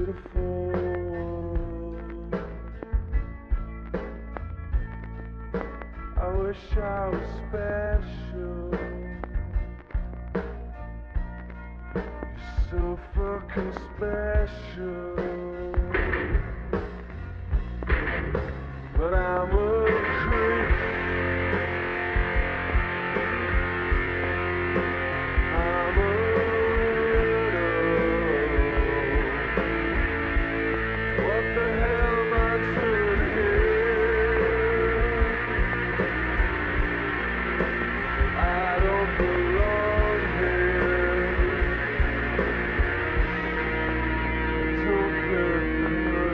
beautiful. I wish I was special. You're so fucking special. But I'm a creep. I'm a widow. What the hell am I doing here? I don't belong here. Don't care for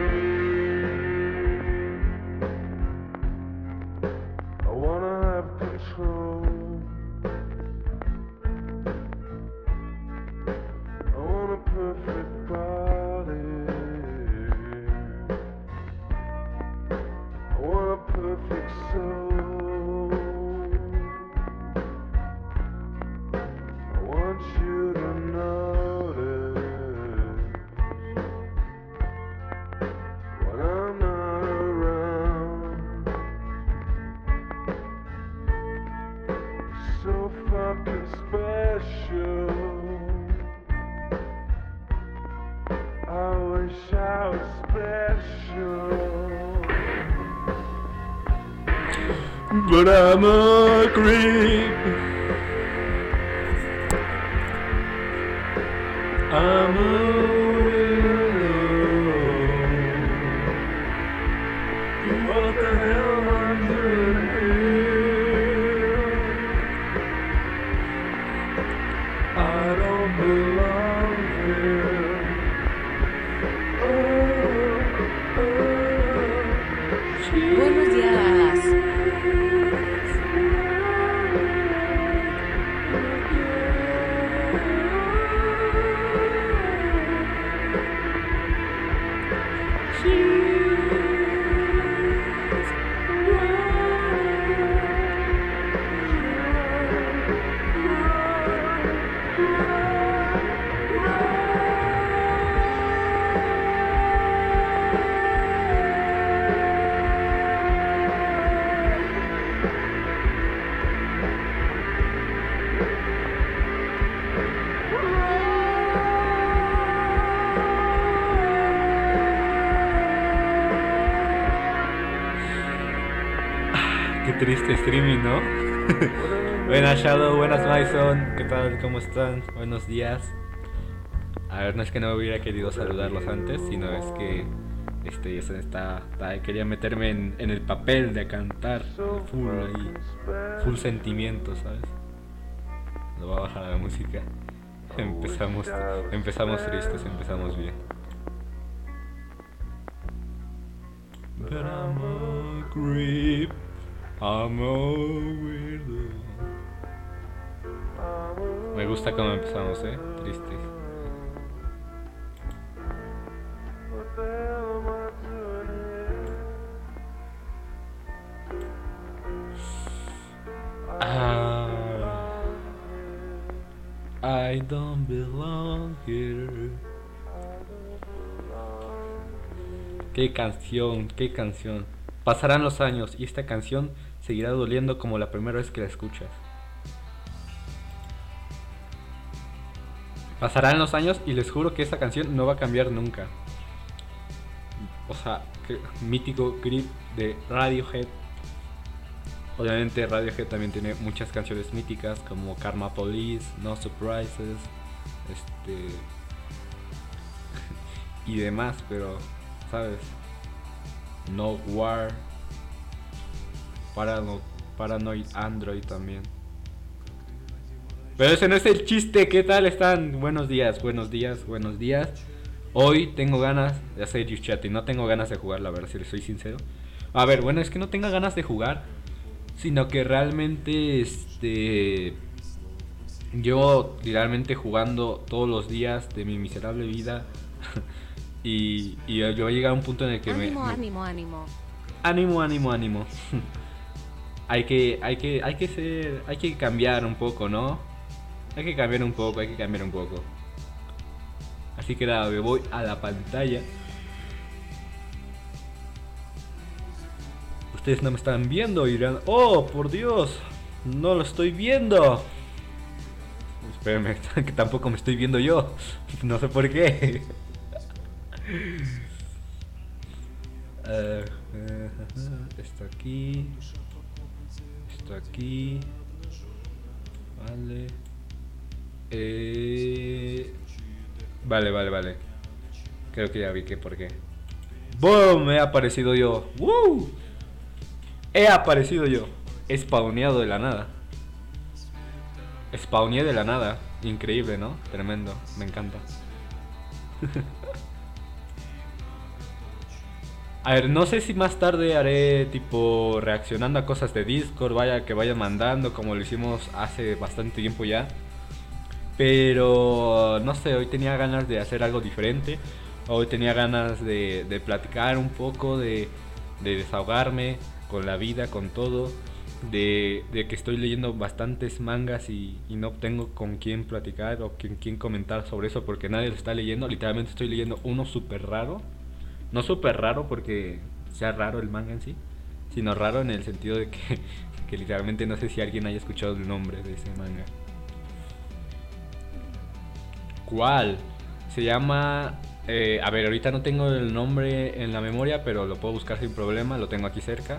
me. I wanna have control. I want a perfect body. I want a perfect soul. I want you to notice when I'm not around. So fucking special. I wish I was special. But I'm a creep. I'm a widow. What the hell am I doing here? I don't belong here. Buenos días. Qué triste streaming, ¿no? Buenas Shadow, buenas Mason, ¿qué tal? ¿Cómo están? Buenos días. A ver, no es que no hubiera querido saludarlos antes, sino es que quería meterme en el papel de cantar full ahí, full sentimiento, ¿sabes? Lo voy a bajar la música. Empezamos tristes, empezamos bien. But I'm a creep. I'm a weirdo. Me gusta cómo empezamos, tristes. I don't belong here. Qué canción, qué canción. Pasarán los años y esta canción seguirá doliendo como la primera vez que la escuchas. Pasarán los años y les juro que esta canción no va a cambiar nunca. O sea, mítico Creep de Radiohead. Obviamente Radiohead también tiene muchas canciones míticas como Karma Police, No Surprises, y demás, pero ¿sabes? No War, Paranoid Android también. Pero ese no es el chiste. ¿Qué tal están? Buenos días, buenos días, buenos días. Hoy tengo ganas de hacer chat y no tengo ganas de jugar, la verdad, si les soy sincero. A ver, bueno, es que no tenga ganas de jugar, sino que realmente llevo literalmente jugando todos los días de mi miserable vida. y yo voy a llegar a un punto en el que ánimo. Ánimo. hay que cambiar un poco, ¿no? Hay que cambiar un poco. Al Así que nada, me voy a la pantalla. Ustedes no me están viendo y dirán, oh, por Dios, no lo estoy viendo. Espérenme, que tampoco me estoy viendo yo. No sé por qué. Esto aquí. Esto aquí. Vale. Vale. Creo que ya vi que por qué. ¡Boom! He aparecido yo. ¡Woo! He aparecido yo. He spawneado de la nada. Spawneé de la nada. Increíble, ¿no? Tremendo. Me encanta. A ver, no sé si más tarde haré tipo reaccionando a cosas de Discord, vaya que vayan mandando como lo hicimos hace bastante tiempo ya. Pero no sé, hoy tenía ganas de hacer algo diferente. Hoy tenía ganas de platicar un poco, de desahogarme con la vida, con todo. De que estoy leyendo bastantes mangas y no tengo con quién platicar o con quién comentar sobre eso porque nadie lo está leyendo. Literalmente estoy leyendo uno súper raro. No súper raro porque sea raro el manga en sí, sino raro en el sentido de que literalmente no sé si alguien haya escuchado el nombre de ese manga. ¿Cuál? Se llama... a ver, ahorita no tengo el nombre en la memoria, pero lo puedo buscar sin problema, lo tengo aquí cerca.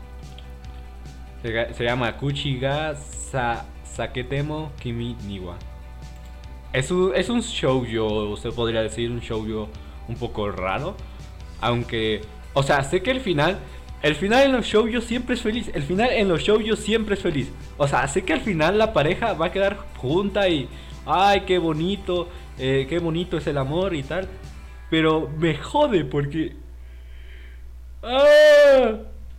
Se llama Kuchiga Saketemo Kimi Niwa. Es un shoujo, se podría decir, un shoujo un poco raro. Aunque, o sea, sé que el final en los shoujo siempre es feliz. El final en los shoujo siempre es feliz. O sea, sé que al final la pareja va a quedar junta y... ¡Ay, qué bonito! Qué bonito es el amor y tal. Pero me jode porque... ¡Ah!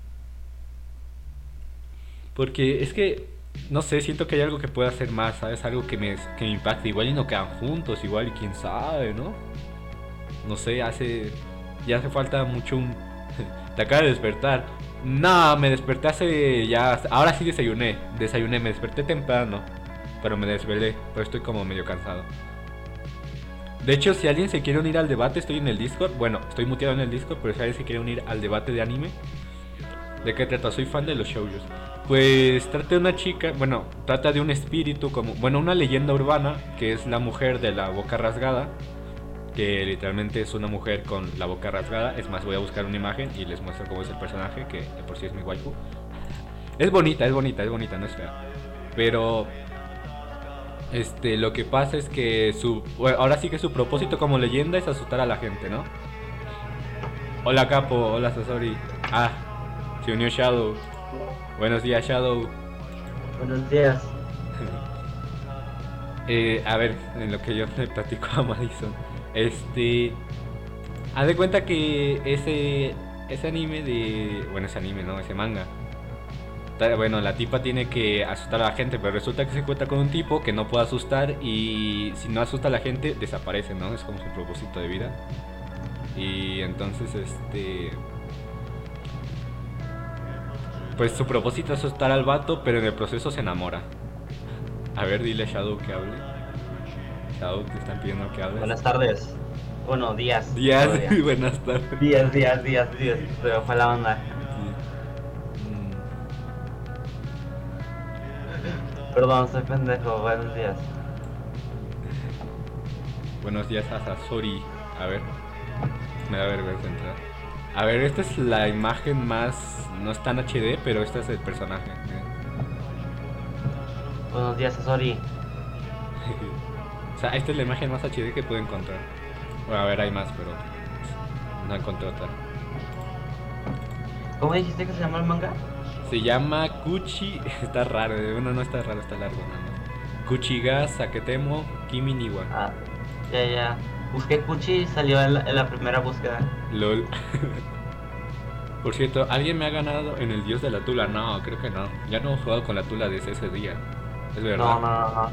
Porque es que... No sé, siento que hay algo que pueda hacer más, ¿sabes? Algo que me impacte. Igual y no quedan juntos, igual y quién sabe, ¿no? No sé, ya hace falta mucho un... Te acabas de despertar. No, me desperté hace ya... Ahora sí desayuné, me desperté temprano. Pero me desvelé, pero estoy como medio cansado. De hecho, si alguien se quiere unir al debate, estoy en el Discord. Bueno, estoy muteado en el Discord, pero si alguien se quiere unir al debate de anime. ¿De qué trata? Soy fan de los shoujos. Pues trata de una chica, bueno, trata de un espíritu como... Bueno, una leyenda urbana, que es la mujer de la boca rasgada. Que literalmente es una mujer con la boca rasgada. Es más, voy a buscar una imagen y les muestro cómo es el personaje, que de por sí es mi waifu. Es bonita, no es fea. Pero... lo que pasa es que ahora sí que su propósito como leyenda es asustar a la gente, ¿no? Hola Capo, hola Sasori. Ah, se unió Shadow. Buenos días Shadow. Buenos días. A ver, en lo que yo le platico a Madison. Haz de cuenta que ese anime de... Bueno, ese anime, no, ese manga. Bueno, la tipa tiene que asustar a la gente, pero resulta que se encuentra con un tipo que no puede asustar y si no asusta a la gente, desaparece, ¿no? Es como su propósito de vida. Y entonces, pues su propósito es asustar al vato, pero en el proceso se enamora. A ver, dile a Shadow que hable. Shadow, te están pidiendo que hables. Buenas tardes. Bueno, días. Días, buenas tardes. Días. Pero fue la onda. Perdón, soy pendejo. Buenos días. Buenos días a Sasori. A ver. Me da vergüenza entrar. A ver, esta es la imagen más... No es tan HD, pero este es el personaje. Buenos días, Sasori. O sea, esta es la imagen más HD que puedo encontrar. Bueno, a ver, hay más, pero... No encontré otra. ¿Cómo dijiste que se llama el manga? Se llama Kuchi... Está raro, bueno, no está raro, está largo nada más. Kuchiga Saketemo Kimi Niwa. Ah, ya. Busqué Kuchi y salió en la primera búsqueda. LOL. Por cierto, ¿alguien me ha ganado en el dios de la tula? No, creo que no. Ya no he jugado con la tula desde ese día. Es verdad. No.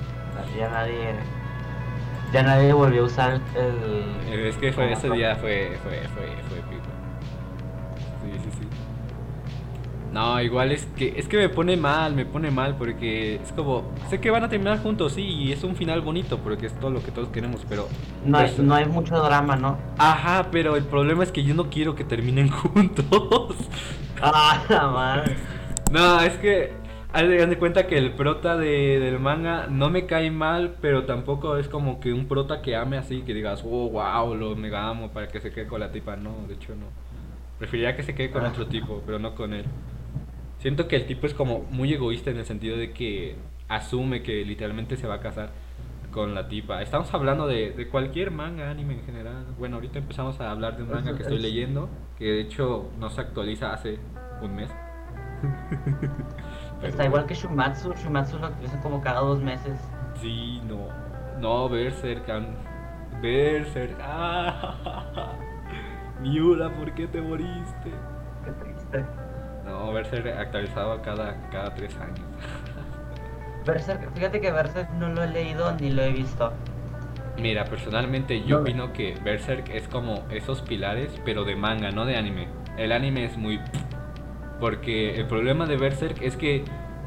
Ya nadie volvió a usar el... Es que ese día fue épico. Sí. No, igual es que me pone mal porque es como, sé que van a terminar juntos, sí, y es un final bonito porque es todo lo que todos queremos, pero No hay mucho drama, ¿no? ajá, pero el problema es que yo no quiero que terminen juntos. Ah, la madre. No, es que hagan de cuenta que el prota del manga no me cae mal, pero tampoco es como que un prota que ame así, que digas, oh, wow, lo mega amo para que se quede con la tipa. No, de hecho no. Preferiría que se quede con otro tipo, pero no con él. Siento que el tipo es como muy egoísta en el sentido de que asume que literalmente se va a casar con la tipa. Estamos hablando de cualquier manga, anime en general. Bueno, ahorita empezamos a hablar de un manga que estoy leyendo, que de hecho no se actualiza hace un mes. Está igual que Shumatsu. Shumatsu lo utilizan como cada 2 meses. Sí, no. No, Berserk. Berserk. Ah, Miura, ¿por qué te moriste? Qué triste. No, Berserk actualizado cada 3 años. Berserk, fíjate que Berserk no lo he leído ni lo he visto. Mira, personalmente yo opino que Berserk es como esos pilares, pero de manga, no de anime. El anime es muy... Porque el problema de Berserk es que...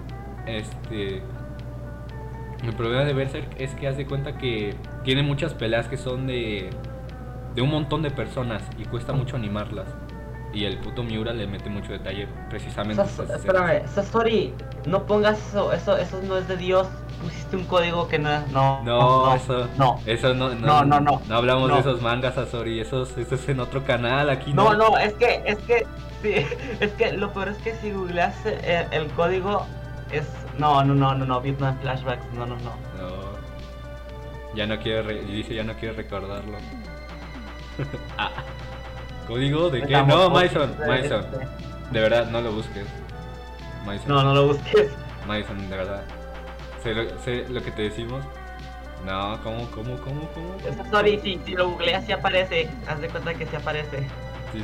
El problema de Berserk es que haz de cuenta que tiene muchas peleas que son de un montón de personas y cuesta mucho animarlas. Y el puto Miura le mete mucho detalle precisamente. Espérame, Sasori, no pongas eso no es de Dios. Pusiste un código que no es. No, eso no hablamos no. de esos mangas, Azori, eso es en otro canal, aquí no, es que sí, es que lo peor es que si googleas el código es no, Vietnam Flashbacks, no. Ya no quiere dice ya no quiere recordarlo. ¿Código de qué? No, Mason. De verdad, no lo busques. Mason. No lo busques. Mason, de verdad. Sé lo que te decimos. No, ¿cómo? Sorry, si lo googleas sí aparece. Haz de cuenta que sí aparece. Sí.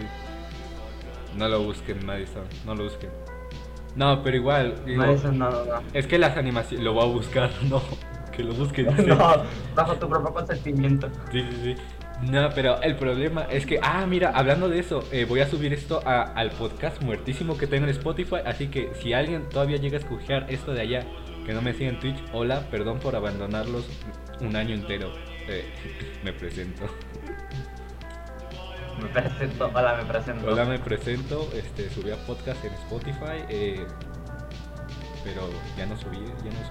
No lo busquen, Madison. No lo busquen. No, pero igual. Digo, Madison, no. Es que las animaciones. Lo voy a buscar, no. Que lo busquen. No, bajo tu propio consentimiento. Sí. No, pero el problema es que, mira, hablando de eso, voy a subir esto al podcast muertísimo que tengo en Spotify. Así que si alguien todavía llega a escuchar esto de allá, que no me sigue en Twitch, hola, perdón por abandonarlos un año entero. Me presento. Hola, me presento. Subí a podcast en Spotify, pero ya no he subido.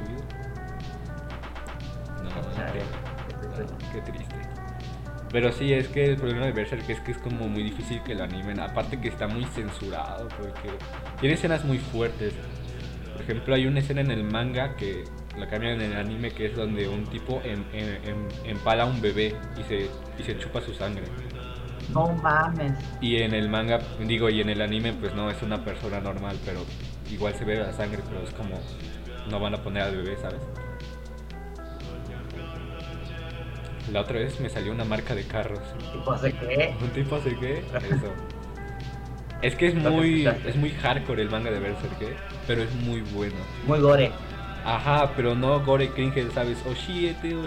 No, qué triste. Pero sí, es que el problema de Berserk es que es como muy difícil que lo animen. Aparte que está muy censurado, porque tiene escenas muy fuertes. Por ejemplo, hay una escena en el manga que la cambian en el anime, que es donde un tipo empala a un bebé y se chupa su sangre. No mames. Y en el manga, y en el anime, pues no, es una persona normal, pero igual se ve la sangre, pero es como, no van a poner al bebé, ¿sabes? La otra vez me salió una marca de carros. ¿Tipo hace qué? ¿Un tipo hace qué? Eso. Es que es muy hardcore el manga de Berserk, pero es muy bueno. Muy gore. Ajá, pero no gore cringe, ¿sabes? Oshiete.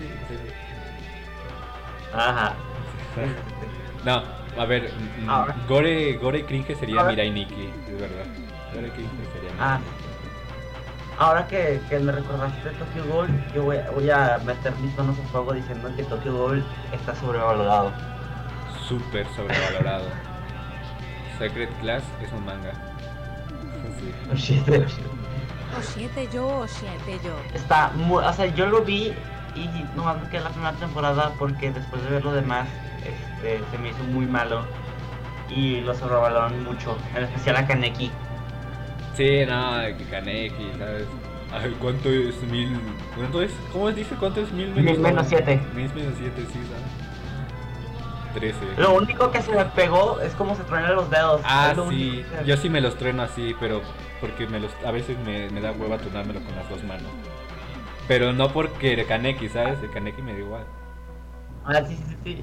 Ajá. No, a ver, gore cringe sería Mirai Nikki, es verdad. Gore cringe sería Mirai Nikki. Ahora que me recordaste Tokyo Ghoul, yo voy a meter mis manos en fuego diciendo que Tokyo Ghoul está sobrevalorado. Súper sobrevalorado. Secret Class es un manga. Sí. Oshiete yo. Está muy, o sea, yo lo vi y nomás me quedé la primera temporada porque después de ver lo demás, se me hizo muy malo y lo sobrevaloraron mucho, en especial a Kaneki. Sí, no, que Kaneki, ¿sabes? A ver, ¿cuánto es 1000? ¿Cuánto es? ¿Cómo dice? ¿Cuánto es 1000 menos 1000 7? 1000 menos 7, sí, ¿sabes? 13. Lo único que se me pegó es como se truenan los dedos. Sí, yo sí me los trueno así, pero porque a veces me da hueva tronármelo con las dos manos. Pero no porque el Kaneki, ¿sabes? El Kaneki me da igual. Sí.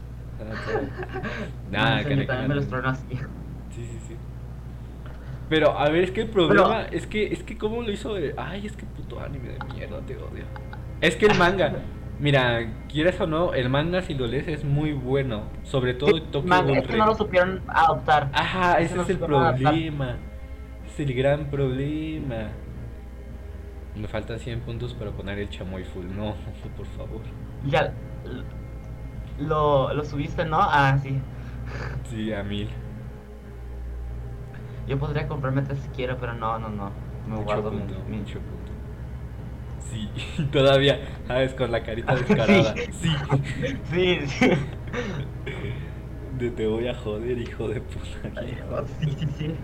Nada, no, Kaneki también me los trueno así. Sí. Pero a ver, es que el problema es que cómo lo hizo es que puto anime de mierda, te odio. Es que el manga, mira, quieras o no, el manga si lo lees es muy bueno, sobre todo Tokyo Ghoul. Es que no lo supieron adoptar. Ajá, ese es el problema. es el gran problema. Me faltan 100 puntos para poner el chamoy full. No, por favor. Ya lo subiste, ¿no? Ah, sí. Sí, a 1000. Yo podría comprarme 3 si quiero, pero no. Me guardo mi- Mucho punto. Sí, todavía, ¿sabes? Con la carita descarada. Sí. Sí. De te voy a joder, hijo de puta. Sí.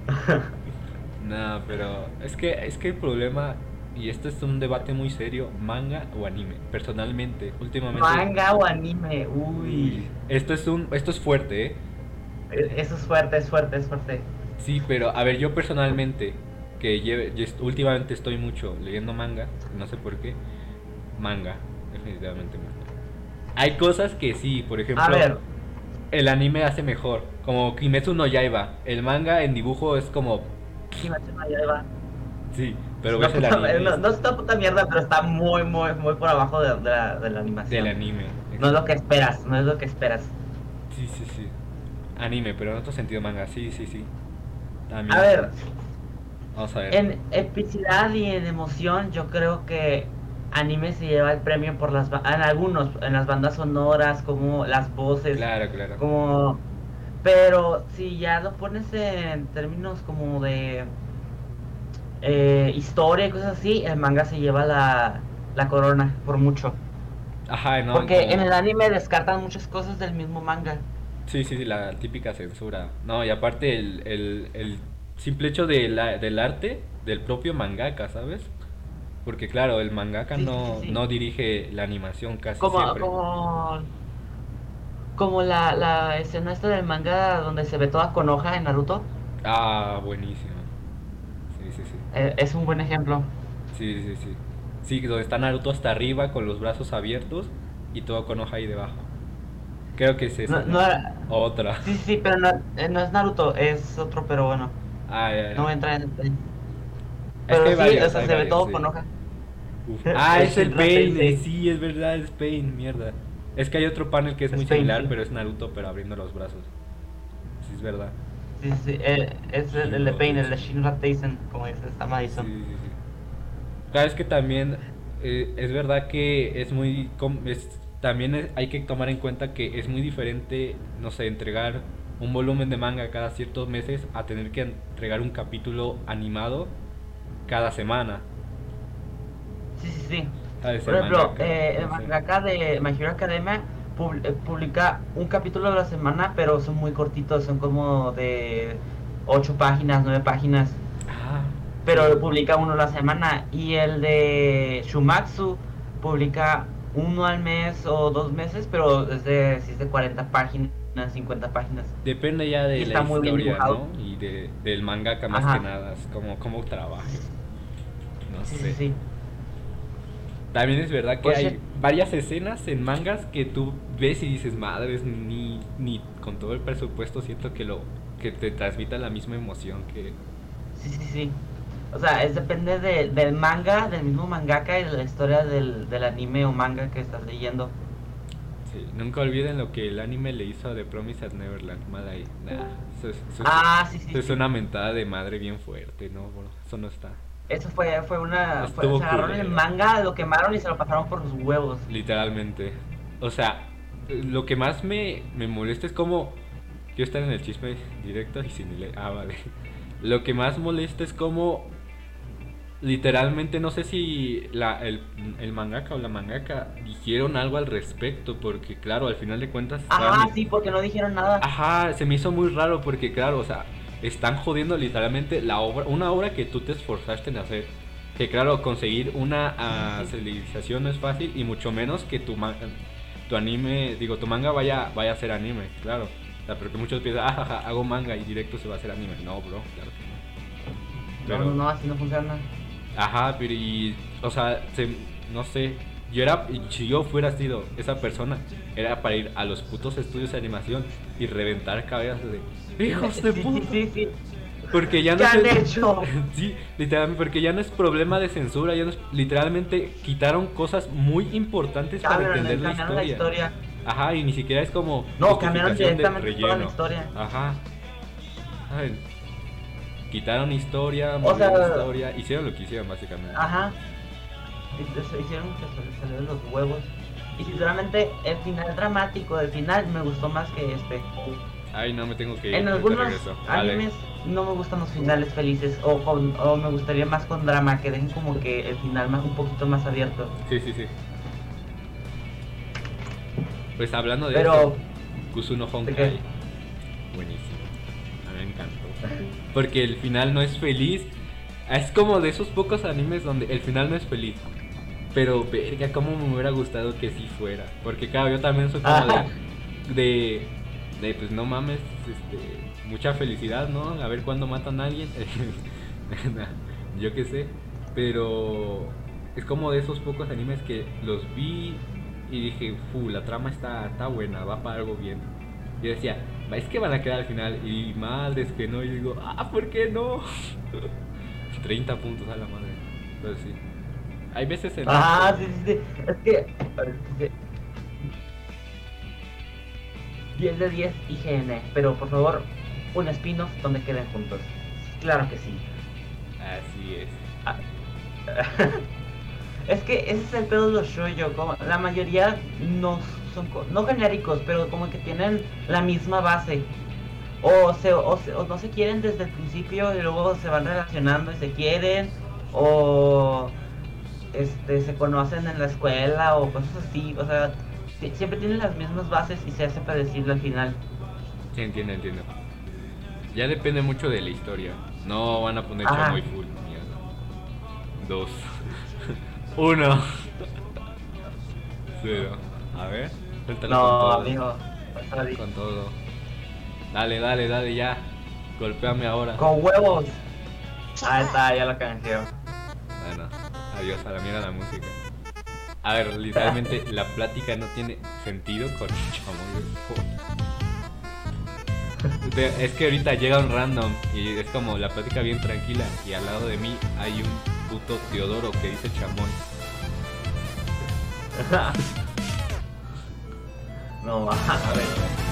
No, pero es que el problema, y esto es un debate muy serio, manga o anime. Personalmente, últimamente. Manga o anime, uy. Esto es fuerte, ¿eh? Eso es fuerte. Sí, pero a ver, yo personalmente, últimamente estoy mucho leyendo manga, no sé por qué. Manga, definitivamente manga. Hay cosas que sí, por ejemplo, A ver, el anime hace mejor, como Kimetsu no Yaiba. El manga en dibujo es como, Kimetsu no Yaiba. sí, pero No, ves el anime no es una puta mierda, pero está muy por abajo de la animación. del anime. No es lo que esperas. Sí. Anime, pero en otro sentido manga, sí. También. A ver, Vamos a ver. en epicidad y en emoción, yo creo que anime se lleva el premio por en las bandas sonoras, como las voces, Claro. como... Pero si ya lo pones en términos como de historia y cosas así, el manga se lleva la corona por mucho. Ajá, no. Porque como- en el anime descartan muchas cosas del mismo manga. Sí, la típica censura. No, y aparte el simple hecho del arte del propio mangaka, ¿sabes? Porque claro, el mangaka Sí. no dirige la animación casi Como, siempre. como la escena esta del manga donde se ve toda con hoja en Naruto. Ah, buenísimo. Sí. Es un buen ejemplo. Sí. Sí, donde está Naruto hasta arriba con los brazos abiertos y todo con hoja ahí debajo. Creo que es esa. No era- Otra. Sí, pero no es Naruto, es otro, pero bueno, Ya. no voy a entrar en detalle. Es Pero que hay sí, varios, o sea, hay se ve varios, todo sí. con hoja. Uf. Es Es el Shinra Pain, Tensei. sí, es verdad, es Pain, mierda. Es que hay otro panel que es Es muy Pain, similar, sí. pero es Naruto, pero abriendo los brazos. Sí, es verdad. Sí, es el de Pain, el de Shinra Tensei, como dice esta Madison. Sí. Claro, es que también es verdad que es muy... hay que tomar en cuenta que es muy diferente, no sé, entregar un volumen de manga cada ciertos meses a tener que entregar un capítulo animado cada semana. Sí. ¿Sabes? Por El ejemplo, mangaka, el no sé. mangaka de My Hero Academia publica un capítulo a la semana, pero son muy cortitos, son como de 8 páginas, 9 páginas. Ah, Pero publica uno a la semana. Y el de Shumatsu publica uno al mes o 2 meses, pero si es de 40 páginas, 50 páginas. depende ya de Y la está muy bien historia, dibujado. ¿no? Y del mangaka más Ajá. que nada, es como trabaje. No sé. Sí. También es verdad que Pues hay sí. varias escenas en mangas que tú ves y dices, madres, ni con todo el presupuesto siento que te transmita la misma emoción que... Sí. O sea, depende del manga, del mismo mangaka y de la historia del anime o manga que estás leyendo. Sí, nunca olviden lo que el anime le hizo a The Promised Neverland, mal ahí. Nah, Sí. eso es una mentada de madre bien fuerte, ¿no? Bro? Eso no está. Eso fue Estuvo se agarraron culero. el manga, lo quemaron y se lo pasaron por los huevos. Literalmente. O sea, lo que más me molesta es como... Quiero estar en el chisme directo y sin leer. Ah, vale. Lo que más molesta es como... Literalmente no sé si el mangaka o la mangaka dijeron algo al respecto, porque claro, al final de cuentas... Sí, porque no dijeron nada. Ajá, se me hizo muy raro porque claro, o sea, están jodiendo literalmente una obra que tú te esforzaste en hacer. Que claro, conseguir una civilización no es fácil y mucho menos que tu anime, digo, tu manga vaya a ser anime, claro. O sea, pero que muchos piensan, hago manga y directo se va a hacer anime. No, bro, claro que no. Pero, No, así no funciona. ajá, pero o sea, no sé, si yo fuera sido esa persona, era para ir a los putos estudios de animación y reventar cabezas de hijos de puta. Sí. Porque ya no ¿Qué han es hecho? sí, literalmente, porque ya no es problema de censura, literalmente quitaron cosas muy importantes para entender Cambiaron la historia. Ajá, y ni siquiera es como No, cambiaron justificación de directamente toda la relleno. historia. Ajá. Ay, quitaron historia, O sea, movieron historia, hicieron lo que hicieron básicamente. Ajá. Hicieron que se salieron los huevos. Y sinceramente, el final dramático del final me gustó más que este. Ay, no, me tengo que ir. En ahorita algunos regreso. Vale. animes no me gustan los finales felices o me gustaría más con drama, que dejen como que el final más un poquito más abierto. Sí. Pues hablando de Pero esto, Kusuno ¿de Honkai. qué? Buenísimo. A mí me encantó. Porque el final no es feliz. Es como de esos pocos animes donde el final no es feliz. Pero verga, cómo me hubiera gustado que sí fuera. Porque claro, yo también soy como Ajá. de pues no mames, mucha felicidad, ¿no? A ver cuándo matan a alguien. Yo qué sé. Pero es como de esos pocos animes que los vi y dije, la trama está buena, va para algo bien. Yo decía, es que van a quedar al final. Y madres que no, y digo, ¿por qué no? 30 puntos a la madre. Pero sí. Hay veces en... Sí. Es que 10 de 10 IGN, pero por favor, un spin-off donde queden juntos. Claro que sí. Así es. Es que ese es el pedo de los shoujo, como la mayoría no son no genéricos, pero como que tienen la misma base. O no se quieren desde el principio y luego se van relacionando y se quieren, o se conocen en la escuela o cosas así, o sea, siempre tienen las mismas bases y se hace predecible al final. Sí, entiendo. Ya depende mucho de la historia. No van a poner chamoy full. Mierda. 2 1 0. A ver, suéltalo con No, todo. amigo, Con todo. Dale, ya. Golpéame ahora. con huevos. Ahí está, ya lo canjeó. Bueno, adiós, a la mierda la música. A ver, literalmente la plática no tiene sentido con chamoy. Es que ahorita llega un random y es como la plática bien tranquila y al lado de mí hay un puto Teodoro que dice chamoy. No, a ver.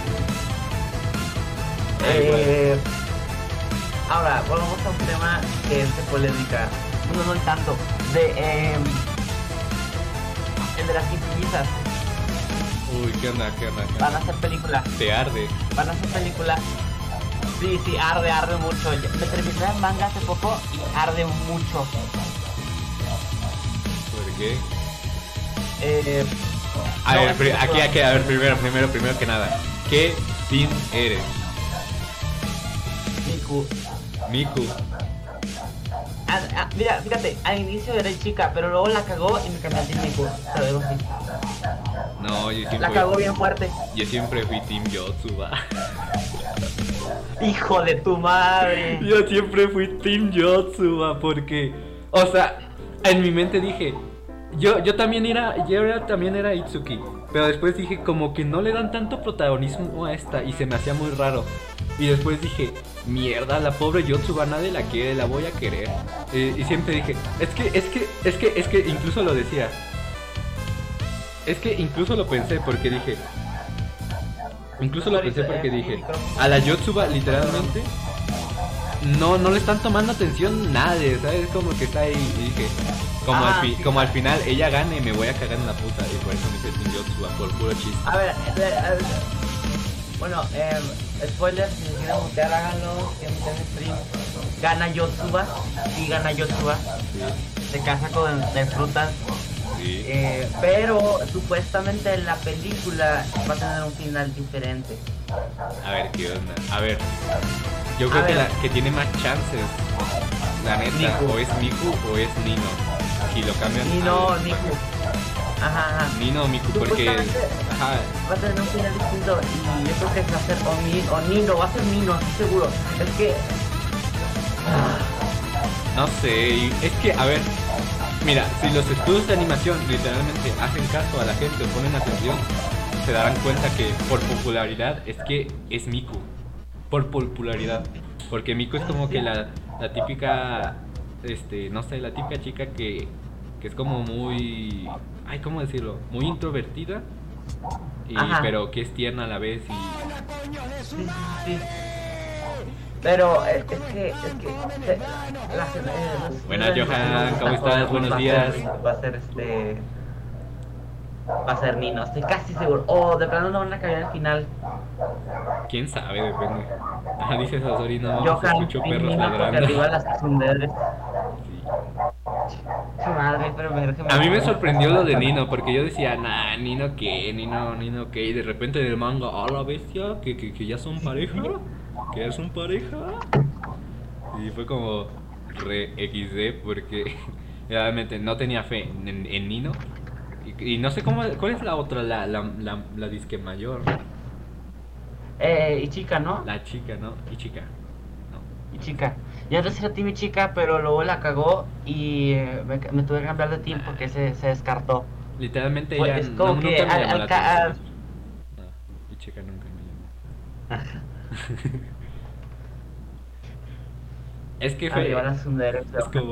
Igual. Ahora, volvamos a un tema que es de polémica. No tanto. El de las quintillizas. Uy, ¿qué onda? Van a hacer película. Te arde. Van a hacer película. Sí, arde mucho. Me terminé el manga hace poco y arde mucho. ¿Por qué? A ver, aquí hay que, a ver, primero que nada, ¿qué team eres? Miku. Mira, fíjate, al inicio era chica, pero luego la cagó y me cambié a Team Miku. Te lo digo así. No, La cagó bien fuerte. Yo siempre fui Team Yotsuba. Hijo de tu madre. Yo siempre fui Team Yotsuba porque, o sea, en mi mente dije, yo también era Itsuki, pero después dije como que no le dan tanto protagonismo a esta y se me hacía muy raro. Y después dije, mierda, la pobre Yotsuba nadie la quiere, la voy a querer. Y siempre dije, es que incluso lo decía. Es que incluso lo pensé porque dije, a la Yotsuba literalmente no le están tomando atención nadie, ¿sabes? Como que está ahí y dije, como al final ella gane y me voy a cagar en la puta. Y por eso me hice Team Yotsuba, por puro chiste. A ver. Bueno, spoilers, si me quieren mutear, háganlo, que mutean el stream. Gana Yotsuba, sí gana Yotsuba. Sí, Se casa con de frutas. sí. Pero supuestamente en la película va a tener un final diferente. A ver, ¿qué onda? A ver, yo creo que tiene más chances, la neta, Miku. o es Miku o es Nino. Si lo cambian Nino, al- Miku. Ajá. Nino o Miku, porque Supuestamente va a tener un final distinto y yo creo que va a ser o Nino, va a ser Nino, estoy seguro. Es que no sé, es que, a ver, mira, si los estudios de animación literalmente hacen caso a la gente o ponen atención, se darán cuenta que por popularidad es Miku. Por popularidad. Porque Miku es como que la típica, no sé, la típica chica que es como muy, ¿cómo decirlo? Muy introvertida, Ajá. pero que es tierna a la vez y... sí. Pero es que Buenas, Johan, ¿cómo estás? Buenos días. Va a ser Nino, estoy casi seguro. O de plano no van a caer al final. ¿Quién sabe? Depende. Ah, dice Sasori, no, Johan escucho y perros Nino porque ladrando. arriba las sunderes. Sí. Su madre, pero A mí me sorprendió lo de Nino, porque yo decía, nah, Nino qué, Nino qué, y de repente en el manga, a la bestia, que ya son pareja, que ya son pareja. Y fue como re XD, porque realmente no tenía fe en Nino. Y no sé cómo, ¿cuál es la otra? La disque mayor. Y chica, ¿no? La chica, ¿no? Y chica. No. Mi chica. Yo antes era mi chica, pero luego la cagó y me tuve que cambiar de team porque se descartó. Literalmente Pues, ella es como nunca que me llamó la ca- atención. No, y chica nunca me llamó. Es que arriba fue. las sunderes.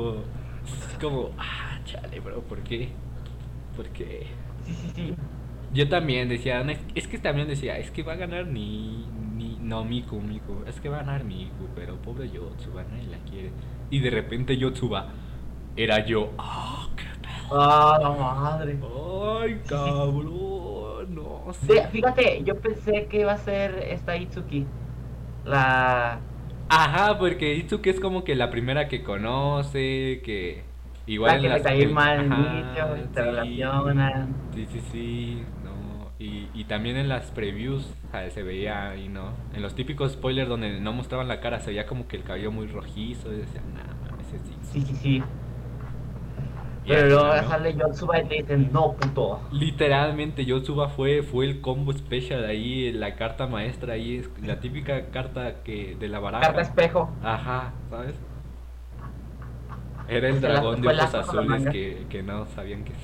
Es como. Ah, chale, bro, ¿por qué? ¿Por qué? Sí. Yo también decía, no, es que también decía, es que va a ganar no, Miku, es que va a ganar Miku, pero pobre Yotsuba, nadie la quiere. Y de repente Yotsuba era yo, qué pedo. Ah, la madre. Ay, cabrón, no sé. Fíjate, yo pensé que iba a ser esta Itsuki. La. Ajá, porque Itsuki es como que la primera que conoce, que igual La en que le las cayó mal al ajá, inicio, y se sí. relacionan. Sí, no. Y también en las previews, se veía ahí, ¿no? En los típicos spoilers donde no mostraban la cara, se veía como que el cabello muy rojizo y decían, nah, mames, es Itsuki. Sí. Y Pero al luego final, ¿no? sale Yotsuba y te dicen, no, puto. Literalmente Yotsuba fue el combo special ahí, la carta maestra ahí, es la típica carta que de la baraja. Carta espejo. Ajá, ¿sabes? Era el Se la dragón de fue la ojos con la azules manga. que no sabían que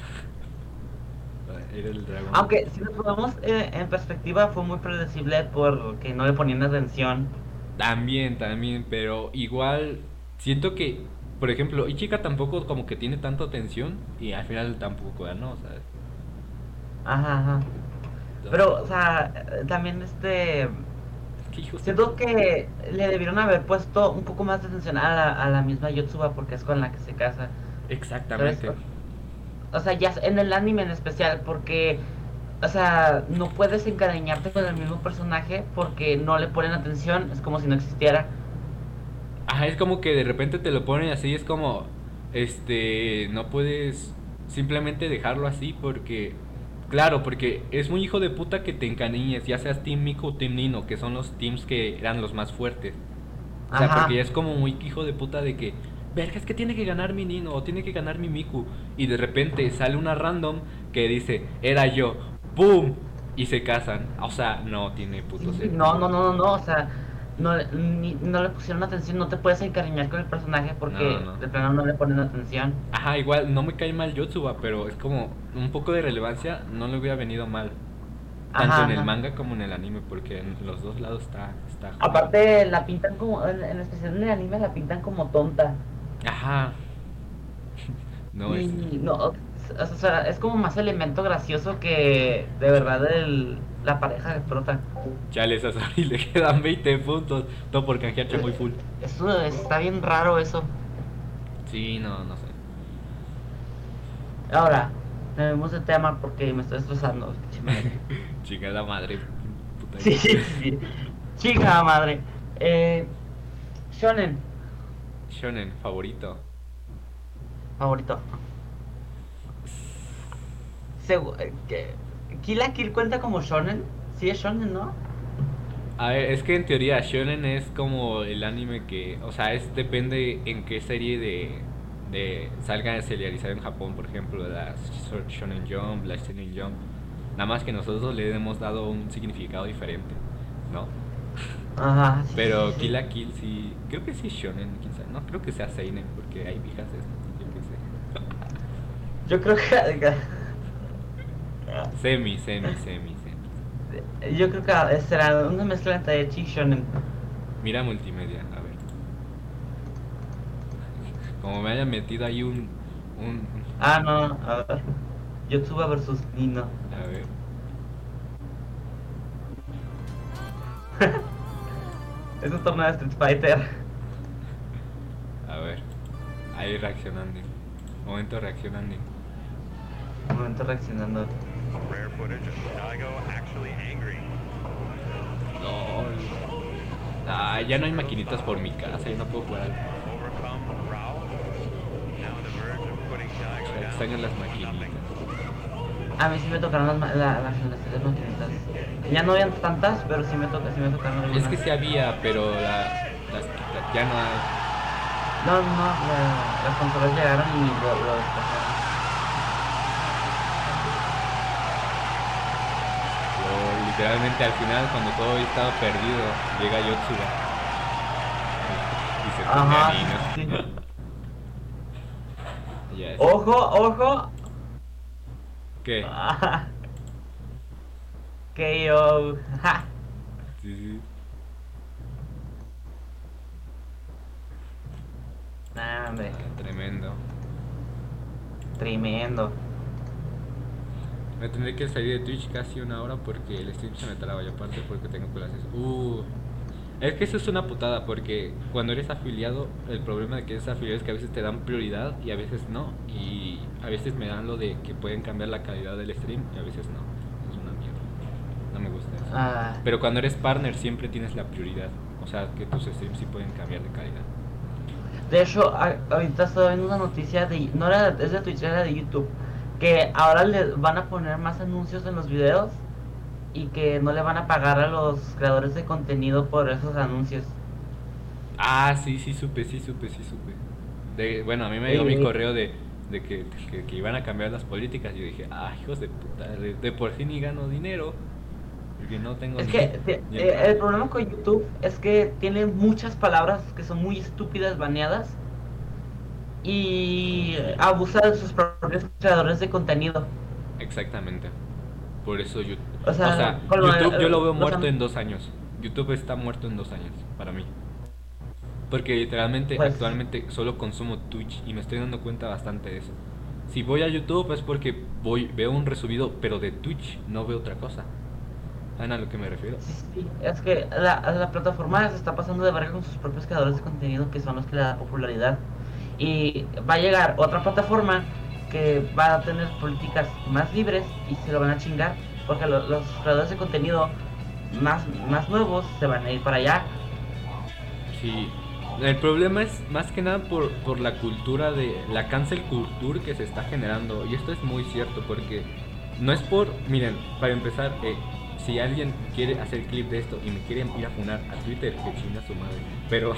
era el dragón. Aunque si nos ponemos en perspectiva fue muy predecible porque no le ponían atención. También, pero igual siento que, por ejemplo, Ichika tampoco como que tiene tanta atención y al final tampoco ganó, ¿sabes? Ajá. Pero, o sea, también Es que hijos de siento puta. que le debieron haber puesto un poco más de atención a la misma Yotsuba porque es con la que se casa. Exactamente. ¿Sabes? O sea, ya en el anime en especial, porque, o sea, no puedes encariñarte con el mismo personaje porque no le ponen atención, es como si no existiera. Ajá, es como que de repente te lo ponen así, es como, no puedes simplemente dejarlo así porque, claro, porque es muy hijo de puta que te encariñes, ya seas Team Miku o Team Nino, que son los teams que eran los más fuertes. O sea, Ajá. porque es como muy hijo de puta de que, verga, es que tiene que ganar mi Nino o tiene que ganar mi Miku. Y de repente sale una random que dice, era yo, ¡boom! Y se casan. O sea, no tiene puto Sí, sentido. no, o sea, no le pusieron atención, no te puedes encariñar con el personaje porque No. de plano no le ponen atención. Ajá, igual no me cae mal Yotsuba, pero es como un poco de relevancia, no le hubiera venido mal. Tanto Ajá, en el ajá. manga como en el anime, porque en los dos lados está jodido. Aparte la pintan como, en especial en el anime la pintan como tonta. Ajá. No es. Y no, o sea, es como más elemento gracioso que de verdad la pareja de prota. Chale, Sasori, le quedan 20 puntos. Todo por canjearse muy full. Eso está bien raro eso. Sí, no sé. Ahora, tenemos el tema porque me estoy estresando. Chingada madre. Puta Sí. Chica madre. Shonen, Shonen, favorito. favorito. Kill la Kill cuenta como shonen. Sí es shonen, ¿no? A ver, es que en teoría Shonen es como el anime que, o sea, depende en qué serie de salga serializado en Japón, por ejemplo, la Shonen Jump, la Shonen Jump. Nada más que nosotros le hemos dado un significado diferente, ¿no? Ajá. Sí, Pero sí. Kill la Kill sí, creo que sí es Shonen, quién sabe. No creo que sea Seinen porque hay viejas de esas, yo qué sé. Yo creo que Semi. yo creo que será una mezcla entre ecchi y shonen. Mira multimedia, a ver. Como me hayan metido ahí un Ah, no, a ver. Yotsuba versus Nino. a ver. Es un torneo de Street Fighter. A ver. Ahí reaccionando. Momento reaccionando. Un momento reaccionando. Rare footage of Daigo actually angry. No. Ah, ya no hay maquinitas por mi casa, ya no puedo jugar. Overcome Rao. Now on the verge of putting Daigo down. Extraño las maquinitas. A mí sí me tocaron las tres maquinitas. Ya no habían tantas, pero sí me tocaron algunas. Es que sí había, pero las ya no hay. No, las consolas llegaron y lo despacharon. Pero literalmente al final, cuando todo estaba perdido, llega Yotsuba. Y se pone Ajá, a mí, ¿no? sí. Ya es. ¡Ojo! ¿Qué? KO. Ja. Sí, sí. Nah, hombre. Tremendo. Tremendo. Me tendré que salir de Twitch casi una hora porque el stream se me traba y aparte porque tengo clases. Es que eso es una putada porque cuando eres afiliado, el problema de que eres afiliado es que a veces te dan prioridad y a veces no. Y a veces me dan lo de que pueden cambiar la calidad del stream y a veces no. Es una mierda. No me gusta eso. Pero cuando eres partner siempre tienes la prioridad. O sea, que tus streams sí pueden cambiar de calidad. De hecho, ahorita estoy viendo una noticia de... No era es de Twitch, era de YouTube. Que ahora le van a poner más anuncios en los videos y que no le van a pagar a los creadores de contenido por esos anuncios. Ah, sí, supe. Bueno, a mí me llegó mi correo de que iban a cambiar las políticas y yo dije, hijos de puta, de por sí ni gano dinero. Porque no tengo Es que el problema con YouTube es que tiene muchas palabras que son muy estúpidas baneadas y abusa de sus propios creadores de contenido. Exactamente. Por eso YouTube, O sea, YouTube yo lo veo muerto en 2 años. YouTube está muerto en 2 años, para mí. Porque literalmente Pues, actualmente solo consumo Twitch y me estoy dando cuenta bastante de eso. Si voy a YouTube es porque veo un resubido, pero de Twitch, no veo otra cosa. ¿Saben a lo que me refiero? sí, es que la plataforma se está pasando de verga con sus propios creadores de contenido, que son los que le dan popularidad. Y va a llegar otra plataforma que va a tener políticas más libres y se lo van a chingar, porque los creadores de contenido más nuevos se van a ir para allá. Sí. El problema es más que nada por la cultura de la cancel culture que se está generando. Y esto es muy cierto porque no es por... Miren, para empezar, si alguien quiere hacer clip de esto y me quieren ir a funar a Twitter, que chinga su madre. Pero,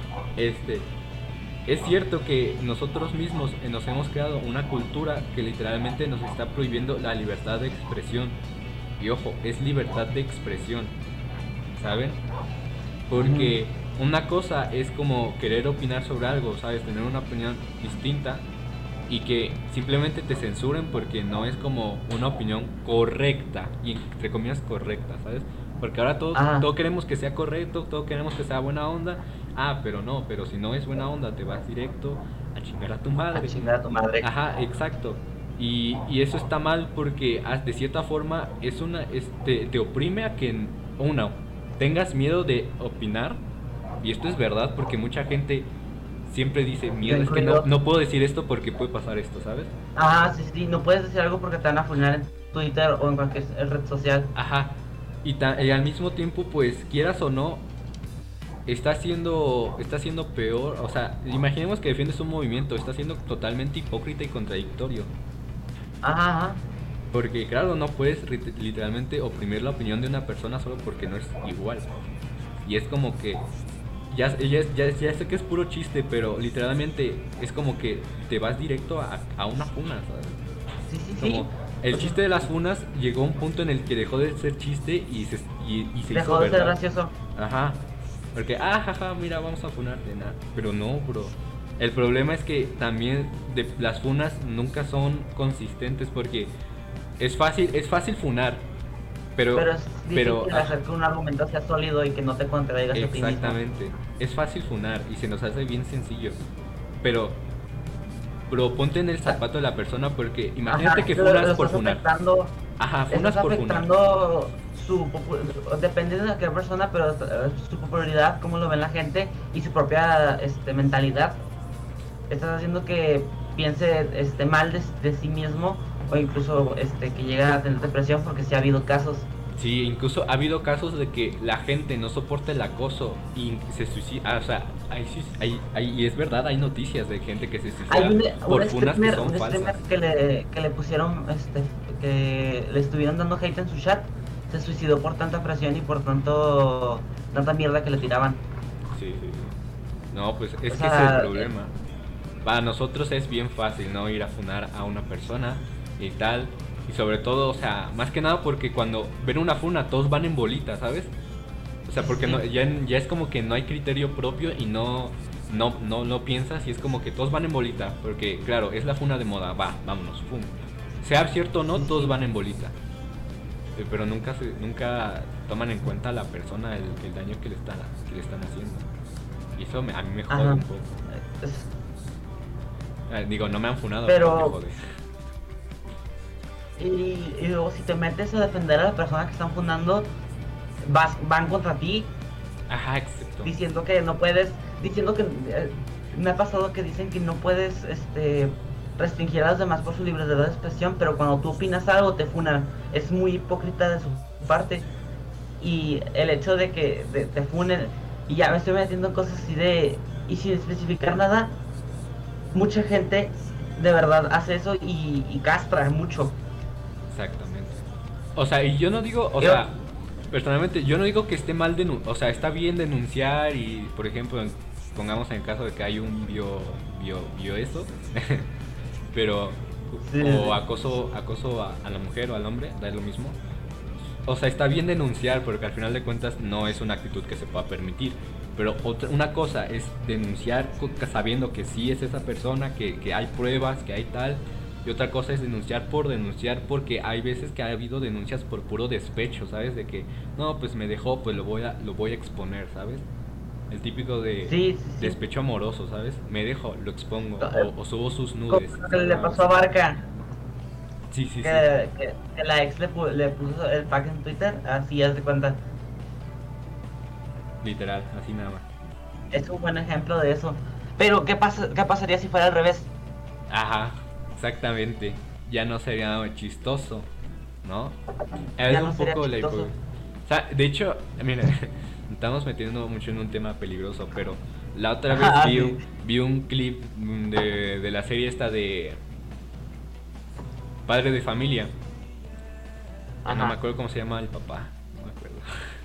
es cierto que nosotros mismos nos hemos creado una cultura que literalmente nos está prohibiendo la libertad de expresión. Y ojo, es libertad de expresión, ¿saben? Porque una cosa es como querer opinar sobre algo, ¿sabes? Tener una opinión distinta y que simplemente te censuren porque no es como una opinión correcta, y entre comillas correcta, ¿sabes? Porque ahora todo queremos que sea correcto, todo queremos que sea buena onda. Pero si no es buena onda te vas directo a chingar a tu madre. A chingar a tu madre. Ajá, exacto. Y eso está mal porque de cierta forma te oprime a que tengas miedo de opinar. Y esto es verdad porque mucha gente siempre dice, miedo, es que no puedo decir esto porque puede pasar esto, ¿sabes? Sí, no puedes decir algo porque te van a funar en Twitter o en cualquier red social. Ajá. Y al mismo tiempo, pues, quieras o no, está siendo peor. O sea, imaginemos que defiendes un movimiento, está siendo totalmente hipócrita y contradictorio. Ajá. Porque claro, no puedes literalmente oprimir la opinión de una persona solo porque no es igual. Y es como que ya sé que es puro chiste, pero literalmente es como que te vas directo a una funa, ¿sabes? Sí. Como el chiste de las funas llegó a un punto en el que dejó de ser chiste y se dejó hizo de ser verdad. gracioso. Ajá. Porque, jaja, mira, vamos a funarte, nada. Pero no, bro. El problema es que también las funas nunca son consistentes porque es fácil funar. Pero es difícil hacer que un argumento sea sólido y que no te contradigas a ti mismo. Exactamente. Es fácil funar y se nos hace bien sencillo. Pero ponte en el zapato de la persona porque imagínate que funas por funar. Funas por funar. Afectando depende de qué persona, pero su popularidad, cómo lo ve la gente y su propia mentalidad, estás haciendo que piense mal de sí mismo o incluso que llegue a tener depresión, porque sí ha habido casos. Sí, incluso ha habido casos de que la gente no soporta el acoso y se suicida. O sea, y es verdad, hay noticias de gente que se suicida por funas que son falsas. Que le pusieron, que le estuvieron dando hate en su chat, se suicidó por tanta presión y por tanta mierda que le tiraban. Sí. No, pues es O que ese sea, es el problema. Para nosotros es bien fácil, ¿no? Ir a funar a una persona y tal. Y sobre todo, o sea, más que nada porque cuando ven una funa todos van en bolita, ¿sabes? O sea, porque no, ya es como que no hay criterio propio y no piensas, y es como que todos van en bolita. Porque claro, es la funa de moda, vámonos, fum. Sea cierto o no, todos van en bolita. Pero nunca toman en cuenta a la persona el daño que le están haciendo. Y eso a mí me jode un poco. Digo, no me han funado, pero me jode. Y luego si te metes a defender a la persona que están fundando, van contra ti. Ajá, exacto. Diciendo que no puedes, diciendo que me ha pasado que dicen que no puedes restringir a los demás por su libertad de expresión, pero cuando tú opinas algo te funan. Es muy hipócrita de su parte. Y el hecho de que te funen, y ya me estoy metiendo en cosas así y sin especificar nada, mucha gente de verdad hace eso y castra mucho. Exactamente. O sea, y yo no digo, personalmente, yo no digo que esté mal o sea, está bien denunciar y, por ejemplo, pongamos en el caso de que hay un vio eso, pero, sí. O acoso a la mujer o al hombre, da lo mismo. O sea, está bien denunciar porque al final de cuentas no es una actitud que se pueda permitir. Pero una cosa es denunciar sabiendo que sí es esa persona, que hay pruebas, que hay tal. Y otra cosa es denunciar porque hay veces que ha habido denuncias por puro despecho, ¿sabes? De que, no, pues me dejó, pues lo voy a exponer, ¿sabes? El típico de despecho amoroso, ¿sabes? Me dejo, lo expongo, o subo sus nudes. Como que le pasó a Barca. Sí. Que la ex le puso el pack en Twitter, así haz de cuenta. Literal, así nada más. Es un buen ejemplo de eso. Pero, ¿qué pasaría si fuera al revés? Ajá, exactamente. Ya no sería chistoso, ¿no? Es un poco la o sea, de hecho, mira, estamos metiendo mucho en un tema peligroso, pero la otra vez vi un clip de la serie esta de Padre de Familia. Ajá. No me acuerdo cómo se llama el papá, no me acuerdo.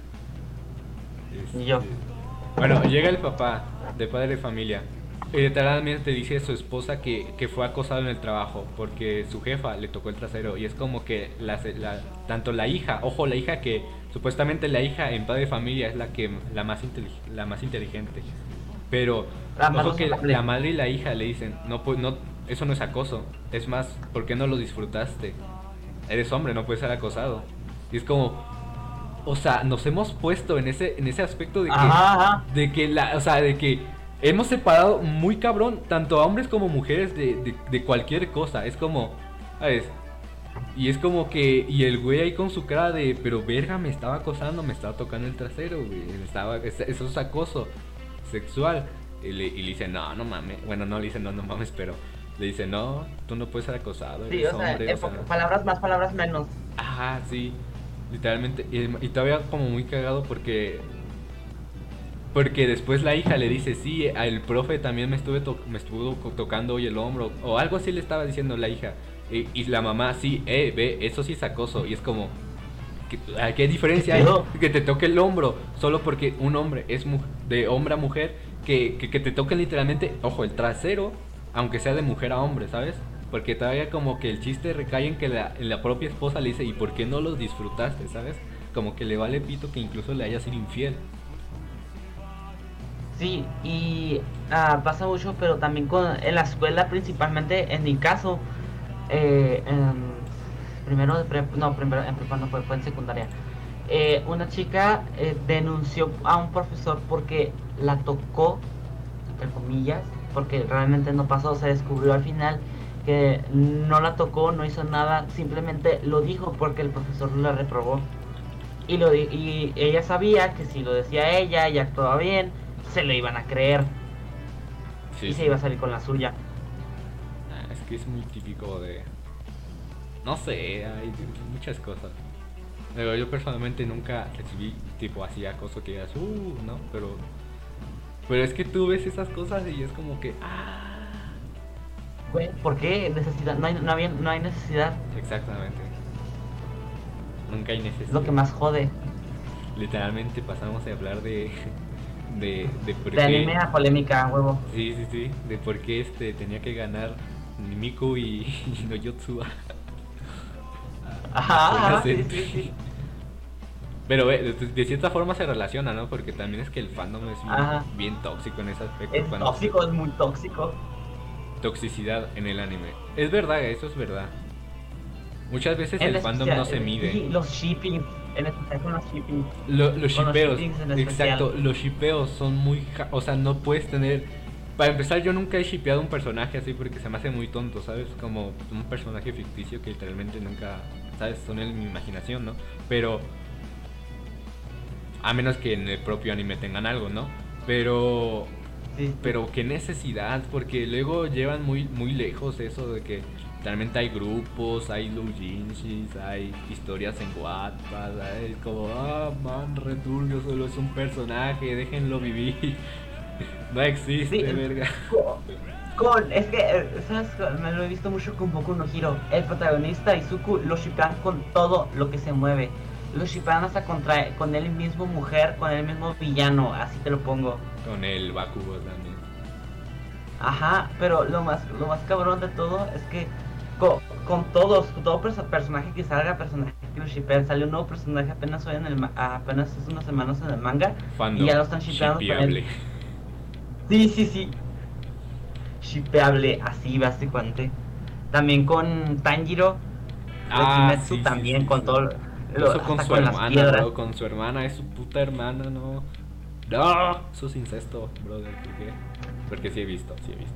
Yo. Bueno, llega el papá de Padre de Familia y literalmente dice a su esposa que fue acosado en el trabajo porque su jefa le tocó el trasero. Y es como que tanto la hija, ojo, la hija que supuestamente la hija en Padre de Familia es la más inteligente, pero ojo que la madre y la hija le dicen, no, eso no es acoso, es más, ¿por qué no lo disfrutaste? Eres hombre, no puedes ser acosado. Y es como, o sea, nos hemos puesto en ese aspecto de que hemos separado muy cabrón tanto a hombres como mujeres de cualquier cosa. Es como, ¿sabes? Y es como que, y el güey ahí con su cara de, pero verga, me estaba acosando, me estaba tocando el trasero, güey, eso es acoso sexual. Y le dice, no mames, bueno, no le dice no mames, pero le dice, no, tú no puedes ser acosado, sí, eres hombre, palabras más, palabras menos. Ajá, sí, literalmente. Y todavía como muy cagado porque después la hija le dice, sí, el profe también me estuvo tocando hoy el hombro, o algo así le estaba diciendo la hija. Y la mamá, sí, ve, eso sí es acoso. Y es como, ¿qué diferencia hay que te toque el hombro solo porque un hombre es de hombre a mujer, que te toquen literalmente, ojo, el trasero, aunque sea de mujer a hombre, ¿sabes? Porque todavía como que el chiste recae en que la propia esposa le dice, ¿y por qué no los disfrutaste, sabes? Como que le vale pito que incluso le haya sido infiel. Sí, y pasa mucho, pero también en la escuela, principalmente en mi caso, primero en prepa no fue en secundaria. Una chica denunció a un profesor porque la tocó, entre comillas, porque realmente no pasó, se descubrió al final que no la tocó, no hizo nada, simplemente lo dijo porque el profesor la reprobó. y ella sabía que si lo decía ella y actuaba bien, se lo iban a creer Sí, y sí. se iba a salir con la suya. Es que es muy típico de... No sé, hay muchas cosas. Pero yo personalmente nunca recibí tipo así acoso que digas, ¿no? Pero es que tú ves esas cosas y es como que, Güey, ¿por qué necesidad? No hay necesidad. exactamente. Nunca hay Es necesidad. lo que más jode. Literalmente pasamos a hablar de por De qué... anime a polémica, huevo. Sí, sí, sí, de por qué tenía que ganar Miku y no Yotsuba. Ajá, sí, Adolescente. sí, sí. Pero de cierta forma se relaciona, ¿no? Porque también es que el fandom es Ajá. bien tóxico en ese aspecto. Es tóxico, es muy tóxico. Toxicidad en el anime. Es verdad, eso es verdad. Muchas veces En el fandom especial- no se mide. Y los shippings, en especial con los shippings. Los Con los shippeos, shippings en especial. exacto, los shippeos son muy... O sea, no puedes tener... Para empezar, yo nunca he shippeado un personaje así porque se me hace muy tonto, ¿sabes? Como un personaje ficticio que literalmente nunca... ¿Sabes? Son en mi imaginación, ¿no? Pero... A menos que en el propio anime tengan algo, ¿no? Pero... Sí. Pero qué necesidad, porque luego llevan muy lejos eso de que realmente hay grupos, hay doujinshis, hay historias en Wattpad, es como, man, returbio, solo es un personaje, déjenlo vivir. No existe, Sí, verga. Es que, ¿sabes? Me lo he visto mucho con Boku no Hero. El protagonista Izuku lo shippean con todo lo que se mueve. Lo shippean hasta con él mismo mujer, con él mismo villano, así te lo pongo. Con el Bakugo también. Ajá, pero lo más cabrón de todo es que con todo personaje que salga, personaje que lo shippean, salió un nuevo personaje apenas hoy apenas hace unas semanas en el manga. Fandom Y ya lo están shippeando con shippeable. él. Sí. Shippeable, así básicamente. También con Tanjiro de Kimetsu, sí, también sí, con sí. todo Incluso con hasta su con las hermana, piedras. bro, con su hermana, es su puta hermana, no. No, eso es incesto, brother, ¿por qué? Porque sí he visto.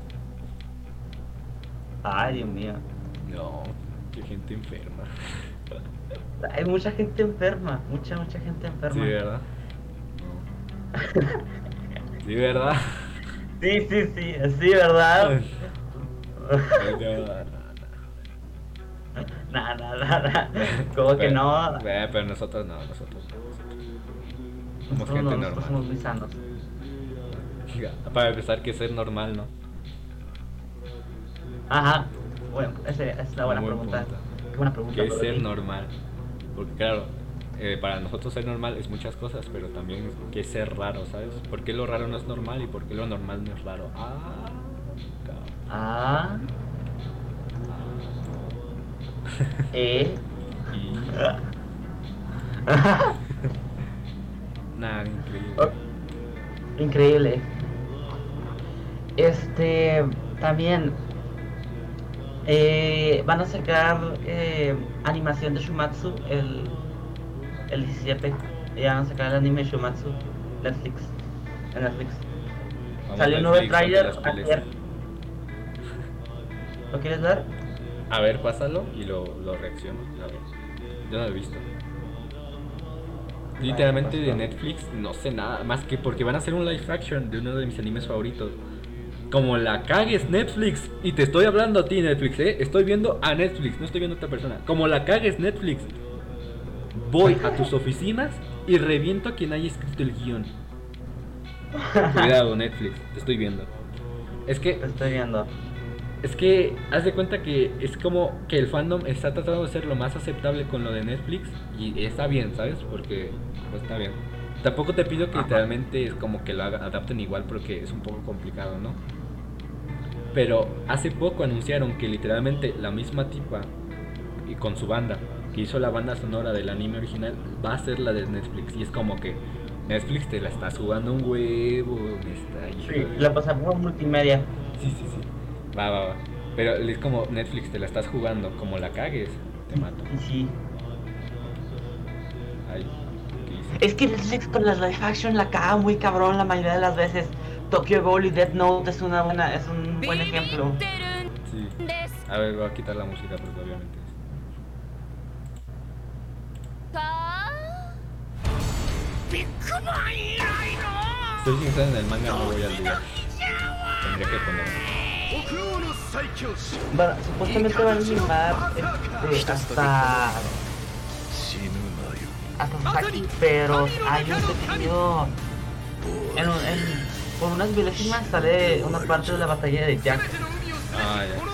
Ay, Dios mío. No, qué gente enferma. Hay mucha gente enferma, mucha gente enferma. Sí, ¿verdad? Sí, ¿verdad? Sí, ¿verdad? Nada. Como que no. Pero nosotros no. Somos gente Nosotros normal. somos muy sanos. Para empezar, que ser normal, ¿no? Ajá. Bueno, esa es la buena Buen pregunta. punto. Qué buena pregunta. ¿Qué es Brody. ser normal? Porque claro, para nosotros ser normal es muchas cosas, pero también qué es ser raro, ¿sabes? ¿Por qué lo raro no es normal y por qué lo normal no es raro? Cabrón. Ah. Y... Nada, increíble. Increíble. También van a sacar animación de Shumatsu el 17. Ya van a sacar el anime de Shumatsu en Netflix. Vamos, Salió un nuevo Netflix, trailer ¿dónde las peles? ayer. ¿Lo quieres ver? A ver, pásalo y lo reacciono. A ver. Yo no lo he visto. Literalmente de Netflix no sé nada más que porque van a hacer un live action de uno de mis animes favoritos. Como la cagues, Netflix. Y te estoy hablando a ti, Netflix, estoy viendo a Netflix, no estoy viendo a otra persona. Como la cagues, Netflix, voy a tus oficinas y reviento a quien haya escrito el guión. Cuidado, Netflix, te estoy viendo. Es que Lo estoy viendo. haz de cuenta que es como que el fandom está tratando de ser lo más aceptable con lo de Netflix. Y está bien, ¿sabes? Porque pues está bien. Tampoco te pido que literalmente es como que lo adapten igual porque es un poco complicado, ¿no? Pero hace poco anunciaron que literalmente la misma tipa y con su banda que hizo la banda sonora del anime original va a ser la de Netflix. Y es como que Netflix te la estás jugando un huevo, me está Sí, la pasamos multimedia. Sí. Va. Pero es como Netflix, te la estás jugando, como la cagues, te mato. Sí. Ay, ¿qué hice? Es que Netflix con las live action la caga muy cabrón la mayoría de las veces. Tokyo Ghoul y Death Note es un buen ejemplo. Sí. A ver, voy a quitar la música porque obviamente Soy sincero, en el manga no voy al día. Tendría que ponerlo. Bueno, supuestamente van a animar hasta Sasaki, pero hay un pequeño... por unas milésimas sale una parte de la batalla de Jack, Ah, ya.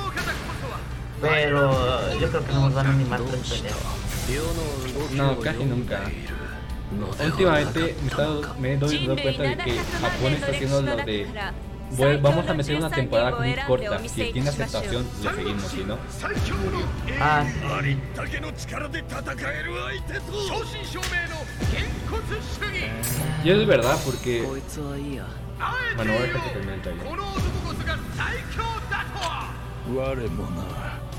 pero yo creo que no nos van a animar 3 peleas. No, casi nunca. Últimamente me doy cuenta de que Japón está haciendo lo de vamos a meter una temporada muy corta. Si tiene aceptación, le seguimos, si no. Ah, Y es verdad, porque. Bueno, ahora que termine el trailer. 我もな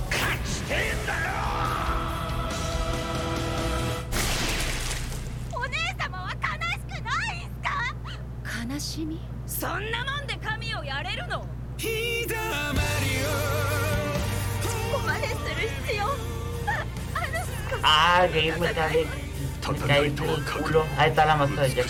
お姉様は悲しくないんすか？悲しみ？そんなもんで神をやれるの？ここまでする必要？ ah, Gabe me cae el culo. Ahí está la máscara de Jack.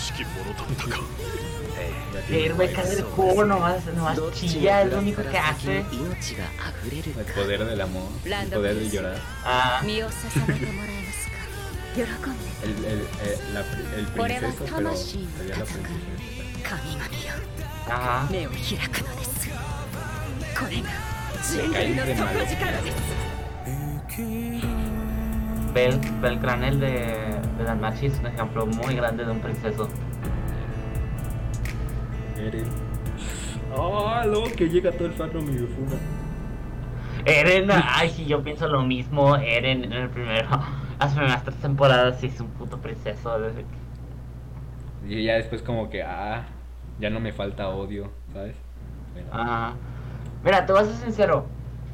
Gabe me cae el culo, nomás chilla, es lo único que hace. El poder del amor, el poder de llorar. Ah, 身を捧げてもらえますか？喜んで。 El princeso, pero sería la princesa. 神々よ、 ajá. 目を開くのです。これが人類の底力です。 Belcranel de Danmachi es un ejemplo muy grande de un princeso. Eren. Oh, luego que llega todo el fandom y me fuma. Eren, ay, sí, yo pienso lo mismo. Eren en el primero, las primeras 3 temporadas sí es un puto princeso. Y ya después como que, ya no me falta odio, ¿sabes? Bueno. Ajá. Mira, te voy a ser sincero.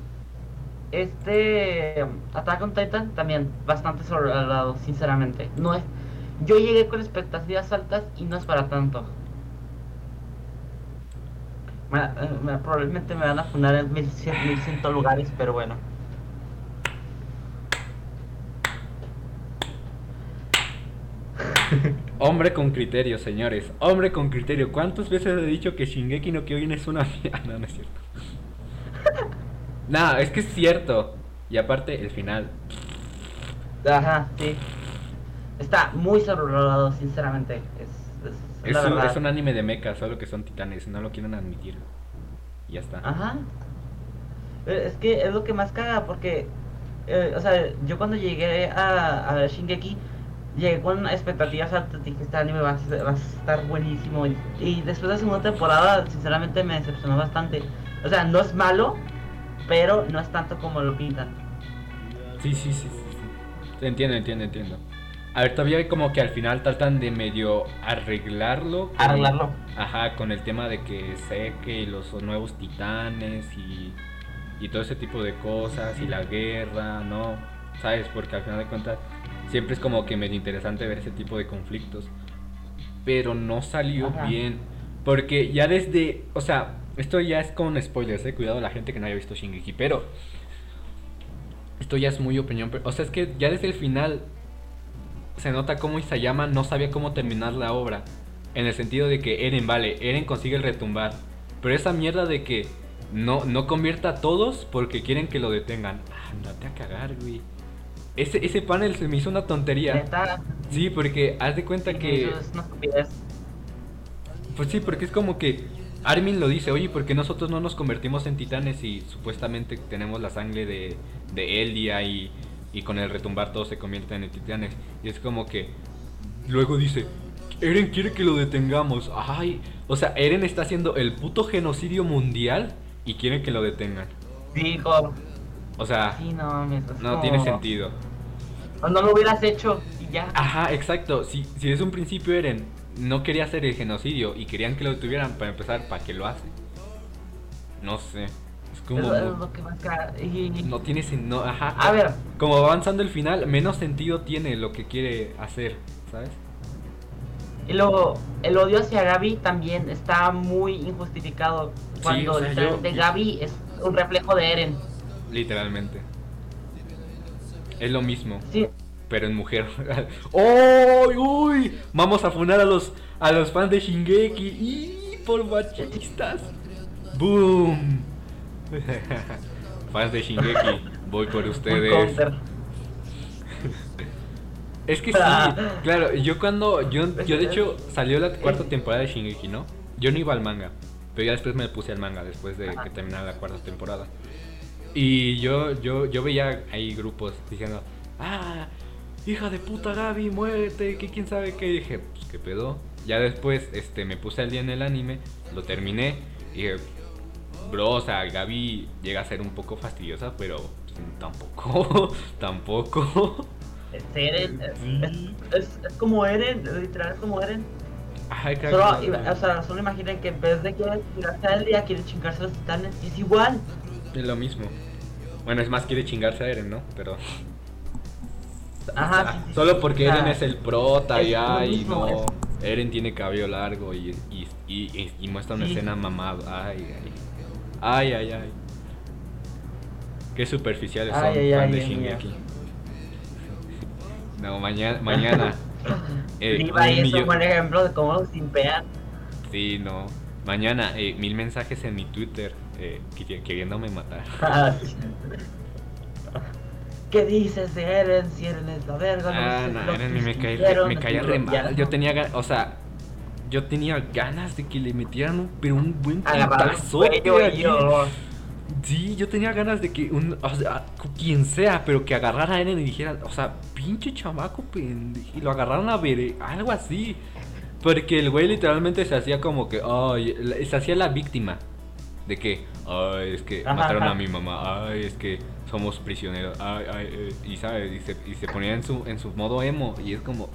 Attack on Titan también bastante sobrevalorado, sinceramente. No es. Yo llegué con expectativas altas y no es para tanto. Probablemente me van a funar en 1100 lugares, pero bueno. Hombre con criterio, señores. Hombre con criterio. ¿Cuántas veces he dicho que Shingeki no Kyojin es una mierda? No, no es cierto. Nah, es que es cierto. Y aparte, el final. Ajá, sí. Está muy sobrevalorado, sinceramente. Es la verdad. Es un anime de mecha, solo que son titanes. No lo quieren admitir. Y ya está. Ajá. Es que es lo que más caga porque, o sea, yo cuando llegué a ver Shingeki, llegué con expectativas altas, dije, este anime va a estar buenísimo. Y después de la segunda temporada, sinceramente me decepcionó bastante. O sea, no es malo, pero no es tanto como lo pintan. Sí. Entiendo. A ver, todavía como que al final tratan de medio arreglarlo. Arreglarlo. Ajá, con el tema de que Seke y los nuevos titanes y todo ese tipo de cosas y la guerra, ¿no? ¿Sabes? Porque al final de cuentas siempre es como que medio interesante ver ese tipo de conflictos. Pero no salió bien. Porque ya desde... O sea, esto ya es con spoilers, cuidado la gente que no haya visto Shingeki. Pero esto ya es muy opinión. O sea, es que ya desde el final se nota cómo Isayama no sabía cómo terminar la obra. En el sentido de que Eren consigue el retumbar. Pero esa mierda de que no convierta a todos porque quieren que lo detengan. Andate a cagar, güey. Ese panel se me hizo una tontería. ¿Neta? Sí, porque haz de cuenta que... Es una estupidez. Pues sí, porque es como que Armin lo dice, oye, porque nosotros no nos convertimos en titanes y supuestamente tenemos la sangre de Eldia y con el retumbar todos se convierten en titanes. Y es como que luego dice, Eren quiere que lo detengamos. Ay, o sea, Eren está haciendo el puto genocidio mundial y quieren que lo detengan. Sí, como... O sea, sí, no no tiene sentido. O no lo hubieras hecho y ya. Ajá, exacto. Si desde un principio Eren no quería hacer el genocidio y querían que lo detuvieran, para empezar, ¿para qué lo hace? No sé. Es como... Es lo que más caga. No tiene sentido. Ajá. A ver. Como va avanzando el final, menos sentido tiene lo que quiere hacer, ¿sabes? Y luego, el odio hacia Gaby también está muy injustificado. Cuando o sea, literalmente Gaby es un reflejo de Eren. Literalmente. Es lo mismo. Sí, pero en mujer. ¡Oh! ¡Uy! Vamos a funar a los fans de Shingeki. ¡Y por machistas! ¡Boom! Fans de Shingeki, voy por ustedes. Es que sí, claro, yo de hecho salió la cuarta temporada de Shingeki, ¿no? Yo no iba al manga, pero ya después me puse al manga después de que terminara la cuarta temporada. Y yo veía ahí grupos diciendo, hija de puta Gaby, muérete, que quién sabe qué. Y dije, pues qué pedo. Ya después me puse al día en el anime, lo terminé y dije, bro, o sea, Gaby llega a ser un poco fastidiosa, pero tampoco. Es Eren, es como Eren, literal es como Eren. Ay, claro. Solo imaginen que en vez de querer chingarse a él, ya quiere chingarse a los titanes, y es igual. Es lo mismo. Bueno, es más, quiere chingarse a Eren, ¿no? Pero... Ajá, sí, solo porque Eren es el prota es ya, lo y mismo, no... Eren tiene cabello largo y muestra una escena mamado. Ay. Qué superficiales son fans de Shingeki. No, mañana Levi es un buen ejemplo de cómo los simpean. Sí, no. Mañana 1000 mensajes en mi Twitter queriéndome matar. ¿Qué dices de Eren? Si Eren es la verga. No, Eren me caía re mal. Yo tenía ganas de que le metieran un buen putazo. Sí, yo tenía ganas de que quien sea, pero que agarrara a Eren y dijera, o sea, pinche chamaco pendejo, y lo agarraran a ver, algo así. Porque el güey literalmente se hacía como que, se hacía la víctima. De que, es que mataron a mi mamá, es que somos prisioneros, y sabes, y se ponía en su modo emo, y es como,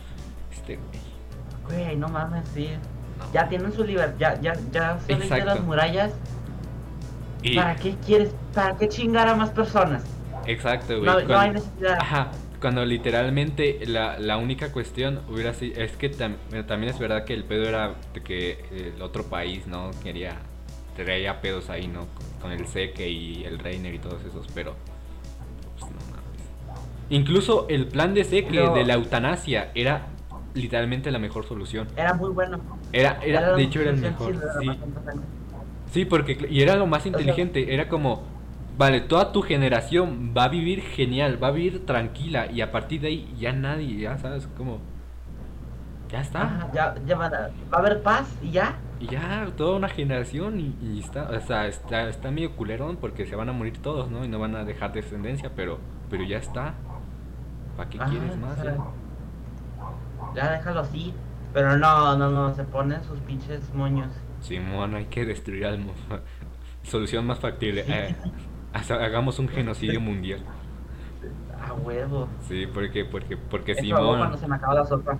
güey, no mames, sí. No. Ya tienen su libertad, ya saliste de las murallas. Y... ¿Para qué quieres? ¿Para qué chingar a más personas? Exacto, güey. No hay necesidad. Ajá, cuando literalmente la única cuestión hubiera sido, es que también es verdad que el pedo era de que el otro país, ¿no? Traía pedos ahí, ¿no? Con el Zeke y el Reiner y todos esos, pero pues no mames. Incluso el plan de Zeke de la eutanasia era literalmente la mejor solución. Era muy bueno. Era de hecho era el mejor. Sí, porque y era lo más inteligente, era como, vale, toda tu generación va a vivir genial, va a vivir tranquila, y a partir de ahí ya nadie, ya sabes, como ya está. Ajá, ya va a haber paz y ya. Y ya, toda una generación y está, o sea, está medio culerón porque se van a morir todos, ¿no? Y no van a dejar descendencia, pero ya está. ¿Para qué quieres más? Ya déjalo así. Pero no, se ponen sus pinches moños. Simón, hay que destruir al mundo. Solución más factible. Hagamos un genocidio mundial. A huevo. Sí, porque eso Simón. Cuando se me acaba la sopa.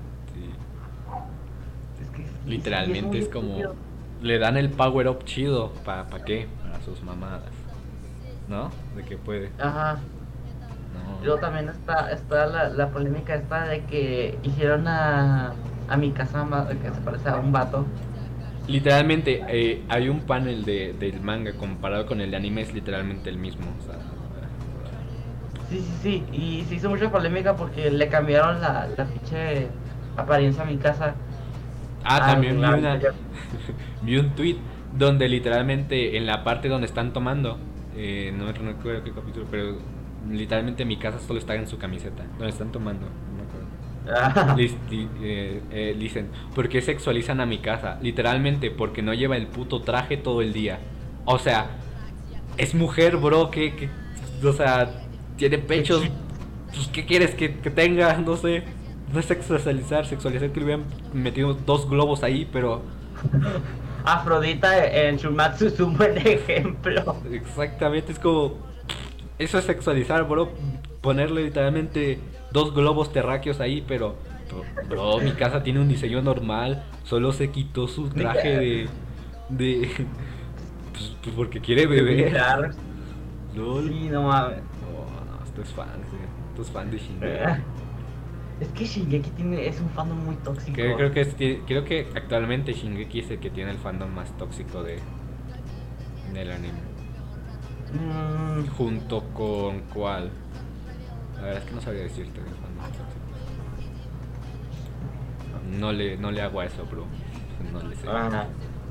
Literalmente es como le dan el power up chido. ¿Para qué? Para sus mamadas, ¿no? De que puede. Ajá. No. Luego también está la polémica esta de que hicieron a Mikasa, que se parece a un vato. Literalmente hay un panel del manga comparado con el de anime, es literalmente el mismo, o sea. Sí, y se hizo mucha polémica porque le cambiaron la pinche apariencia a Mikasa. También vi un tweet donde literalmente en la parte donde están tomando, no recuerdo qué capítulo, pero literalmente mi casa solo está en su camiseta, donde están tomando, no me acuerdo. Dicen, ¿por qué sexualizan a mi casa? Literalmente porque no lleva el puto traje todo el día. O sea, es mujer, bro, que o sea, tiene pechos, pues ¿qué quieres que tenga? No sé. No es sexualizar que le hubieran metido 2 globos ahí, pero... Afrodita en Shumatsu es un buen ejemplo. Exactamente, es como... Eso es sexualizar, bro. Ponerle literalmente 2 globos terráqueos ahí, pero... Bro, mi casa tiene un diseño normal. Solo se quitó su traje de pues porque quiere beber. LOL. Sí, no mames. No, esto es fan de Shingeki. Es que Shingeki es un fandom muy tóxico. Creo que actualmente Shingeki es el que tiene el fandom más tóxico del anime. Junto con ¿cuál? La verdad es que no sabría decirte de fandoms tóxicos. No le hago a eso, bro. No le sé. Ajá.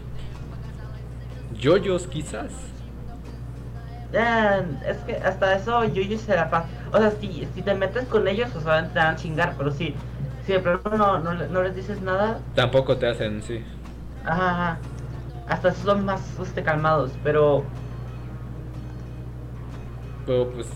Yoyos, quizás. Es que hasta eso yo se la paso. O sea, si te metes con ellos, o sea, te van a chingar, pero si de pronto no les dices nada, Tampoco te hacen, sí. ajá. Hasta esos son más calmados, pero. Pero pues.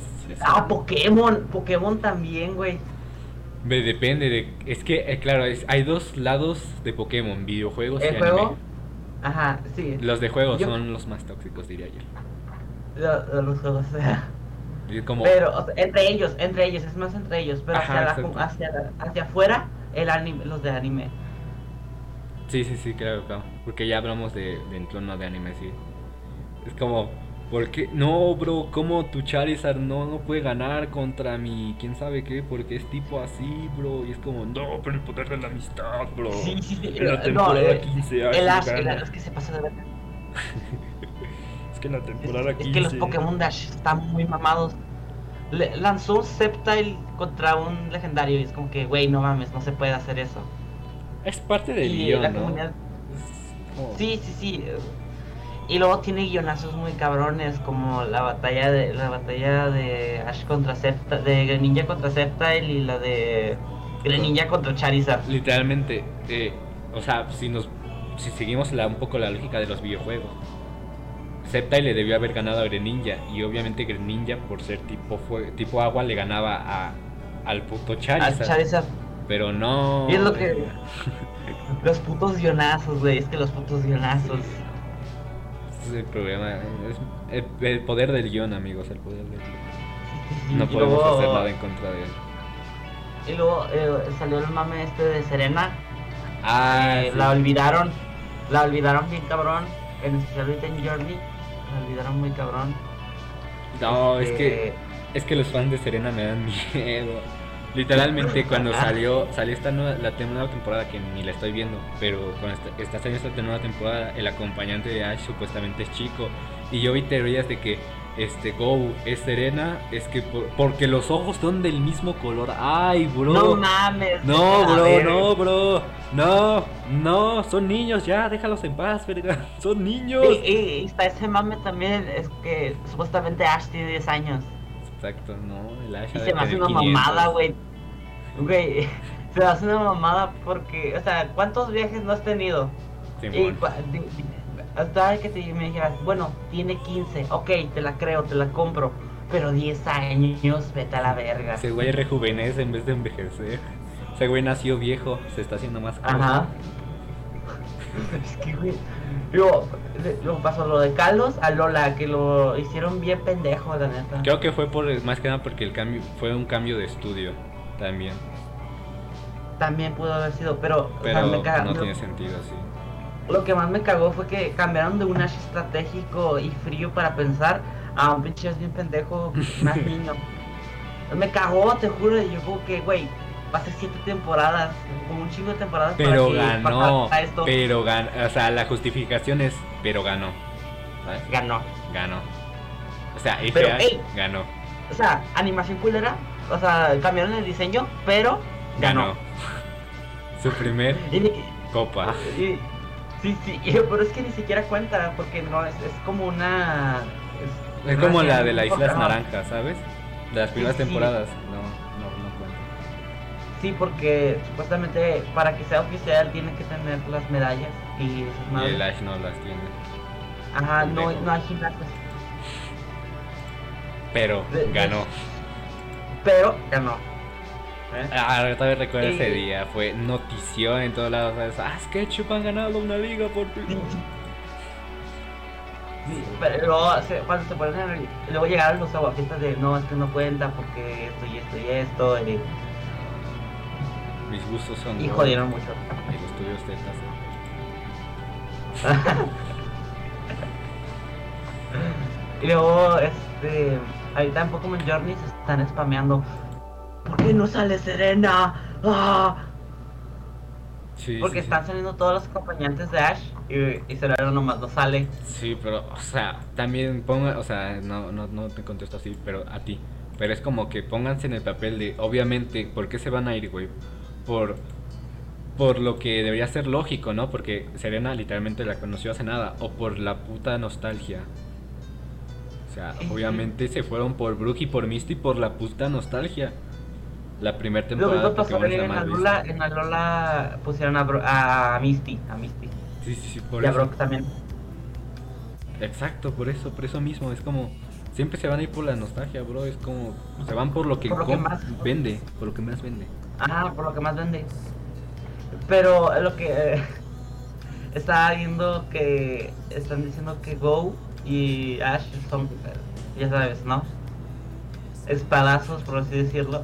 Pokémon también, güey. Depende de. Es que, claro, hay dos lados de Pokémon: videojuegos y El anime. juego, ajá, sí. Los de juegos Yo- son los más tóxicos, diría yo. Los juegos, Y como. pero o sea, entre ellos, es más entre ellos, pero Ajá, exacto. hacia afuera, el anime, los de anime. Sí, claro. Porque ya hablamos de entorno de anime, sí. Es como, ¿por qué? No, bro, ¿cómo tu Charizard no puede ganar contra mi quién sabe qué? Porque es tipo así, bro. Y es como, no, pero el poder de la amistad, bro. Sí. En la temporada 15 Ash El Ash, gana. es que se pasa de verdad. Es que en la temporada Es 15. que los Pokémon Dash están muy mamados. Lanzó un Sceptile contra un legendario y es como que, güey, no mames, no se puede hacer eso. Es parte del Y guión, la ¿no? comunidad. Es como- Sí. Y luego tiene guionazos muy cabrones como la batalla de Ash contra Sceptile, de Greninja contra Sceptile y la de Greninja contra Charizard. Literalmente, o sea, si seguimos un poco la lógica de los videojuegos, Sceptile le debió haber ganado a Greninja y obviamente Greninja por ser tipo agua le ganaba al puto Al Charizard, Charizard. pero no. Y es lo que. Los putos guionazos, güey, es que los putos guionazos. Ese es el problema, es el poder del guión, amigos, el poder del guión. No Y podemos luego- hacer nada en contra de él. Y luego salió el mame de Serena. Ah, sí. La olvidaron bien cabrón. En especial ahorita en Journey. La olvidaron muy cabrón. No, es que los fans de Serena me dan miedo. Literalmente cuando salió esta nueva temporada, que ni la estoy viendo, pero cuando está saliendo esta nueva temporada, el acompañante de Ash supuestamente es chico. Y yo vi teorías de que Go es Serena, es que porque los ojos son del mismo color. Ay, bro. No mames. No, a bro, ver. no, bro. No, son niños ya, déjalos en paz, verga. Son niños. Y está ese mame también, es que supuestamente Ash tiene 10 años. Exacto, no, el Ash Y ha de se me hace tener una 500. mamada, güey. Güey, se me hace una mamada porque, o sea, ¿cuántos viajes no has tenido? Simón. Hasta que me dijeras, bueno, tiene 15, ok, te la creo, te la compro, pero 10 años, vete a la verga. Ese güey rejuvenece en vez de envejecer. Ese güey nació viejo, se está haciendo más joven. Ajá. Es que, güey, luego pasó lo de Carlos a Lola, que lo hicieron bien pendejo, la neta. Creo que fue más que nada porque el cambio fue un cambio de estudio también. También pudo haber sido, pero o sea, Pero no tiene sentido así. Lo que más me cagó fue que cambiaron de un Ash estratégico y frío para pensar a un pinche Ash bien pendejo, más niño. Me cagó, te juro, y yo como que, güey, pasé 7 temporadas, como un chingo de temporadas Pero para que ganó, pasara esto. pero ganó, o sea, la justificación es, pero ganó, ¿sabes? Ganó. O sea, ese Pero, Ash ey. ganó. O sea, animación culera, o sea, cambiaron el diseño, pero ganó. Su primer Y- copa. y- sí, pero es que ni siquiera cuenta, porque no, es como una... Es como una la de las Islas Pokémon. Naranjas, ¿sabes? De las primeras Sí. temporadas. No cuenta. Sí, porque supuestamente para que sea oficial tiene que tener las medallas y esas Y madres. el Ash no las tiene. Ajá, no pendejo. hay gimnasios. Pero ganó. Pero ganó. ¿Eh? Todavía recuerdo Y- ese día. Fue notición en todos lados. ¿Sabes? Es que Chup han ganado una liga por Sí, fin. pero luego, cuando se ponen luego llegaron los aguafiestas de no, es que no cuenta porque esto y esto y esto Mis gustos son. y dos. jodieron mucho. Y los tuyos tetas. Y luego, ahorita en Pokémon Journey se están spameando. ¿Por qué no sale Serena? ¡Ah! Sí, Porque sí, están saliendo todos los acompañantes de Ash y Serena nomás no sale. Sí, pero, o sea, también o sea, no te contesto así, pero a ti. Pero es como que pónganse en el papel de, obviamente, ¿por qué se van a ir, güey? Por lo que debería ser lógico, ¿no? Porque Serena literalmente la conoció hace nada. O por la puta nostalgia. O sea, obviamente se fueron por Brooke y por Misty por la puta nostalgia. La primera Lo temporada mismo pasó Pokémon es la en más Alola, vista. en Alola pusieron a Misty. Sí, sí, sí, por Y a eso. Brock también. Exacto, por eso mismo. Es como, siempre se van a ir por la nostalgia, bro. Es como, se van por lo que, Por lo que más vende. Por lo que más vende. Ah, por lo que más vende. Pero lo que estaba viendo que están diciendo que Go y Ash son, ya sabes, ¿no? Espadazos, por así decirlo.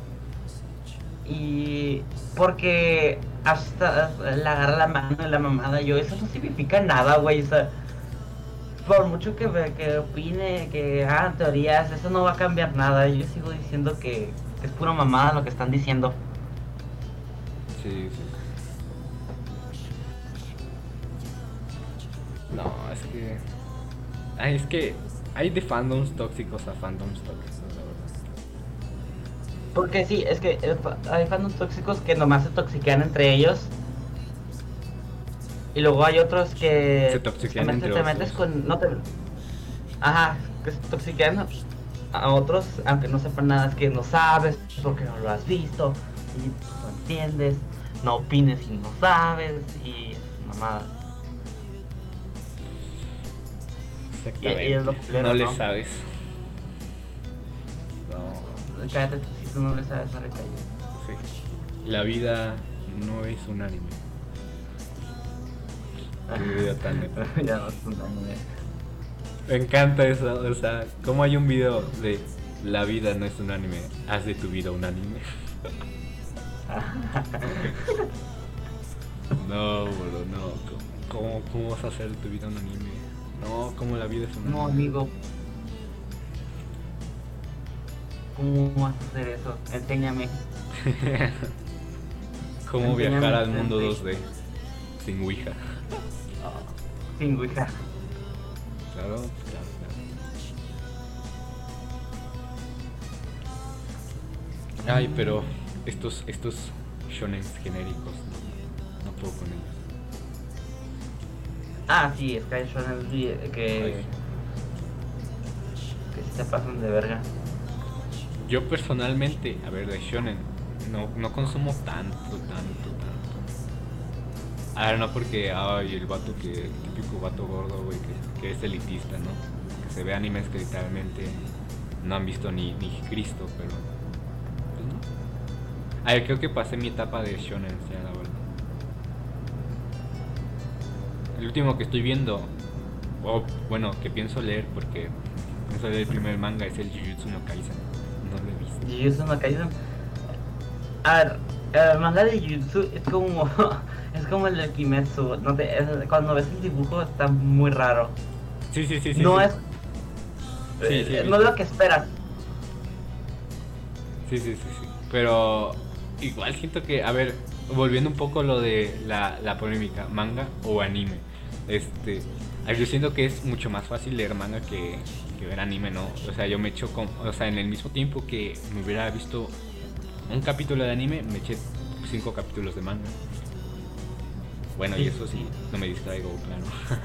Y porque Ash le agarra la mano y la mamada, eso no significa nada, güey. O sea, por mucho que opine, que hagan teorías, eso no va a cambiar nada. Yo sigo diciendo que es pura mamada lo que están diciendo. Sí, sí. No, es que... Ay, es que hay de fandoms tóxicos a fandoms tóxicos, la verdad. Porque sí, es que hay fandoms tóxicos que nomás se toxiquean entre ellos. Y luego hay otros que Se toxiquean entre te metes otros. con... No te... Ajá, que se toxiquean a otros, aunque no sepan nada, es que no sabes, porque no lo has visto, y no entiendes, no opines si no sabes, y es mamada. Exactamente. Y es lo culero, no le ¿no? sabes. No, Cállate, si tú no le sabes, no le calles. sí. La vida no es un anime. Qué vida tan neta. Ya no es un anime. Me encanta eso, o sea, como hay un video de la vida no es un anime, haz de tu vida un anime. No, bro, no. ¿Cómo vas a hacer de tu vida un anime? No, como la vida es un No, anime. amigo. ¿Cómo vas a hacer eso? Enséñame. ¿Cómo Enséñame, viajar al mundo sensei. 2D sin Ouija? Sin Ouija. Claro, claro, claro. Ay, pero estos shonen genéricos, no puedo con ellos. Ah, sí, Sky Shonen que sí se pasan de verga. Yo personalmente, a ver, de shonen, no consumo tanto. A ver, no porque, ay, el vato el típico vato gordo, güey, que es elitista, ¿no? Que se ve animes que literalmente no han visto ni Cristo, pero... Pues no. A ver, creo que pasé mi etapa de shonen, ya, la verdad. El último que estoy viendo, o bueno, que pienso leer, porque pienso leer el primer manga, es el Jujutsu no Kaisen. No lo he visto. Jujutsu no Kaisen. A ver, el manga de Jujutsu es como es como el de Kimetsu. Cuando ves el dibujo está muy raro. Sí. No sí. es Sí, no es lo que esperas. Sí. Pero igual siento que, a ver, volviendo un poco a lo de la polémica, manga o anime. Yo siento que es mucho más fácil leer manga que ver anime, ¿no? O sea, yo me echo o sea, en el mismo tiempo que me hubiera visto un capítulo de anime, me eché 5 capítulos de manga. Bueno, y eso sí, no me distraigo, claro.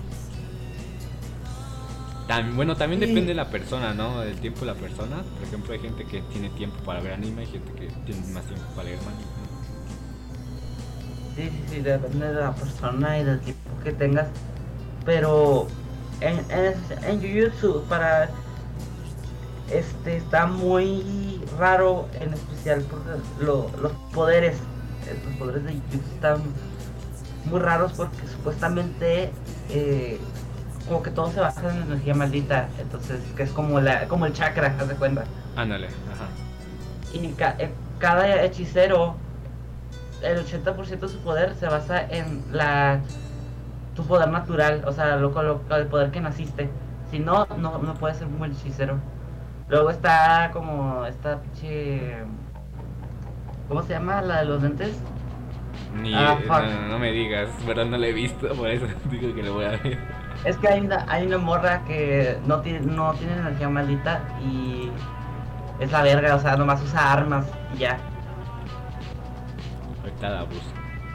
También Sí. depende de la persona, ¿no? Del tiempo de la persona. Por ejemplo, hay gente que tiene tiempo para ver anime, hay gente que tiene más tiempo para leer manga, ¿no? Sí, depende de la persona y del tiempo que tengas. Pero en Jujutsu está muy raro, en especial porque los poderes de Jujutsu están muy raros porque supuestamente como que todo se basa en energía maldita, entonces que es como el chakra, haz de cuenta. Ándale, ajá. Y cada hechicero, el 80% de su poder se basa en tu poder natural, o sea, el poder que naciste. Si no puedes ser un buen hechicero. Luego está como esta pinche... ¿Cómo se llama? La de los lentes. No me digas, pero no la he visto, por eso digo que lo voy a ver. Es que hay una morra que no tiene energía maldita y es la verga, o sea, nomás usa armas y ya. Ahorita la busco.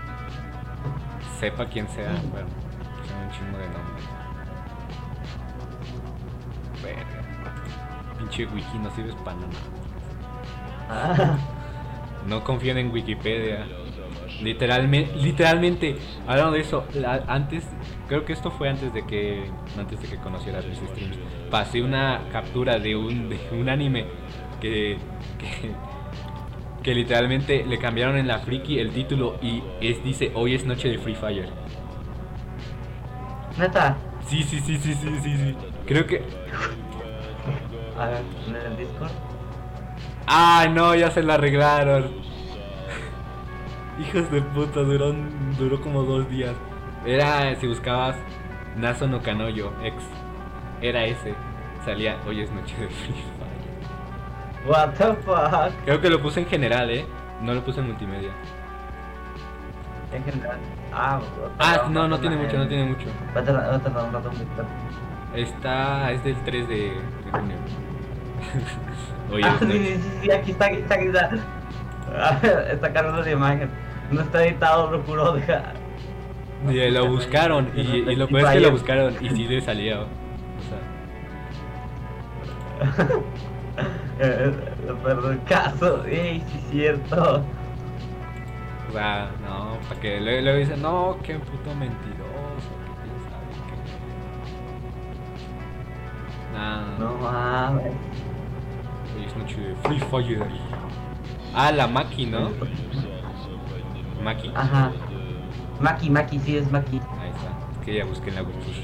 Sepa quién sea, bueno, tiene un chingo de nombres. Verga. Pinche wiki, no sirves para nada. No confíen en Wikipedia. Literalmente, hablando de eso, antes, creo que esto fue antes de que conocieras mis streams. Pasé una captura de un anime que literalmente le cambiaron en la Friki el título y dice hoy es noche de Free Fire. ¿Neta? Sí. Creo que... A ver, en el Discord. ¡Ah, no! Ya se la arreglaron. Hijos de puta, duró como 2 días. Era, si buscabas Naso no Kanoyo X, era ese. Salía hoy es noche de Free Fire. What the fuck. Creo que lo puse en general, no lo puse en multimedia. En general. No tiene mucho. Va a tardar un rato muy tarde. Es del 3 de junio. Oye, es noche. Sí, aquí está. Está cargando la imagen. No está editado, lo juro, deja. Y lo buscaron, y lo peor es que lo buscaron, y sí le salía. O sea. Perdón, caso, sí, cierto. O sea, no, para que luego dicen, no, qué puto mentiroso, que quién sabe, que... Nah. No mames. Hoy es noche de Free Fire. La Maki, ¿no? Maki. Ajá. Maki, sí es Maki. Ahí está. Es que ya busqué en la wiki.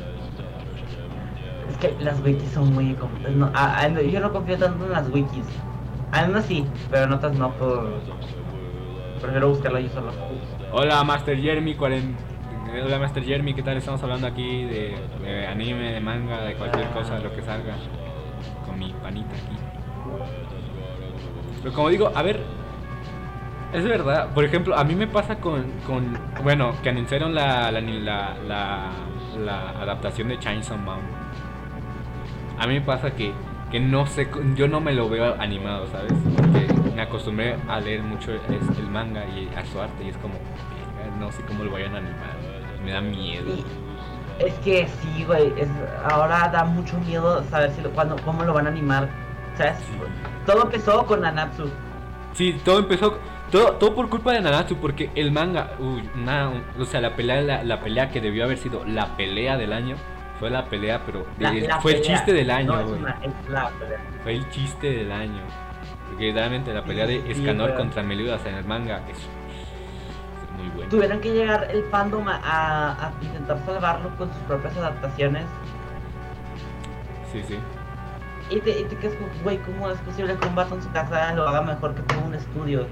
Es que las wikis son muy complejas. Yo no confío tanto en las wikis. Algunas sí, pero en otras no. Prefiero buscarlo yo solo. Hola Master Jeremy, ¿qué tal? Estamos hablando aquí de anime, de manga, de cualquier cosa, lo que salga. Con mi panita aquí. Pero como digo, a ver, es verdad. Por ejemplo, a mí me pasa bueno, que anunciaron la adaptación de Chainsaw Man. A mí me pasa que no sé, yo no me lo veo animado, ¿sabes? Porque me acostumbré a leer mucho el manga y a su arte y es como, no sé cómo lo vayan a animar. Me da miedo. Es que sí, güey, ahora da mucho miedo saber cómo lo van a animar, ¿sabes? Sí. Todo empezó con Nanatsu. Sí, todo empezó, todo por culpa de Nanatsu, porque el manga, o sea, la pelea que debió haber sido la pelea del año, fue la pelea, pero fue el chiste del año, güey. Fue el chiste del año. Porque realmente la pelea de Escanor contra Meliodas en el manga es muy buena. Tuvieron que llegar el fandom a intentar salvarlo con sus propias adaptaciones. Sí. Y te quedas como, güey, ¿cómo es posible que un vato en su casa lo haga mejor que todo un estudio?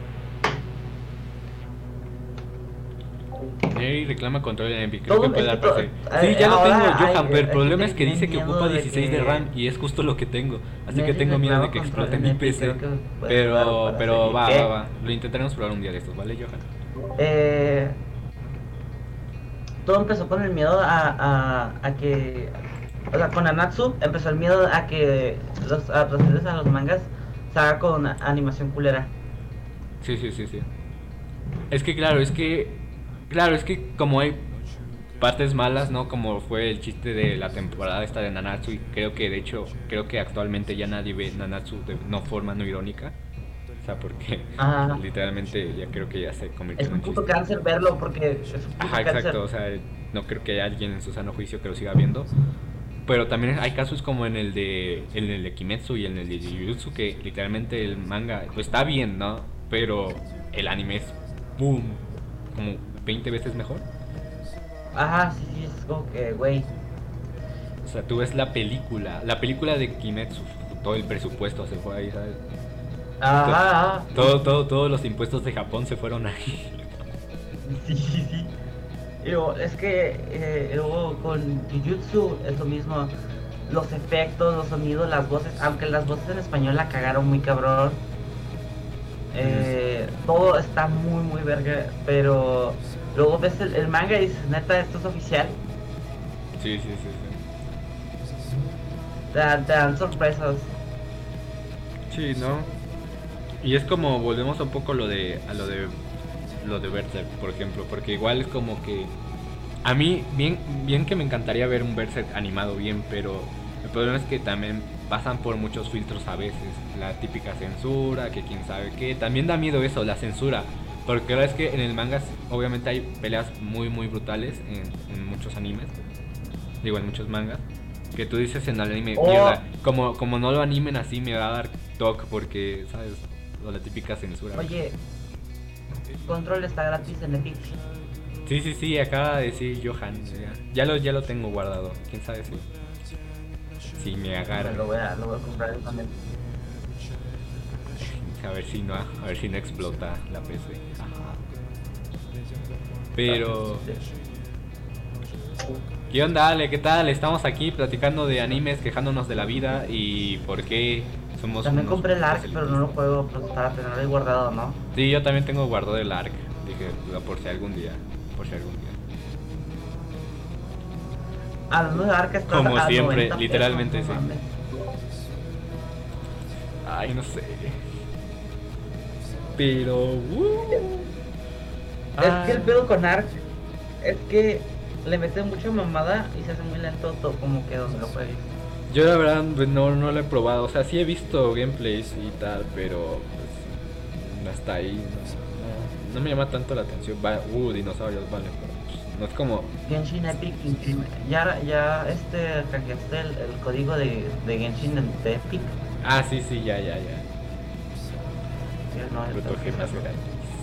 Jerry reclama control de Envy, creo que puede dar PC. Sí, ya lo tengo, Johan, pero el problema es que dice que ocupa 16 de RAM y es justo lo que tengo. Así que tengo miedo de que explote mi PC. Pero va. Lo intentaremos probar un día de estos, ¿vale, Johan? Todo empezó con el miedo a que... O sea, con Nanatsu empezó el miedo a que las adaptaciones a los mangas se haga con animación culera. Sí. Es que claro, es que como hay partes malas, ¿no? Como fue el chiste de la temporada esta de Nanatsu, y creo que actualmente ya nadie ve Nanatsu de forma no irónica. O sea, porque literalmente ya creo que ya se convirtió en un chiste. Es un puto cáncer verlo, porque es un puto cáncer. Exacto, o sea, no creo que haya alguien en su sano juicio que lo siga viendo. Pero también hay casos como en el de Kimetsu y en el de Jujutsu, que literalmente el manga pues está bien, ¿no? Pero el anime es boom, como 20 veces mejor. Sí, es como que, güey. O sea, tú ves la película de Kimetsu, todo el presupuesto se fue ahí, ¿sabes? Todos los impuestos de Japón se fueron ahí. Sí. Pero es que luego con Jujutsu es lo mismo. Los efectos, los sonidos, las voces, aunque las voces en español la cagaron muy cabrón. Todo está muy verga, pero luego ves el manga y dices, neta, esto es oficial. Sí. Te dan sorpresas. Sí, ¿no? Y es como volvemos un poco a lo de Berserk, por ejemplo, porque igual es como que a mí bien que me encantaría ver un Berserk animado bien, pero el problema es que también pasan por muchos filtros a veces, la típica censura, que quién sabe qué, también da miedo eso, la censura, porque la verdad es que en el manga obviamente hay peleas muy muy brutales en muchos animes, digo en muchos mangas, que tú dices en el anime, mierda, como no lo animen así me va a dar toque porque, ¿sabes? La típica censura. Oye, Control está gratis en Epic. Sí, acaba de decir Johan. Ya lo tengo guardado. Quién sabe si me agarra. Lo voy a comprar también. A ver si no explota la PC. Ajá. Pero ¿qué onda, Ale? ¿Qué tal? Estamos aquí platicando de animes, quejándonos de la vida y por qué somos. También compré el ARC, pero no lo juego pues, para tenerlo ahí guardado, ¿no? Sí, yo también tengo guardado el ARC. Dije, por si algún día. Hablando de ARC, está como a siempre, 90 literalmente pesos, sí. no mames. Ay, no sé. Pero Es que el pedo con ARC es que le meten mucha mamada y se hace muy lento todo como que donde lo juegues. yo la verdad no lo he probado. O sea, sí he visto gameplays y tal, pero pues, hasta ahí no me llama tanto la atención. Dinosaurios, vale, pero pues, no es como. Genshin Epic, ya canjeaste el código de Genshin de Epic. Ah, sí, ya. No, Bruto Gemas gratis.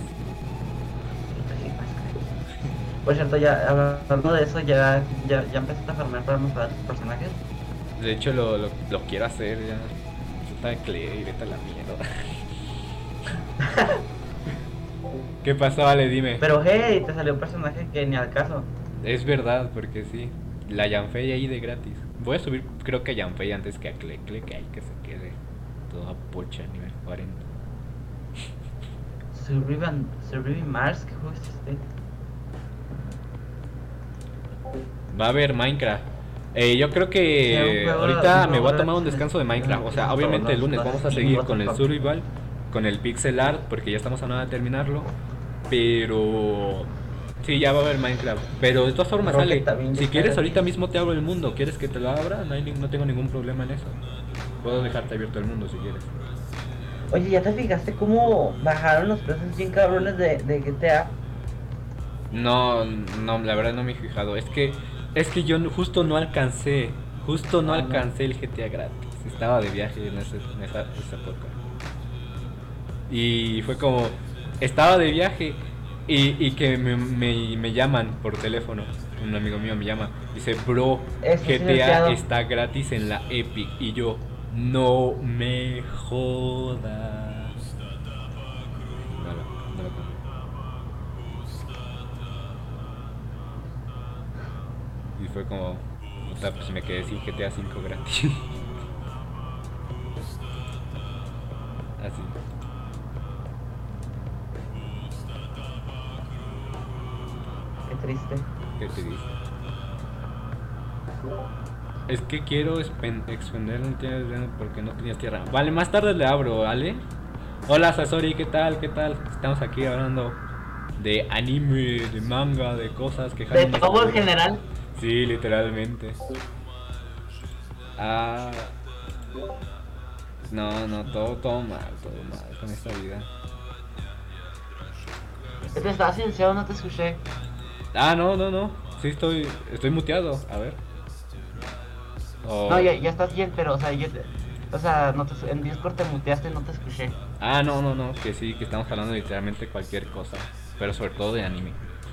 Por cierto, ya hablando de eso, ya empezaste a farmear para mejorar tus personajes. De hecho, lo quiero hacer ya. Puta Clay, vete a la mierda. ¿Qué pasó, Ale? Dime. Pero hey, te salió un personaje que ni al caso. Es verdad, porque sí. La Yanfei ahí de gratis. Voy a subir, creo que a Yanfei antes que a Cle, que hay que se quede toda pocha nivel 40. Surviving Mars, ¿qué juego es este? Va a haber Minecraft. Yo creo que ahorita me voy a tomar un descanso de Minecraft. O sea, obviamente el lunes vamos a seguir con el Survival, con el Pixel Art, porque ya estamos a nada de terminarlo. Pero sí, ya va a haber Minecraft. Pero de todas formas, Ale, si quieres ahorita mismo te abro el mundo. ¿Quieres que te lo abra? No tengo ningún problema en eso. Puedo dejarte abierto el mundo si quieres. Oye, ¿ya te fijaste cómo bajaron los precios bien cabrones de GTA? No, la verdad no me he fijado. Es que yo justo no alcancé el GTA gratis. Estaba de viaje en esa época. Y fue como, estaba de viaje y que me llaman por teléfono. Un amigo mío me llama. Dice, bro, GTA está gratis en la Epic. Y yo, no me jodas. No lo compré. Y fue como, puta, pues me quedé sin GTA 5 gratis. Así. Qué triste. ¿Qué te dice? Es que quiero expender un tierra porque no tenías tierra. Vale, más tarde le abro, ¿vale? Hola Sasori, ¿qué tal? Estamos aquí hablando de anime, de manga, de cosas que... ¿De todo en general? Sí, literalmente. No, todo mal con esta vida. ¿Te estás silenciado? No te escuché. No. Sí, estoy muteado. A ver. No, ya estás bien, pero no en Discord te muteaste y no te escuché. No, que sí, que estamos hablando de literalmente cualquier cosa, pero sobre todo de anime.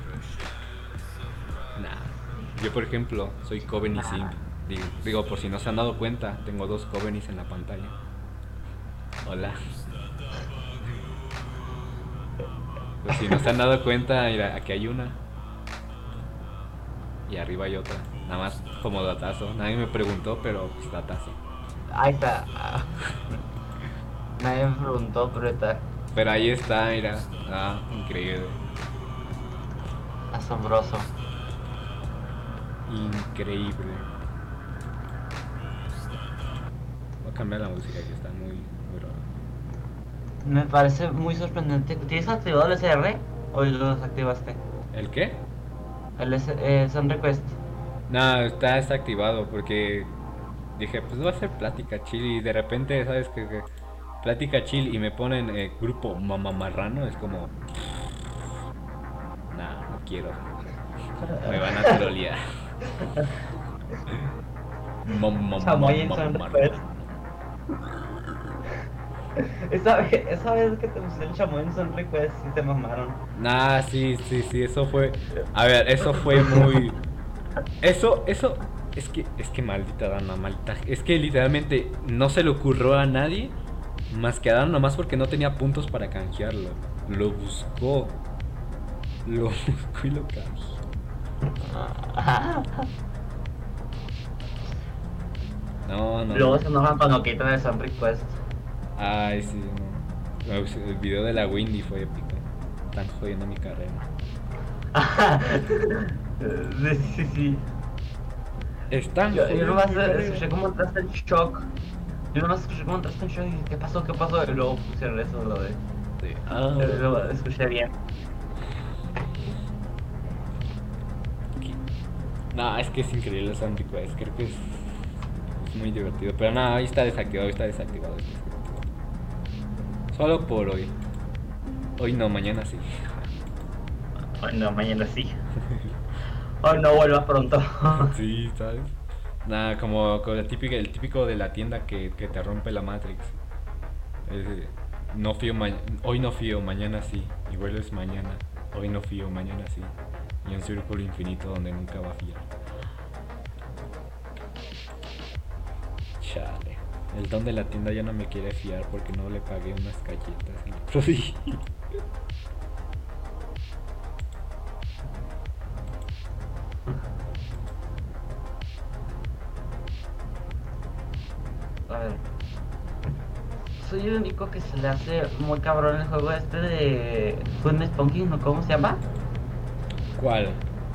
Yo por ejemplo soy Coven y Simp. Digo, por si no se han dado cuenta, tengo 2 Covenis en la pantalla. Hola. Por si no se han dado cuenta, mira, aquí hay una. Y arriba hay otra. Nada más como datazo. Nadie me preguntó, pero pues datazo. Ahí está. Nadie me preguntó, pero está. Pero ahí está, mira. Increíble. Asombroso. Increíble. Voy a cambiar la música que está muy rara. Me parece muy sorprendente. ¿Tienes activado el SR o lo desactivaste? ¿El qué? El Send Request. No, está desactivado porque dije, pues va a ser plática chill y de repente, ¿sabes qué? Plática chill y me ponen grupo mamamarrano, es como... Nah, no quiero. Me van a trolear. Chamoy en Send Request. Esa vez que te puse el chamoy en Send Request y te mamaron. Nah, sí, eso fue... A ver, eso fue muy... Eso... Es que maldita Dana, maldita... Es que literalmente no se le ocurrió a nadie más que a Dana, nomás porque no tenía puntos para canjearlo. Lo buscó y lo canjeó. No. Luego se enojan cuando quitan el Send Request. Ay, sí, no. El video de la Windy fue épico. Están jodiendo mi carrera. Sí. Están Yo jodiendo nomás mi carrera. escuché cómo entraste en shock. Y dije, ¿qué pasó? Y luego pusieron eso, lo de... Sí. Lo escuché bien. No, es que es increíble el Sand Request. Creo que es muy divertido. Pero no, ahí está desactivado. Solo por hoy. Hoy no, mañana sí. Hoy no, mañana sí. Hoy no, vuelvas pronto. Sí, ¿sabes? Nada, como el típico de la tienda que te rompe la Matrix. No fío hoy no fío, mañana sí. Y vuelves mañana. Hoy no fío, mañana sí. Y un círculo infinito donde nunca va a fiar. Chale. El don de la tienda ya no me quiere fiar porque no le pagué unas galletas el otro día. A ver. Soy el único que se le hace muy cabrón el juego este de Goodness Pumpkin, ¿no? ¿Cómo se llama? ¿Cuál?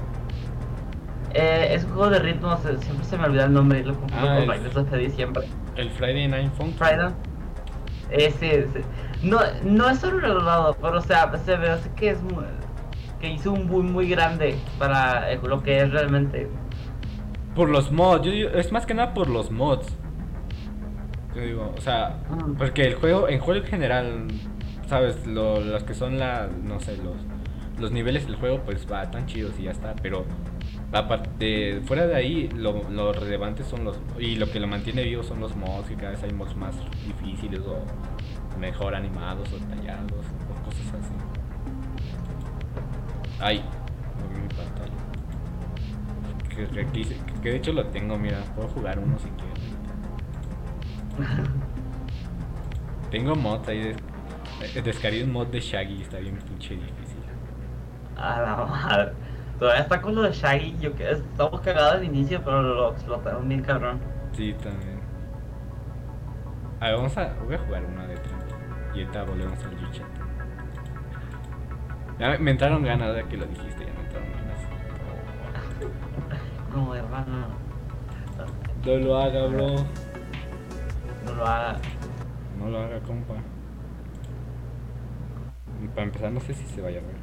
Es un juego de ritmos, siempre se me olvida el nombre y lo confundo con el- bailes de diciembre. El Friday Night Funkin'. Friday. Ese. No es sobrevalorado, pero o sea, se ve así que es que hizo un boom muy grande para lo que es realmente. Por los mods, es más que nada por los mods. Yo digo, o sea, porque el juego en general, sabes, los que son no sé, los niveles del juego pues va tan chidos y ya está, pero aparte, fuera de ahí, lo relevante son y lo que lo mantiene vivo son los mods, que cada vez hay mods más difíciles o mejor animados o detallados o cosas así. Ay, moví mi pantalla. Que de hecho lo tengo, mira, puedo jugar uno si quiero. Tengo mods ahí, descargué un mod de Shaggy, está bien pinche difícil. A la madre. Todavía está con lo de Shaggy, estamos cagados al inicio, pero lo explotaron bien cabrón. Sí, también. A ver, voy a jugar una de 30 y ahorita volvemos al Yuchat. Ya me entraron ganas, ahora que lo dijiste, ya me entraron ganas. No, hermano. No lo haga, bro. No lo haga. No lo haga, compa. Para empezar, no sé si se vaya a ver.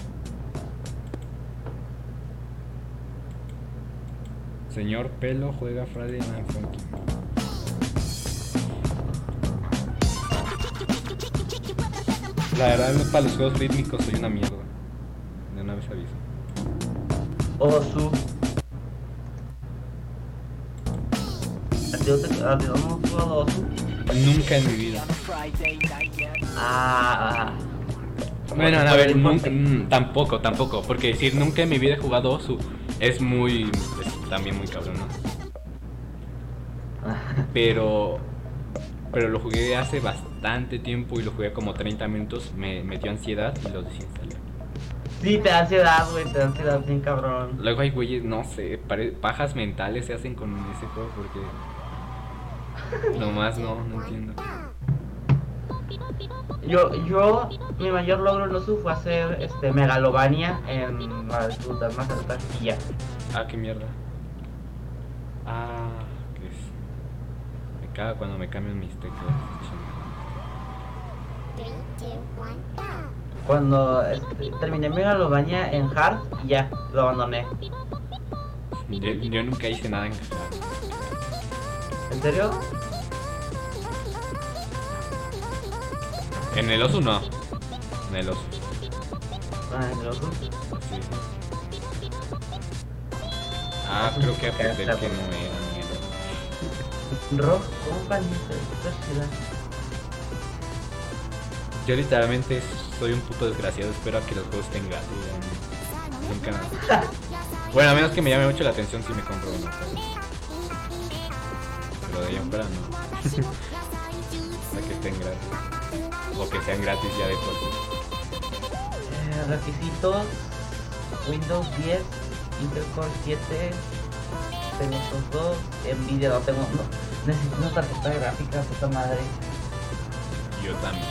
Señor Pelo juega Friday Night Funkin'. La verdad, para los juegos rítmicos soy una mierda. De una vez aviso. Osu. ¿A ti no hemos jugado Osu? Nunca en mi vida. Bueno, a ver, nunca, tampoco, porque decir nunca en mi vida he jugado Osu es también muy cabrón, ¿no? Pero lo jugué hace bastante tiempo y lo jugué como 30 minutos, me dio ansiedad y lo desinstalé. Sí, te da ansiedad, güey, te da ansiedad bien cabrón. Luego hay güeyes, no sé, pajas mentales se hacen con ese juego porque nomás no entiendo. Mi mayor logro en Osu fue hacer Megalovania en las frutas más altas y ya. Ah, qué mierda. Ah, ¿qué es? Me caga cuando me cambian mis teclas. Cuando terminé mi Megalovania en Hard y ya, lo abandoné. Yo nunca hice nada en Hard. ¿En serio? En el Osu no. En el Osu. Ah, en el otro. Sí. Ah, creo que aprendí que no era mierda. Rock Company, esta ciudad. Yo literalmente soy un puto desgraciado, espero a que los juegos estén gratis. Nunca. Bueno, a menos que me llame mucho la atención si me compro uno. Pero de ahí en fuera no. Para que estén gratis. O que sean gratis ya de por sí. Requisitos: Windows 10, Intel Core 7. Tengo estos dos. Nvidia no tengo. No. Necesito una tarjeta gráfica, puta madre. Yo también.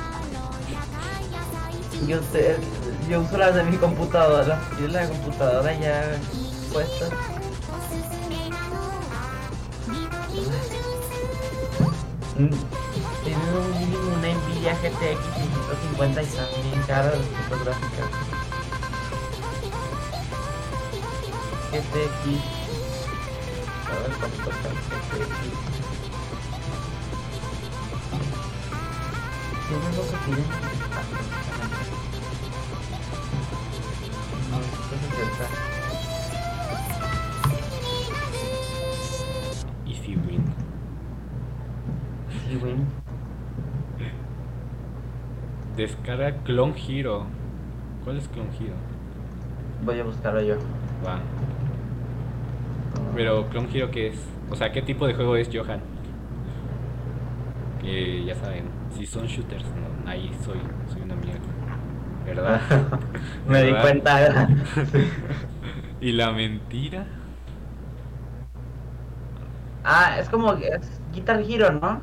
Yo uso las de mi computadora. Y la computadora ya puesta. Tienen un mínimo una Nvidia GTX 550 y están bien caras las fotográficas. GTX. A ver cuánto cuesta el GTX. Tienen lo que piden. No, esto es cierta. Easy win. Sí, güey. Descarga Clone Hero. ¿Cuál es Clone Hero? Voy a buscarlo yo. Va. Pero Clone Hero, ¿qué es? O sea, ¿qué tipo de juego es, Johan? Que ya saben, si son shooters, no, ahí soy una mierda. ¿Verdad? Me di ¿verdad? cuenta. ¿Y la mentira? Ah, es como es Guitar Hero, ¿no?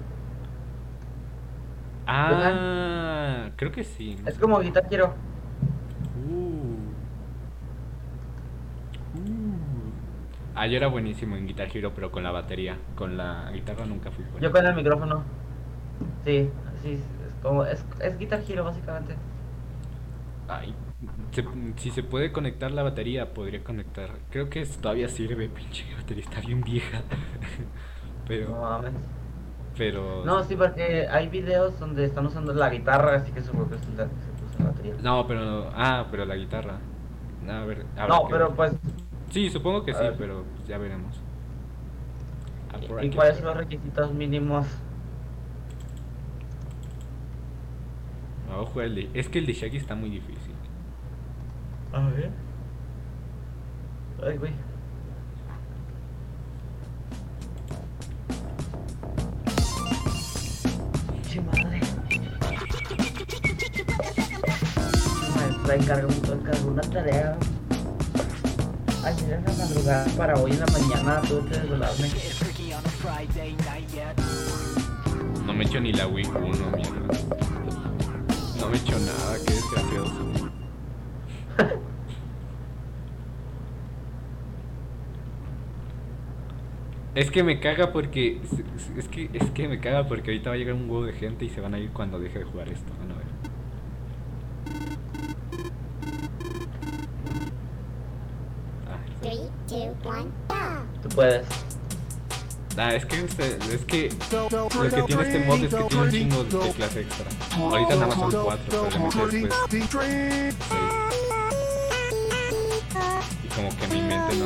Ah, creo que sí. Es como Guitar Hero. Ah, yo era buenísimo en Guitar Hero, pero con la batería. Con la guitarra nunca fui bueno. Yo con el micrófono. Sí, sí, es como es Guitar Hero básicamente. Ay, si se puede conectar la batería, podría conectar. Creo que todavía sirve, pinche batería, está bien vieja. No Pero, mames. pero... No, sí, porque hay videos donde están usando la guitarra, así que supongo que se usa la batería. No, pero no. Ah, pero la guitarra. A ver, No, pero pues. Sí, supongo que A sí, ver. pero pues, ya veremos. Ah, por ¿Y aquí cuáles está. son los requisitos mínimos? Ojo, es que el de Shaggy está muy difícil. A ver. Ay, güey. Che madre. Maestra encargó una tarea. Ayer en la madrugada para hoy en la mañana tuve que desvelarme. No me echo ni la Wii 1, mierda. No me echo nada, qué desgraciado. Es que me caga porque es que me caga porque ahorita va a llegar un huevo de gente y se van a ir cuando deje de jugar esto, van a ver. Tú puedes. Es que lo que tiene este mod es que tiene un chingo de clase extra. Ahorita nada más son 4, pero le metí después 6. Y como que mi mente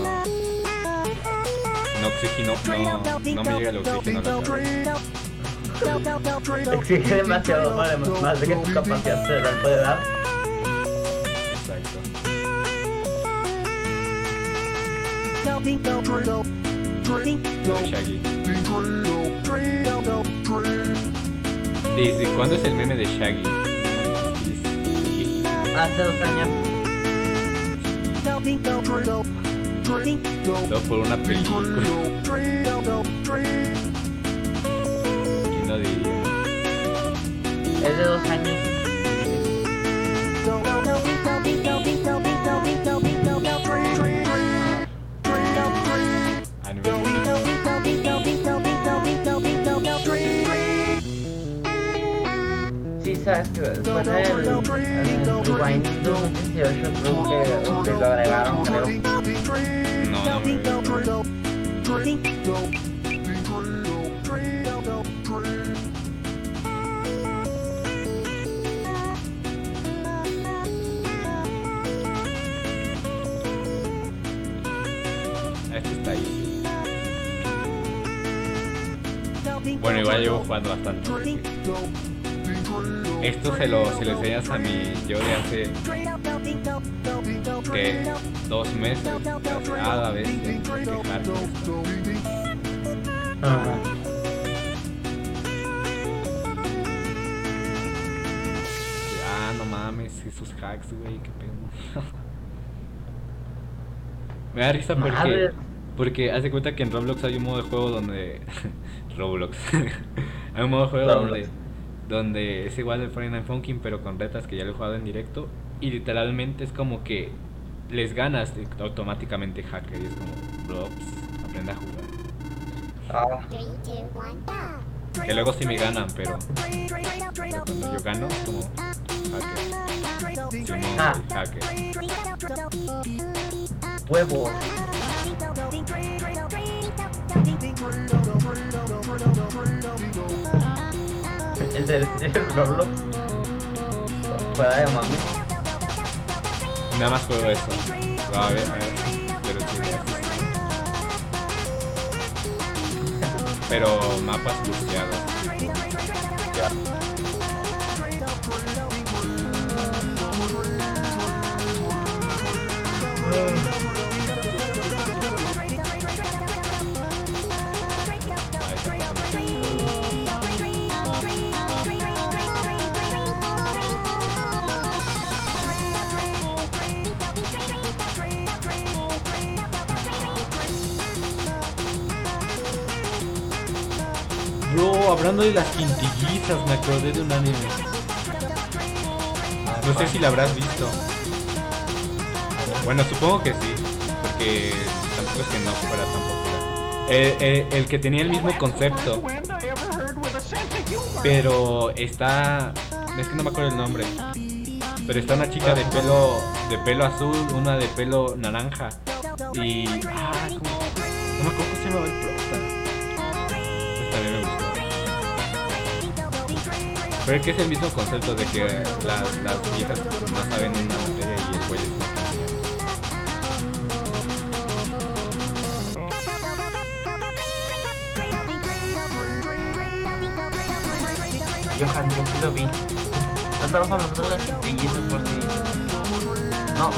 no me llega el oxígeno a la cabeza. Exige demasiado más de que tu capacidad cerebral puede dar. Exacto. Shaggy. ¿Desde cuándo es el meme de Shaggy? Hace 2 años. Todo por una película. ¿Quién lo diría? Es de 2 años. Sí, es que después del Rewind 18 creo que lo agregaron, creo. No me este está ahí. Bueno, igual llevo jugando bastante. Esto se lo enseñas a mi yo de hace que 2 meses. Cada vez quejarme. No mames, esos hacks, güey, qué pedo. Me da risa porque haz de cuenta que en Roblox hay un modo de juego donde Roblox hay un modo de juego donde es igual el Friday Night Funkin' pero con retas que ya lo he jugado en directo y literalmente es como que les ganas automáticamente hacker y es como bro, aprende a jugar. Que luego sí me ganan, pero cuando yo gano es como hacker. Huevo. ¿El Roblox? ¿Fuera de mami? Nada más juego eso. A ver, pero sí. Pero mapas buceados. Bro, hablando de las quintillizas, me acordé de un anime. No sé si la habrás visto. Bueno, supongo que sí, porque tampoco es que no fuera tan popular. El que tenía el mismo concepto, pero está... es que no me acuerdo el nombre. Pero está una chica de pelo azul, una de pelo naranja. Y... no me acuerdo cómo se llamaba el prota. Pues también me gustó. Pero es que es el mismo concepto de que las viejas no saben una materia y el güey es una Johan, yo sí lo vi. No estamos hablando de las quintillizas por si... No.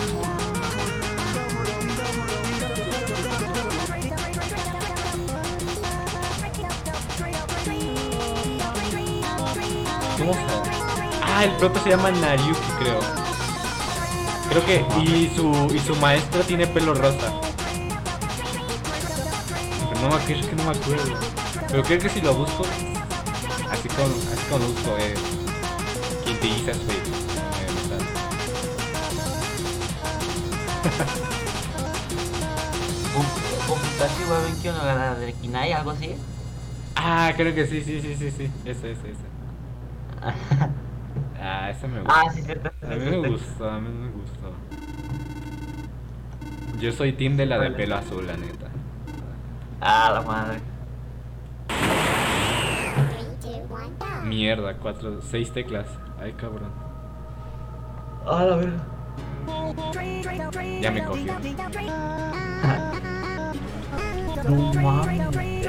¿Cómo se? El prota se llama Nariuki, creo. Creo que... Y su maestra tiene pelo rosa. Pero no me acuerdo. Pero creo que si lo busco... Así como lo busco, quintillizas fake. ¿Bufutashi wa Benkyou no Gana de Kinai, algo así? Creo que sí. Ese. Ese me gusta. Sí, cierto. A mí me gustó. Yo soy team de la de pelo azul, la neta. La madre. Mierda, 6 teclas. Ay, cabrón. La verga. Ya me cogió. No mames.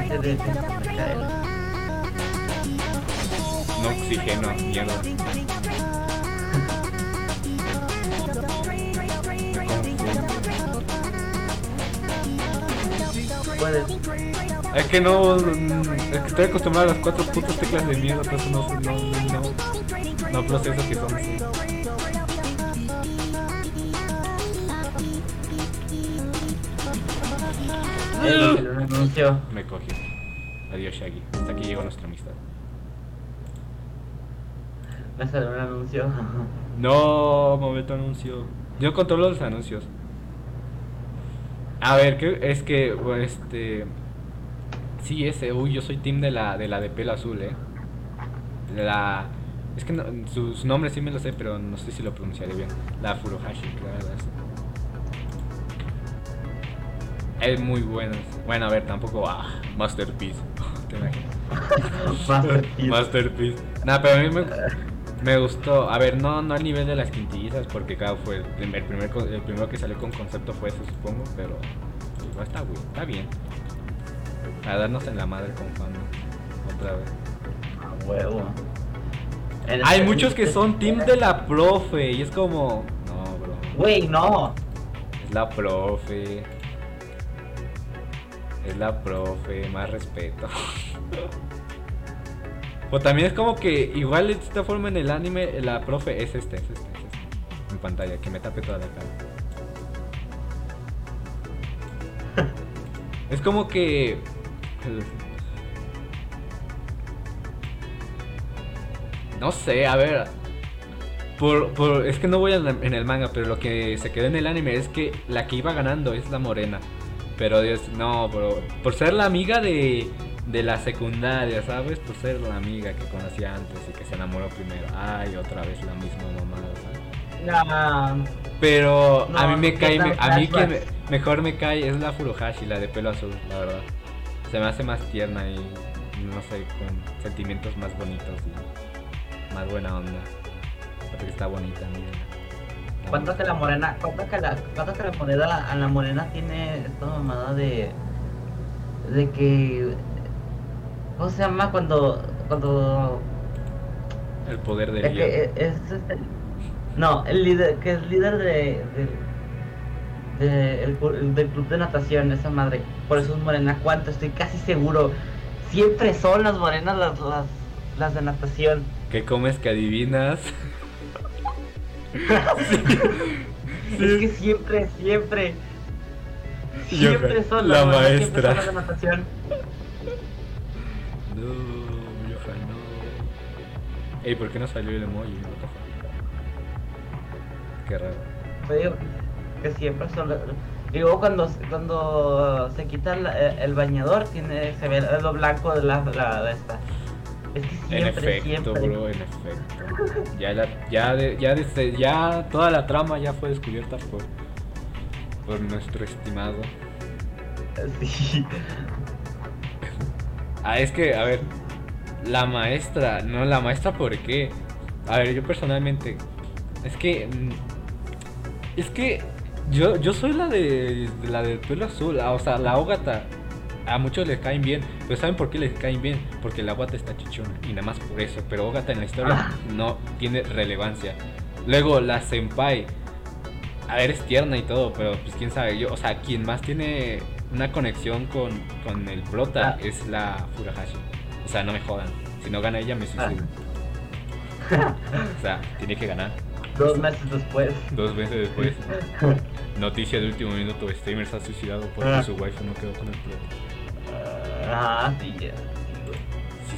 No oxígeno, mierda. Puedes. Es que no. Es que estoy acostumbrado a las 4 putas teclas de mierda, por eso no proceso que son así. El anuncio. Me cogió. Adiós, Shaggy. Hasta aquí llegó nuestra amistad. Me salió un anuncio. No, momento anuncio. Yo controlo los anuncios. A ver, es que sí, yo soy team de la de pelo azul, Es que no, su nombre sí me lo sé, pero no sé si lo pronunciaré bien. La Furuhashi, claro. Es muy bueno. Bueno, a ver, tampoco. Masterpiece. ¿Te imaginas? Masterpiece. Nah, pero a mí me gustó. A ver, no al nivel de las quintillizas, porque claro, fue el primero que salió con concepto fue ese, supongo, pero pues, está bien. A darnos en la madre con fan, ¿no? Otra vez. Huevo. Hay muchos que son team de la profe y es como... No, bro. Güey, no. Es la profe. Es la profe, más respeto. O también es como que igual de esta forma en el anime la profe es este. En pantalla, que me tape toda la cara. Es como que... No sé, a ver. Es que no voy en el manga, pero lo que se quedó en el anime es que la que iba ganando es la morena. Pero Dios, no, bro. Por ser la amiga de la secundaria, ¿sabes? Por ser la amiga que conocía antes y que se enamoró primero. Ay, otra vez la misma mamada, ¿sabes? No. Pero No, a mí me cae, a mí flashbacks. que mejor me cae es la Furuhashi, la de pelo azul, la verdad. Se me hace más tierna y no sé, con sentimientos más bonitos y más buena onda. Porque está bonita, mira. ¿Cuánto que la morena a la morena tiene esta mamada de que ¿cómo se llama cuando El poder del el guión. que es no, el líder que es líder del club de natación, esa madre? Por eso es morena. ¿Cuánto? Estoy casi seguro. Siempre son las morenas las de natación. ¿Qué comes que adivinas? Es que siempre Johan, son la las morenas, maestra. siempre son las de natación. No, Johan, no. Ey, ¿por qué no salió el emoji? What the fuck? Qué raro. Te digo que siempre son. Y luego cuando se quita el bañador se ve lo blanco de de esta. Es que siempre, En efecto, siempre. bro, en efecto. Ya toda la trama ya fue descubierta por nuestro estimado. Sí. Es que, a ver, la maestra ¿por qué? A ver, yo personalmente, es que yo soy la del pelo azul, o sea, la Ogata. A muchos les caen bien, pero ¿saben por qué les caen bien? Porque la Ogata está chichona y nada más por eso. Pero Ogata en la historia no tiene relevancia. Luego la Senpai, a ver, es tierna y todo, pero pues quién sabe. O sea, quien más tiene una conexión con el prota es la Furuhashi. O sea, no me jodan. Si no gana ella me suicido. O sea, tiene que ganar. 2 meses después. 2 meses después. Noticia de último minuto: streamer se ha suicidado porque su waifu no quedó con el prota. Sí, ya. Sí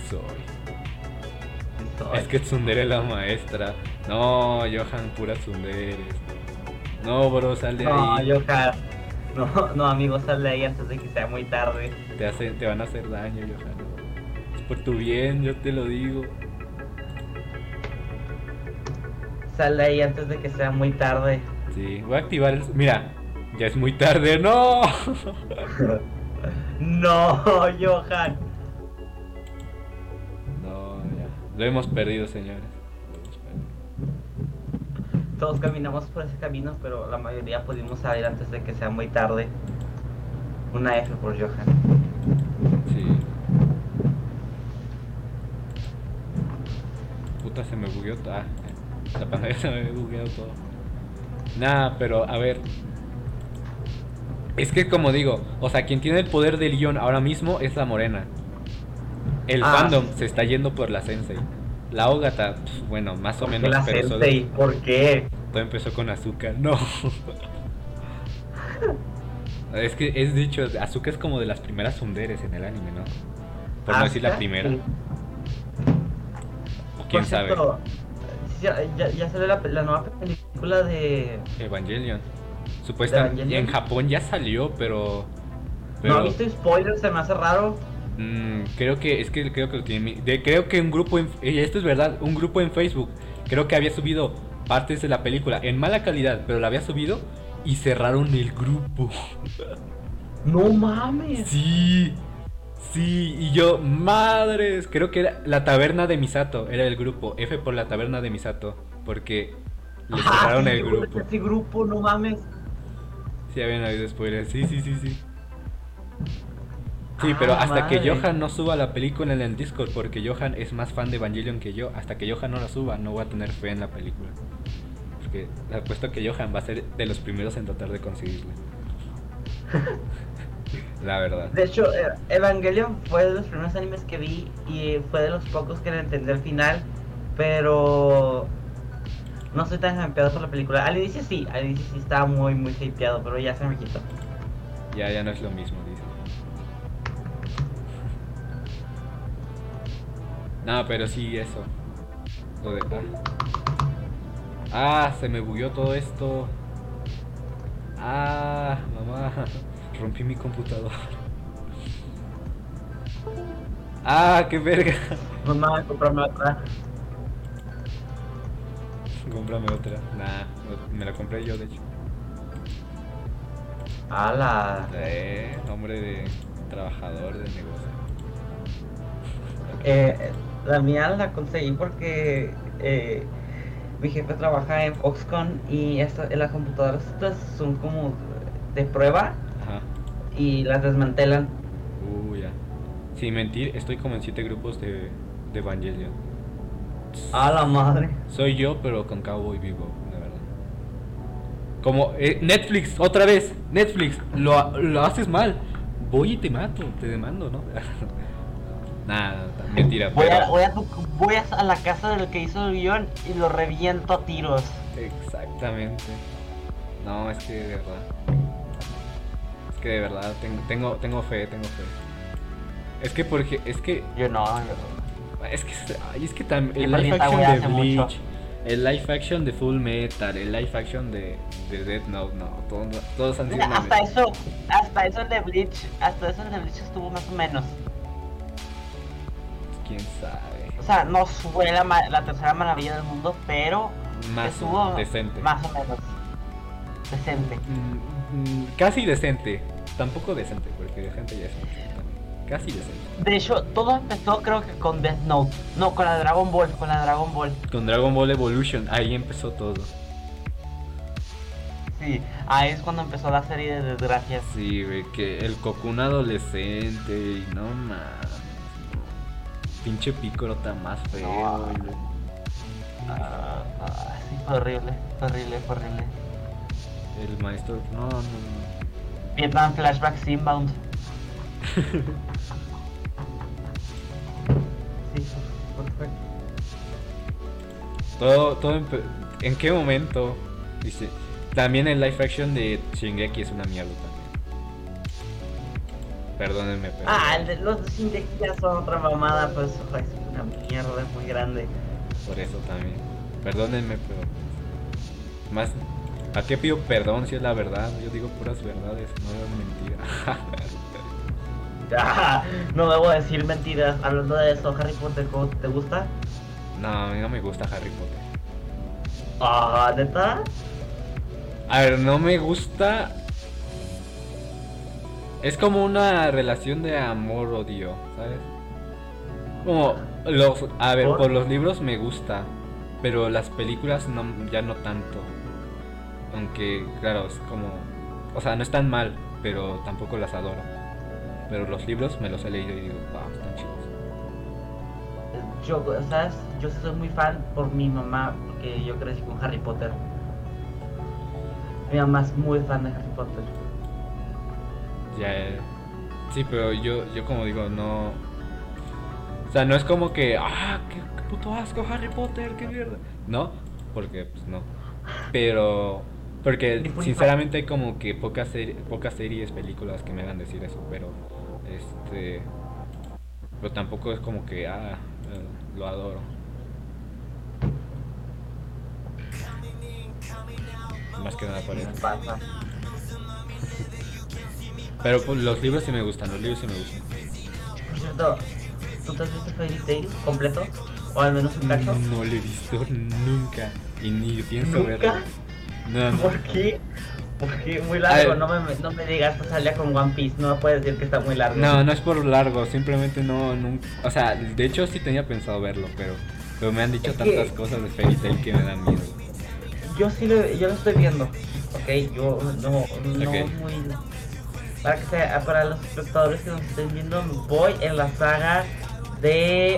soy. Es que Tsundere es la maestra. No, Johan, pura Tsundere. No, bro, sal de ahí. Johan. No, amigo, sal de ahí antes de que sea muy tarde. Te van a hacer daño, Johan. Es por tu bien, yo te lo digo. Sal de ahí antes de que sea muy tarde. Sí, voy a activar el... Mira, ya es muy tarde. ¡No! No, Johan. No, ya. Lo hemos perdido, señores. Todos caminamos por ese camino, pero la mayoría pudimos salir antes de que sea muy tarde. Una F por Johan. Sí. Puta, se me bugueó todo. La pantalla se me había bugueado todo. Nada, pero a ver. Es que como digo, o sea, quien tiene el poder del guión ahora mismo es la morena. El fandom se está yendo por la Sensei. La Ogata, bueno, más o menos, la pero Sensei, ¿por qué? Todo empezó con Asuka. No. Es que es dicho, Asuka es como de las primeras tsunderes en el anime, ¿no? Por no decir la primera. Sí. O quién sabe. Cierto, ya salió la nueva película de Evangelion. Supuestamente en Japón ya salió, pero No he visto spoilers, se me hace raro. Creo que lo tiene. Creo que un grupo esto es verdad, un grupo en Facebook. Creo que había subido partes de la película en mala calidad, pero la había subido y cerraron el grupo. No mames. Sí, y yo, madres. Creo que era la taberna de Misato, era el grupo. F por la taberna de Misato, porque le cerraron el grupo. Ese grupo, no mames. Sí, habían habido spoilers. Sí. Sí, pero hasta que Johan no suba la película en el Discord, porque Johan es más fan de Evangelion que yo, hasta que Johan no la suba, no voy a tener fe en la película. Porque apuesto que Johan va a ser de los primeros en tratar de conseguirla. La verdad. De hecho, Evangelion fue de los primeros animes que vi y fue de los pocos que le entendí al final, pero no soy tan hypeado por la película. Al inicio sí estaba muy hypeado, pero ya se me quitó. Ya no es lo mismo, dice. No, pero sí, eso. Lo de... se me bugueó todo esto. Mamá. Rompí mi computadora. Qué verga. Mamá, cómprame otra. Cómprame otra. Me la compré yo, de hecho. ¡Hala! Nombre de trabajador del negocio. La mía la conseguí porque mi jefe trabaja en Foxconn y las computadoras estas son como de prueba. Ajá. Y las desmantelan. Ya. Sin mentir, estoy como en 7 grupos de Evangelion. ¡A la madre! Soy yo, pero con Cowboy Bebop, la verdad. Como Netflix, otra vez. Netflix, lo haces mal. Voy y te mato, te demando, ¿no? Nada, mentira. Voy a la casa del que hizo el guión y lo reviento a tiros. Exactamente. No, es que de verdad tengo fe. Es que Yo no. Es que también el live action de Bleach, el live action de Full Metal, el live action de Death Note, no, todos han sido. Hasta eso el de Bleach estuvo más o menos. Quién sabe. O sea, no fue la tercera maravilla del mundo, pero estuvo decente. Más o menos decente. Casi decente. Tampoco decente, porque decente ya es mucho. Casi decente. De hecho, todo empezó creo que con Death Note. No, con la Dragon Ball. Con Dragon Ball Evolution, ahí empezó todo. Sí, ahí es cuando empezó la serie de desgracias. Sí, güey, que el Goku un adolescente y no mames. Pinche Piccolo está más feo, güey. Sí, fue horrible. El maestro, no. Vietnam Flashback Inbound. Sí, perfecto. ¿En qué momento? Dice, también el live action de Shingeki es una mierda también. Perdónenme, pero... el de los de Shingeki ya son otra mamada, pues es una mierda, es muy grande. Por eso también. Perdónenme, pero... Más... ¿A qué pido perdón si es la verdad? Yo digo puras verdades, no es mentira. No debo decir mentiras. Hablando de eso, Harry Potter, ¿cómo te gusta? No, a mí no me gusta Harry Potter. ¿Neta? A ver, no me gusta... Es como una relación de amor-odio, ¿sabes? Como por los libros me gusta, pero las películas no, ya no tanto. Aunque, claro, es como... O sea, no están mal, pero tampoco las adoro. Pero los libros me los he leído y digo, wow, están chidos. ¿Sabes? Yo soy muy fan por mi mamá, porque yo crecí con Harry Potter. Mi mamá es muy fan de Harry Potter. Ya, sí, pero yo como digo, no... O sea, no es como que, qué puto asco Harry Potter, qué mierda. No, porque pues no. Pero... Porque sinceramente hay como que pocas series, películas que me hagan decir eso, pero pero tampoco es como que lo adoro. Más que nada por eso. Pero pues, los libros sí me gustan, cierto, ¿tú te has visto Fairy Tail completo? ¿O al menos un cacho? No lo he visto nunca. Y ni pienso ¿Nunca? verlo. No. ¿Por qué? Porque muy largo, no me digas que salía con One Piece, no me puedes decir que está muy largo. No es por largo, simplemente no. O sea, de hecho sí tenía pensado verlo, pero me han dicho tantas cosas de Fairy Tail que me dan miedo. Yo lo estoy viendo, ok, yo no Ok. muy... Para que sea, para los espectadores que nos estén viendo, voy en la saga de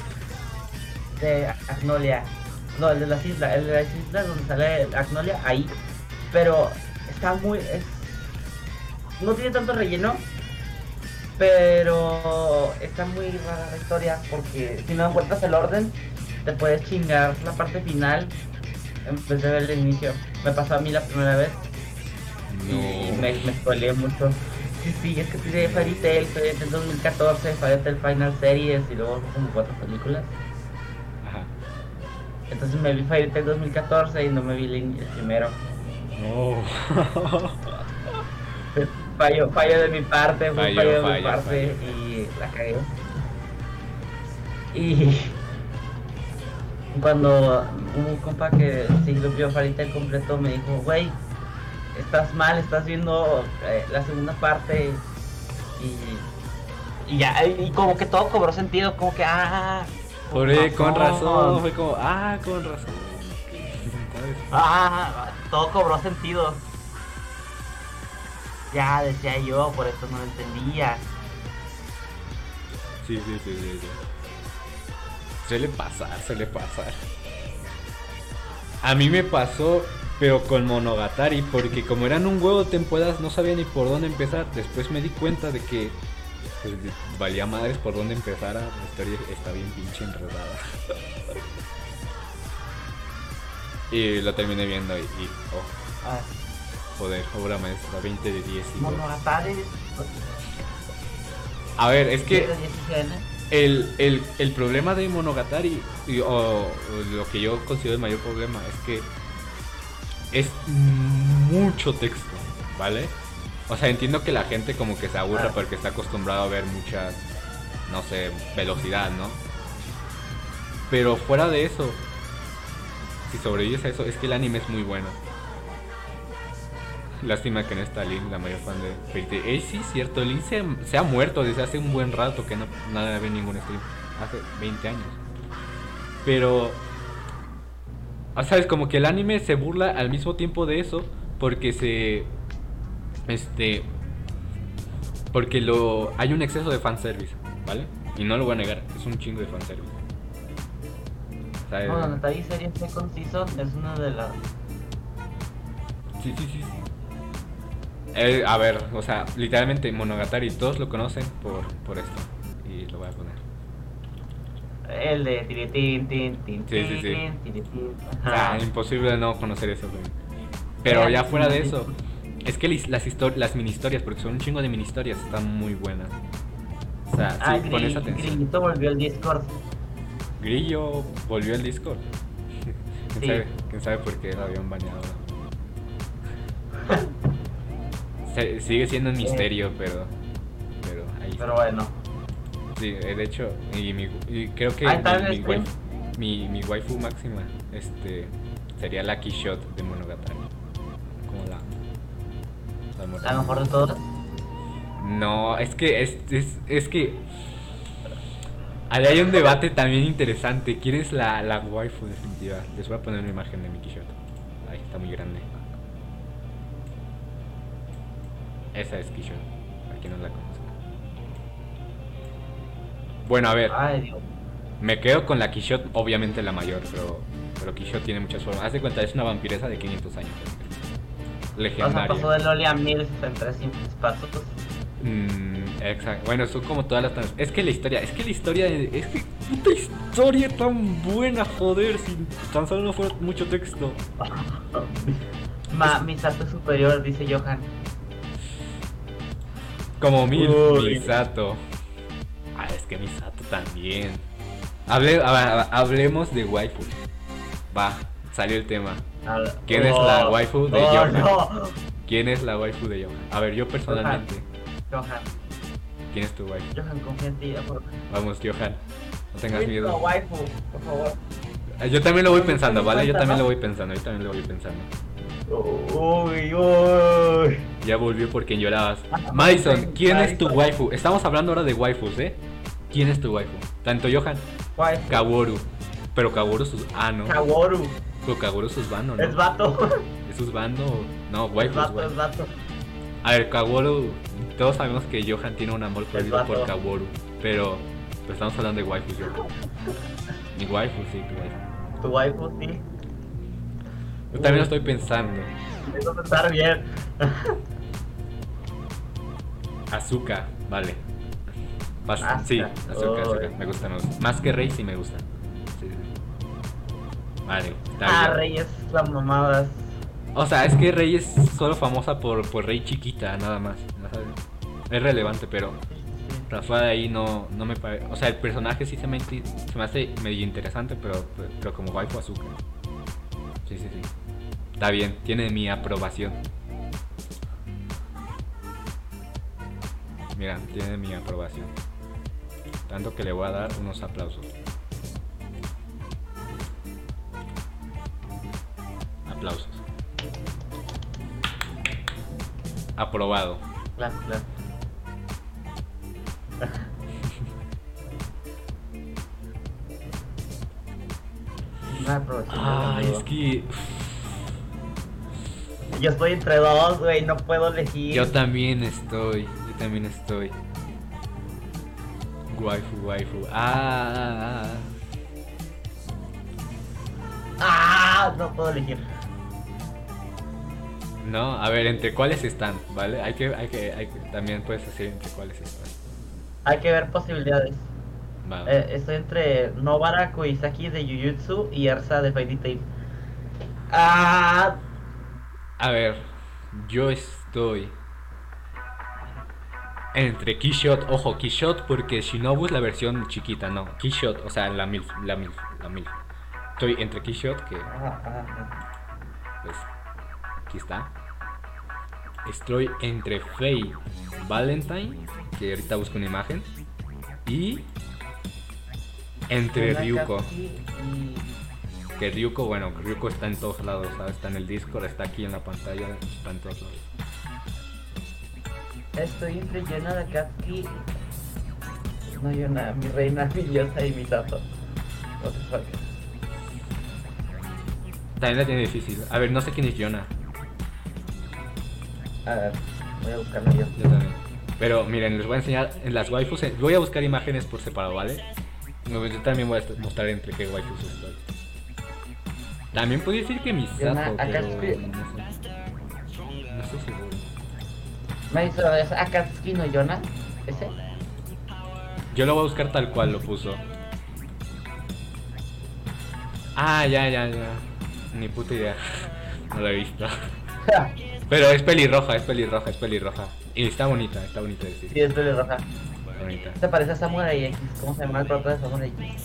Agnolia. No, el de las islas donde sale Agnolia, ahí. Pero está no tiene tanto relleno, pero está muy rara la historia porque si no encuentras el orden, te puedes chingar la parte final en vez de ver el inicio. Me pasó a mí la primera vez y me spoileé mucho. Sí, es que tiene Fairy Tail, del 2014, Fairy Tail Final Series y luego como 4 películas. Ajá. Entonces me vi Fairy Tail 2014 y no me vi el primero. No. Fallo de mi parte, fue Fallo, fallo de mi parte y la cagué. Y cuando un compa que sí lo vio Fairy Tail completo me dijo, güey, estás mal, estás viendo la segunda parte y ya, y como que todo cobró sentido, como que Con razón, fue como, con razón. ¿Sabes? Todo cobró sentido. Ya decía yo, por eso no lo entendía. Sí. Suele pasar. A mí me pasó, pero con Monogatari, porque como eran un huevo de temporadas, no sabía ni por dónde empezar. Después me di cuenta de que pues, valía madres por dónde empezara. La historia está bien pinche enredada. Y lo terminé viendo joder, obra maestra, 20 de 10. Monogatari. A ver, es que el problema de Monogatari, o lo que yo considero el mayor problema, es que es mucho texto, ¿vale? O sea, entiendo que la gente como que se aburra porque está acostumbrado a ver muchas, no sé, velocidad, ¿no? Pero fuera de eso, si sobrevives a eso, es que el anime es muy bueno. Lástima que no está Lin, la mayor fan de Fairy Tail. Sí, cierto, Lin se ha muerto desde hace un buen rato que no ve ningún stream. Hace 20 años. Pero... ¿sabes? Como que el anime se burla al mismo tiempo de eso porque porque hay un exceso de fanservice, ¿vale? Y no lo voy a negar, es un chingo de fanservice. ¿Sabes? Monogatari serie Second Season es una de las... Sí. A ver, o sea, literalmente Monogatari, todos lo conocen por esto. Y lo voy a poner. El de tin. Imposible no conocer eso, güey. Pero ya fuera de eso, es que las mini historias, porque son un chingo de mini historias, están muy buenas. O sea, sí, pones atención. Grillito volvió al Discord. Grillo volvió al Discord. ¿Quién sabe por qué lo habían baneado? Sigue siendo un misterio, pero ahí está. Pero bueno. Sí, de hecho, y creo que mi waifu máxima sería la Quixote de Monogatari. Como ¿La mejor de todas? No, es que es que ahí hay un debate también interesante. ¿Quién es la waifu definitiva? Les voy a poner una imagen de mi Quixote. Ahí está muy grande. Esa es Quixote, aquí no la conozco. Bueno, a ver. Ay, Dios. Me quedo con la Quixote, obviamente la mayor, pero Quixote tiene muchas formas. Haz de cuenta, es una vampiresa de 500 años. Legendaria. O sea, pasó de Loli a Milf en 3 simples pasos. Exacto. Bueno, son como todas las... Es que puta historia tan buena, joder, sin tan solo no fuera mucho texto. Misato superior, dice Johan. Como Misato. Es que Misato también. Hablemos de waifu. Va, salió el tema. ¿Quién es la waifu de Johan? No. ¿Quién es la waifu de Johan? A ver, yo personalmente. Johan. ¿Quién es tu waifu? Johan, confía en ti, por favor. Vamos, Johan. No tengas Win miedo. tu waifu, por favor. Yo también lo voy pensando, ¿vale? Yo también lo voy pensando. Uy, uy. Ya volvió por quien llorabas. Madison, ¿quién es tu waifu? Estamos hablando ahora de waifus, ¿eh? ¿Quién es tu waifu? Tanto Johan, Waifu. Kaworu. Pero Kaworu sus... Ah, no. Kaworu. Pero Kaworu sus bando, ¿no? Es vato. ¿Es sus bando? No, Es waifus, vato, waifus. es vato. A ver, Kaworu... Todos sabemos que Johan tiene un amor perdido por vato. Kaworu. Pero estamos hablando de waifus, Johan. Mi waifu, sí, tu waifu. Tu waifu, sí. Yo también lo estoy pensando. Eso va a estar bien. Azúcar, vale. Asuka. Sí, Azúcar, Oh. Azúcar. Me gusta, me gusta. Más que Rey sí me gusta. Sí, sí. Vale, está bien. Reyes, las mamadas. O sea, es que Rey es solo famosa por Rey chiquita, nada más. ¿No sabes? Es relevante, pero fuera de ahí no me parece. O sea, el personaje sí se me hace medio interesante, pero como waifu Azúcar. Sí, sí, sí. Está bien, tiene mi aprobación. Mira, tiene mi aprobación. Tanto que le voy a dar unos aplausos. Aplausos. Aprobado. Claro, claro. Una aprobación del amigo. Es que Yo estoy entre dos, güey, no puedo elegir. yo también estoy. Waifu. No puedo elegir. No, a ver, ¿entre cuáles están? ¿Vale? Hay que también puedes decir entre cuáles están. Hay que ver posibilidades. Vale. Estoy entre Nobara Koizaki de Jujutsu y Ersa de Fairy Tail. Ah, A ver, yo estoy entre Keyshot, ojo, Keyshot porque Shinobu es la versión chiquita, no, Keyshot, o sea, la MILF. Estoy entre Keyshot, que pues aquí está. Estoy entre Faye Valentine, que ahorita busco una imagen, y entre Ryuko. Que Ryuko, bueno, Ryuko está en todos lados, ¿sabes? Está en el Discord, está aquí en la pantalla, está en todos lados. Estoy entre Yona de Akatsuki. No, Yona, mi reina, mi diosa y mi tato. What the fuck. También la tiene difícil. A ver, no sé quién es Yona. A ver, voy a buscarlo yo. Yo también. Pero miren, les voy a enseñar en las waifus. Voy a buscar imágenes por separado, ¿vale? Yo también voy a mostrar entre qué waifus estoy. También podría decir que Misato, Yona, pero Akatsuki. no estoy seguro. Me hizo ¿es Akatsuki no Yona? ¿Ese? Yo lo voy a buscar tal cual lo puso. Ah, ya. Ni puta idea. No lo he visto. Pero es pelirroja. Y está bonita de decir. Sí, es pelirroja. Está bonita. Se parece a Samurai X. ¿Cómo se llama el prota de Samurai X?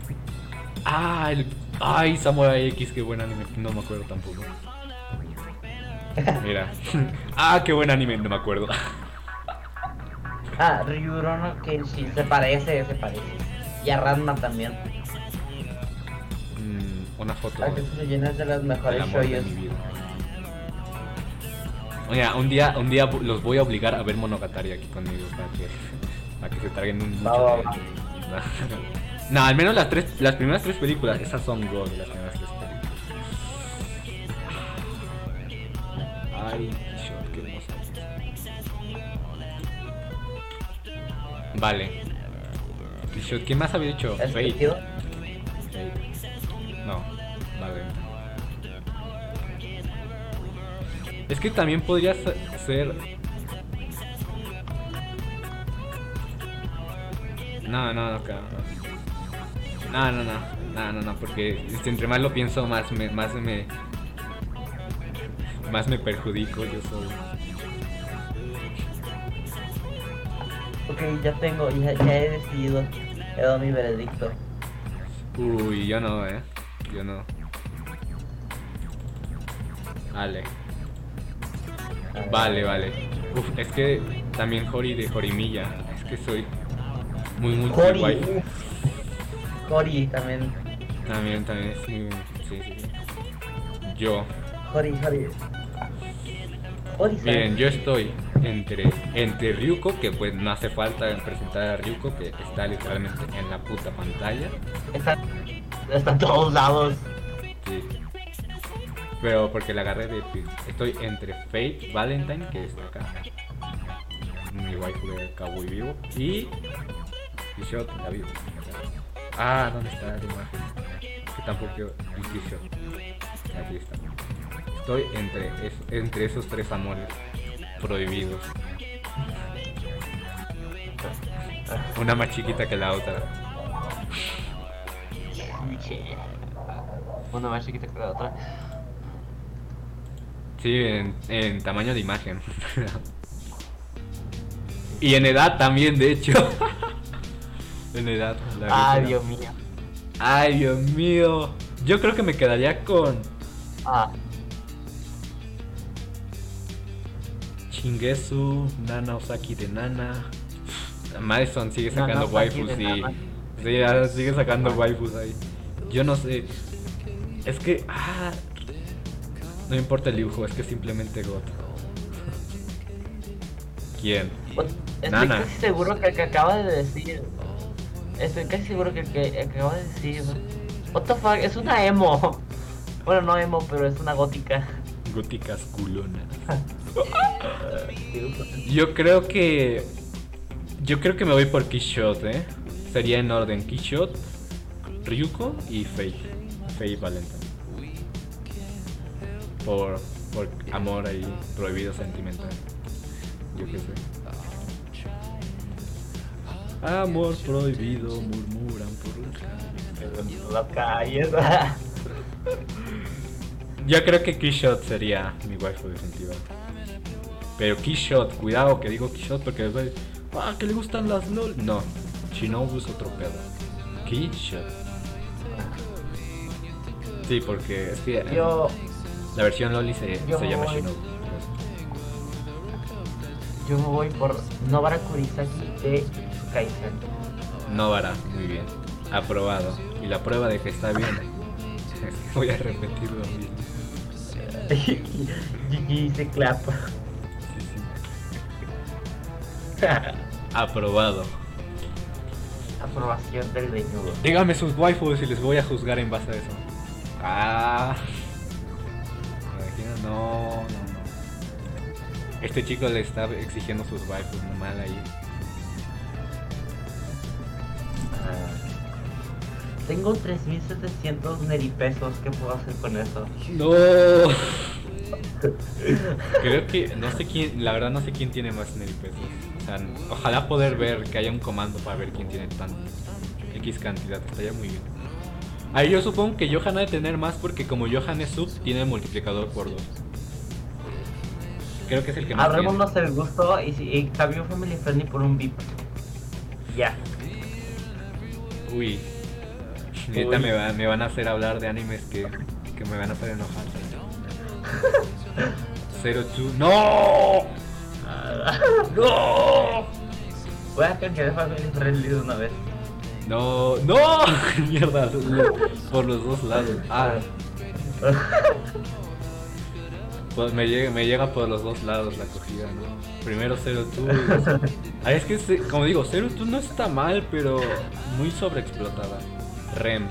Ay, Samurai X, qué buen anime. No me acuerdo tampoco. Mira. Qué buen anime, no me acuerdo. Ryurono Kenshin. Se parece. Y a Ranma también. Una foto Akatsuki no Yona es de las del mejores amor de shoyos. mi vida. Oye, un día los voy a obligar a ver Monogatari aquí conmigo para que se traguen un mucho Va. de... No, al menos las primeras 3 películas, esas son God, las primeras 3 películas. Ay, shot, qué hermosa. Vale. Shot, ¿quién más había dicho? ¿Es Fate. sentido? No, vale. Es que también podría ser... No, porque entre más lo pienso, más me perjudico yo solo. Ok, ya he decidido. He dado mi veredicto. Uy, yo no. Vale. Uf, es que también Hori de Horimiya. Es que soy muy Cory. waifu. Cory también. También es muy... Sí. Yo. Cory. Miren, yo estoy entre Ryuko, que pues no hace falta presentar a Ryuko, que está literalmente en la puta pantalla. Está en todos lados. Sí. Pero porque la agarré de... Estoy entre Fate Valentine, que está acá, mi waifu de Cowboy Vivo, y Kishot, la vivo. Ah, ¿dónde está la imagen? Que tampoco quiero... Y Kishot. Aquí está. Estoy entre esos tres amores prohibidos. Una más chiquita que la otra. Una más chiquita que la otra. Sí, en tamaño de imagen. Y en edad también, de hecho. En edad. Ay, Dios mío. Ay, Dios mío. Yo creo que me quedaría con Shingetsu, Nana Osaki de Nana. Madison sigue sacando waifus y... Sí, sigue sacando waifus ahí. Yo no sé. Es que... no importa el dibujo, es que simplemente God. ¿Quién? Estoy casi seguro que el que acaba de decir... Estoy casi seguro que el que acaba de decir... What the fuck, es una emo. Bueno, no emo, pero es una gótica. Góticas culonas. Yo creo que me voy por Kishot, Sería en orden Kishot, Ryuko y Fate Valentine. Por amor ahí prohibido sentimental. Yo qué sé. Amor prohibido, murmuran por las calles. Yo creo que Kishot sería mi waifu definitiva. Pero Kishot, cuidado que digo Kishot porque después... que le gustan las LOL. No, Shinobu es otro pedo. Kishot. Sí, porque es que la versión Loli se llama Shinobu. Yo me voy por Nobara Kurisaki de Kaisen. Nobara, muy bien. Aprobado. Y la prueba de que está bien es que voy a repetir lo mismo. GG dice clap. Sí. Aprobado. Aprobación del desnudo. Dígame sus waifus y les voy a juzgar en base a eso. No. Este chico le está exigiendo sus waifus, mal ahí. Tengo 3.700 neripesos, ¿qué puedo hacer con eso? No. Creo que no sé quién, la verdad no sé quién tiene más neripesos. O sea, ojalá poder ver que haya un comando para ver quién tiene tan X cantidad, estaría muy bien. Ahí yo supongo que Johan ha de tener más porque como Johan es sub, tiene multiplicador por 2. Creo que es el que más tiene. Abrémonos el gusto y cambió Family Friendly por un VIP. Ya. Uy. Ahorita me van a hacer hablar de animes que me van a hacer enojar. 02. ¡No! ¡No! Voy a canjear Family Friendly de una vez. No. Mierda. Por los dos lados. Pues me llega por los dos lados la cogida, ¿no? Primero 02. Es que como digo, 02 no está mal, pero muy sobreexplotada. Rem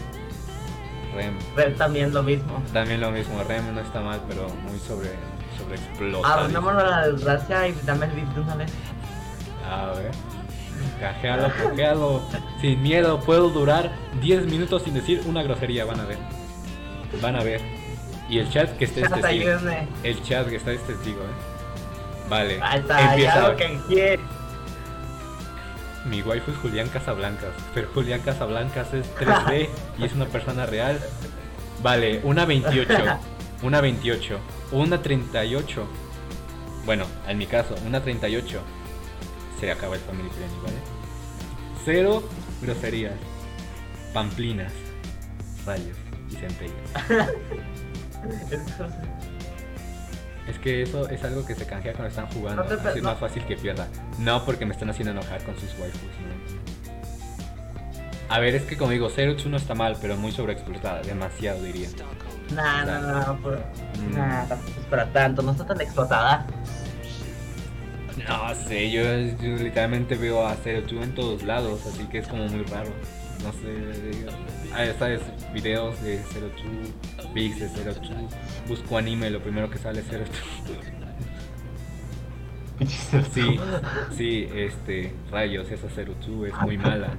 también lo mismo. Rem no está mal, pero muy sobreexplotada. Abrámonos la desgracia y dame el VIP de una vez. A ver. Cajealo. Sin miedo, puedo durar 10 minutos sin decir una grosería, van a ver. Y el chat que esté es testigo. El chat que está es testigo, Vale. Ahí está, ya lo canjeé. Mi waifu es Julián Casablancas, pero Julián Casablancas es 3D y es una persona real. Vale, una 28, una 28, una 38. Bueno, en mi caso, una 38. Se acaba el Family Friendly, ¿vale? 0 groserías, pamplinas, rayos y centellas. Es que eso es algo que se canjea cuando están jugando. No te- Así es no. más fácil que pierdan. No porque me están haciendo enojar con sus waifus, ¿no? A ver, es que como digo, Zero Two no está mal, pero muy sobreexplotada. Demasiado, diría. Nah, nah, tampoco es para tanto, no está tan explotada. No sé, yo literalmente veo a Zero Two en todos lados, así que es como muy raro. No sé, sabes, videos de Zero Two, pics de Zero Two, busco anime, lo primero que sale es Zero Two. Sí, sí, rayos, esa Zero Two es muy mala.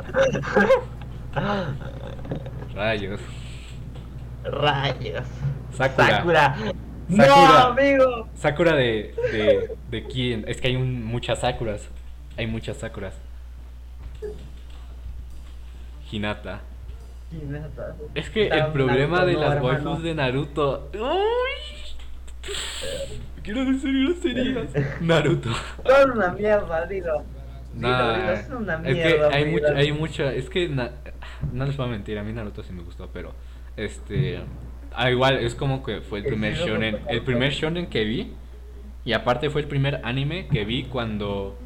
Rayos. Rayos. Sakura. Sakura. No, Sakura. amigo. Sakura de quién? Es que hay muchas Sakuras. Hay muchas Sakuras. Hinata. Es que el problema de las waifus de Naruto. ¡Uy! Quiero decir groserías. Naruto. Son una mierda, dilo. Nah, Son una es que mierda. hay mucha. Es que no les voy a mentir, a mí Naruto sí me gustó, pero igual es como que fue el primer shonen. El primer shonen que vi. Y aparte fue el primer anime que vi cuando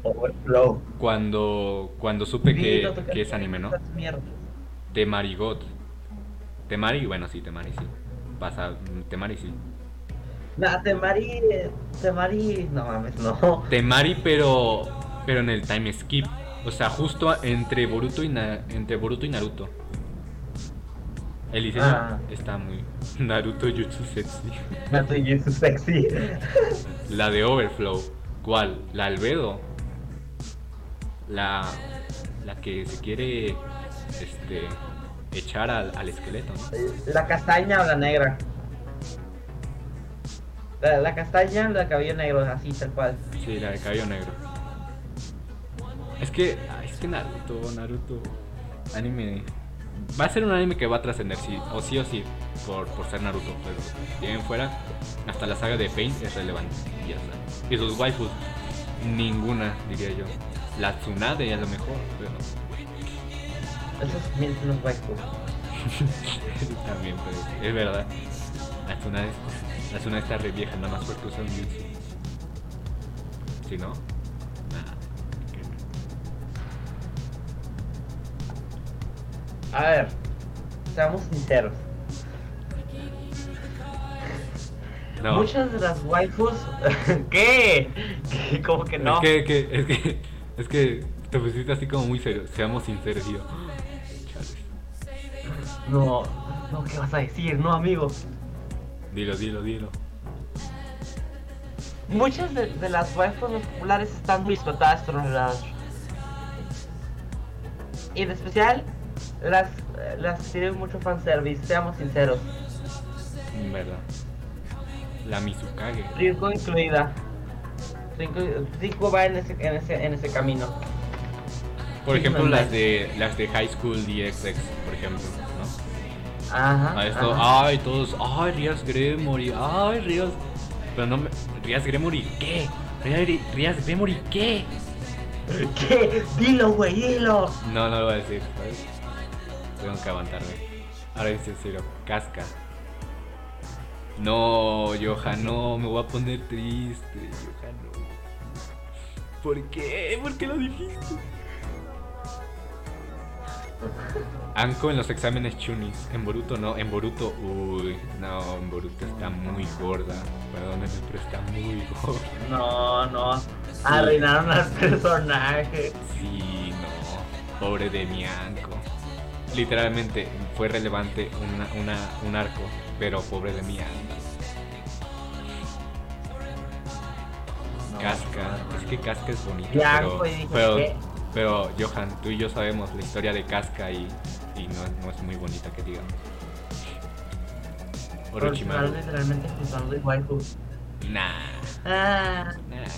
supe que es anime, ¿no? Temari God. Temari, bueno, sí, Temari sí. Temari sí. Nah, Temari, no mames, no. Temari, pero en el time skip. O sea, justo entre Boruto y Naruto. El diseño está muy... Naruto Jutsu Sexy. Naruto Jutsu Sexy. La de Overflow. ¿Cuál? La Albedo. La que se quiere echar al esqueleto, ¿no? La castaña o la negra. La castaña, la de cabello negro, así tal cual. Sí, la de cabello negro. Es que Naruto anime. Va a ser un anime que va a trascender, sí o sí, por ser Naruto, pero bien fuera, hasta la saga de Pain es relevante. Y ya está. Y sus waifus, ninguna, diría yo. La Tsunade a lo mejor, pero... Esos también son los waifus. También, pero es verdad. La Tsunade está re vieja, nada más porque usa un jutsu. Si no, nada. A ver, seamos sinceros. No. Muchas de las waifus... ¿Qué? ¿Cómo que no? Es que te pusiste así como muy serio. Seamos sinceros, tío. Chales. No, ¿qué vas a decir? No, amigo. Dilo. Muchas de las waifus populares están muy explotadas por los lados. Y en especial, las que tienen mucho fanservice, seamos sinceros. Verdad. La Mizukage. Rinko incluida. Rinko va en ese camino. Por Sí, ejemplo, no, las de High School DxX, por ejemplo, ¿no? Ajá. A esto, ajá. ay, todos, ay, Rias Gremory, ay, Rias. Pero no me. Rias Gremory, ¿qué? Rias Gremory, ¿qué? ¿Qué? Dilo, güey, dilo. No lo voy a decir, ¿sabes? Tengo que aguantarme. Ahora dice cero, Casca. No, Johan, no, me voy a poner triste, Johan, no. ¿Por qué? ¿Por qué lo dijiste? Anko en los exámenes chunis. En Boruto no, en Boruto, uy, no, en Boruto está muy gorda. Perdónenme, pero está muy gorda. No. Arruinaron al personaje. Sí, no, pobre de mi Anko. Literalmente fue relevante un arco, pero pobre de mi Anko. Casca, es que Casca es bonita, Ya, pues, dije, ¿qué? pero Johan, tú y yo sabemos la historia de Casca y no es muy bonita que digamos. Orochimaru. Literalmente juzgando de waifu. Nah.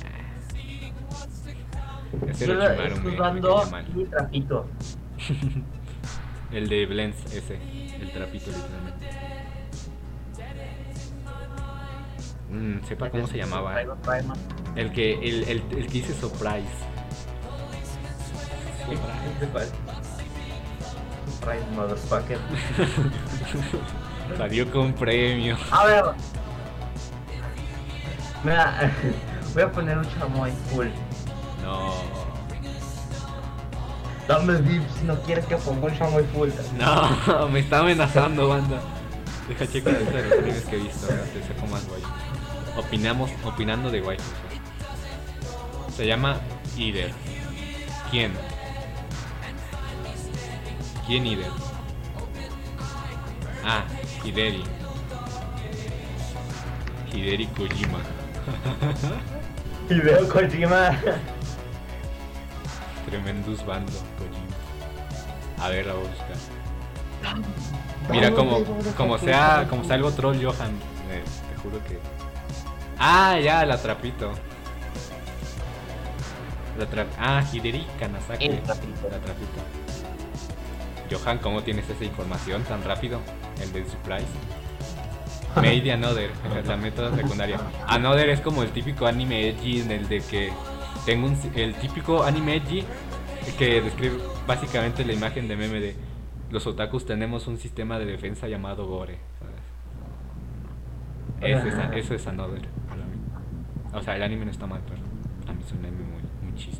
Ese Yo Orochimaru me juzgando caía mal. y trapito. El de Blends ese, el trapito literalmente. Sepa cómo se llamaba. El que dice Surprise. Surprise, motherfucker. Salió con premio. A ver. Mira, voy a poner un chamoy full. No. Dame VIP si no quieres que ponga un chamoy full. No, me está amenazando, banda. Deja checo la lista de los animes que he visto, ¿verdad? Te saco más guay. Opinando de guay. Se llama Ider. ¿Quién? ¿Quién Ider? Ah, Hideri. Hideri Kojima. Y veo Kojima. Tremendous bando, Kojima. A ver, la voy a buscar. Mira, como sea algo troll Johan, te juro que... Ah, ya, la trapito. Hideri Kanazaki. El trapito. La trapito. Johan, ¿cómo tienes esa información tan rápido? El del Surprise. Made Another, la método secundaria. Another es como el típico anime edgy en el de que tengo el típico anime edgy que describe básicamente la imagen de meme de los otakus tenemos un sistema de defensa llamado Gore, ¿sabes? Eso es Another para mí. O sea, el anime no está mal, pero a mí es un anime muy chiste.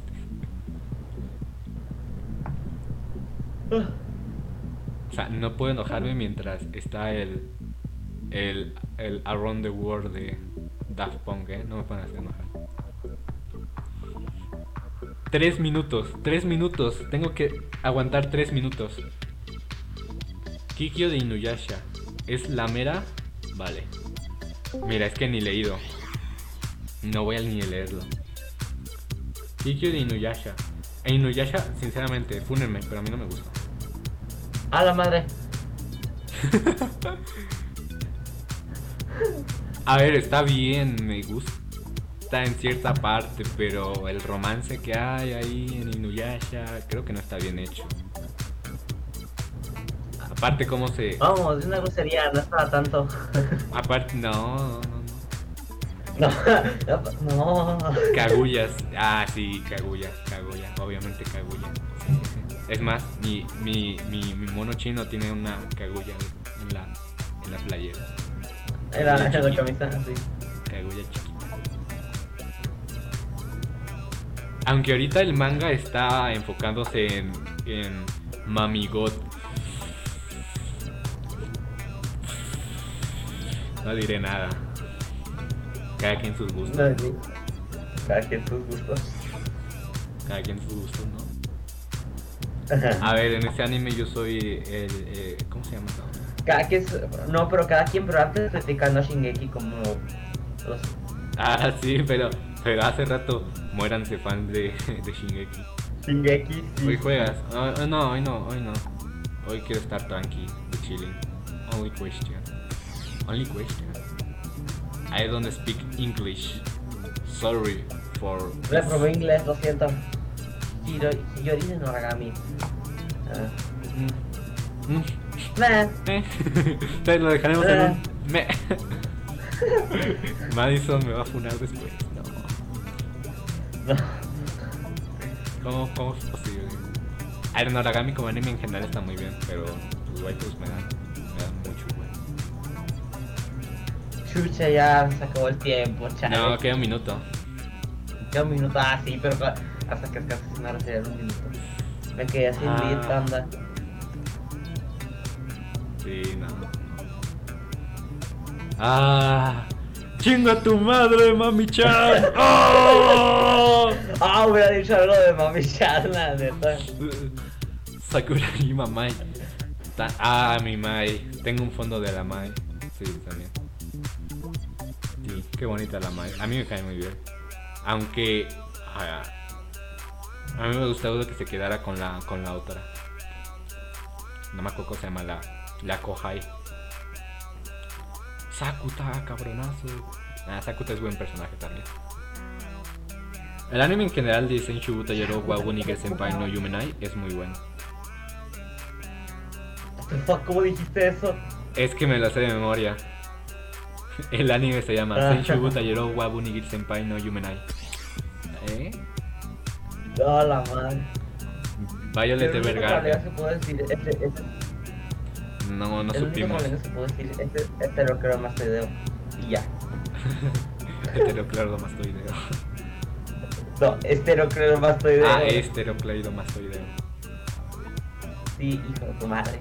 O sea, no puedo enojarme mientras está el Around the World de Daft Punk, no me pueden hacer enojar. 3 minutos, tengo que aguantar 3 minutos. Kikyo de Inuyasha, ¿es la mera? Vale. Mira, es que ni leído. No voy a ni leerlo. Kikyo de Inuyasha. Inuyasha, sinceramente, fúnenme, pero a mí no me gusta. A la madre. A ver, está bien, me gusta en cierta parte, pero el romance que hay ahí en Inuyasha creo que no está bien hecho. Aparte cómo se... Vamos, de una grosería, no es para tanto. Aparte, no. No. Kaguyas. Ah, sí, Kaguya, obviamente Kaguya. Es más, mi mono chino tiene una Kaguya en la playera. En la camisa, sí. Kaguya chiquita. Aunque ahorita el manga está enfocándose en Mami God. No diré nada. Cada quien sus gustos. Cada quien sus gustos. Cada quien sus gustos, ¿no? A ver, en este anime yo soy el... ¿cómo se llama? Cada quien... No, pero cada quien, pero antes criticando a Shingeki como... los... Ah, sí, pero hace rato muéranse fans de Shingeki. Shingeki, sí. Hoy juegas. No, hoy no. Hoy quiero estar tranqui, chilling. Only question. I don't speak English. Sorry for... Reprobé inglés, lo siento. Hiyori de Noragami. Te lo dejaremos en un... Madison me va a funar después. No. ¿Cómo es posible? El Noragami como anime en general está muy bien, pero sus waifus me dan mucho igual. Chucha, ya se acabó el tiempo, chaval. No, queda un minuto. Queda un minuto, sí, pero hasta que casi una hora sería un minuto. Me quedé sin beat, anda. Sí, no. ¡Chinga tu madre, mami-chan! Hubiera dicho algo de mami-chan, la neta. Sakuragi Mai. Mi Mai. Tengo un fondo de la Mai. Sí, también. Sí, qué bonita la Mai. A mí me cae muy bien. Aunque... a mí me gustaba que se quedara con la otra. No me acuerdo cómo se llama la Kohai. Sakuta, cabronazo. Sakuta es buen personaje también. El anime en general de Senshu Butayero wa Bunige Senpai no Yumenai es muy bueno. ¿Cómo dijiste eso? Es que me lo sé de memoria. El anime se llama Senshu Butayero wa Bunige Senpai no Yumenai. No, la madre. Violet Evergarden. Se puede decir, No el supimos. único que se puede decir, este lo creo más video. Y ya. Heterocleidomastoideo. No, estereocleidomastoideo. Ah, estereocleidomastoideo. Sí, hijo de tu madre.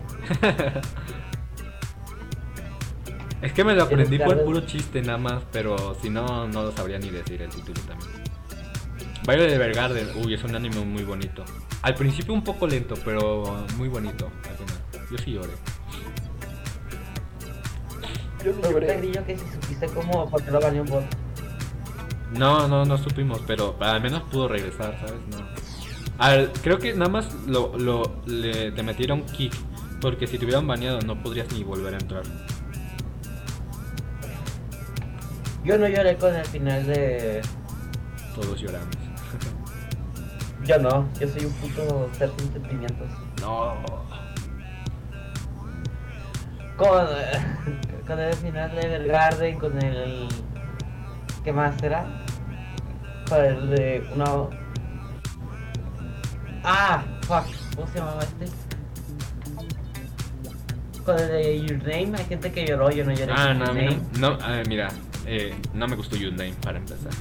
Es que me lo aprendí por Ricardo. puro chiste nada más, pero si no, no lo sabría ni decir el título también. Violet Evergarden, uy, es un anime muy bonito. Al principio un poco lento, pero muy bonito al final. Yo sí lloré. Yo te grillo que si supiste cómo, porque lo baneó un bot. No supimos, pero al menos pudo regresar, ¿sabes? No. Creo que nada más te metieron kick, porque si te hubieran baneado no podrías ni volver a entrar. Yo no lloré con el final de... Todos lloramos. Yo no, yo soy un puto ser sin sentimientos. No. Con el final de Evergarden, con el... ¿Qué más será? Con el de... Uno... Ah, fuck, ¿cómo se llamaba este? Con el de Your Name, hay gente que lloró, yo no lloré. Ah, con no, Your Name. mira, no me gustó Your Name para empezar.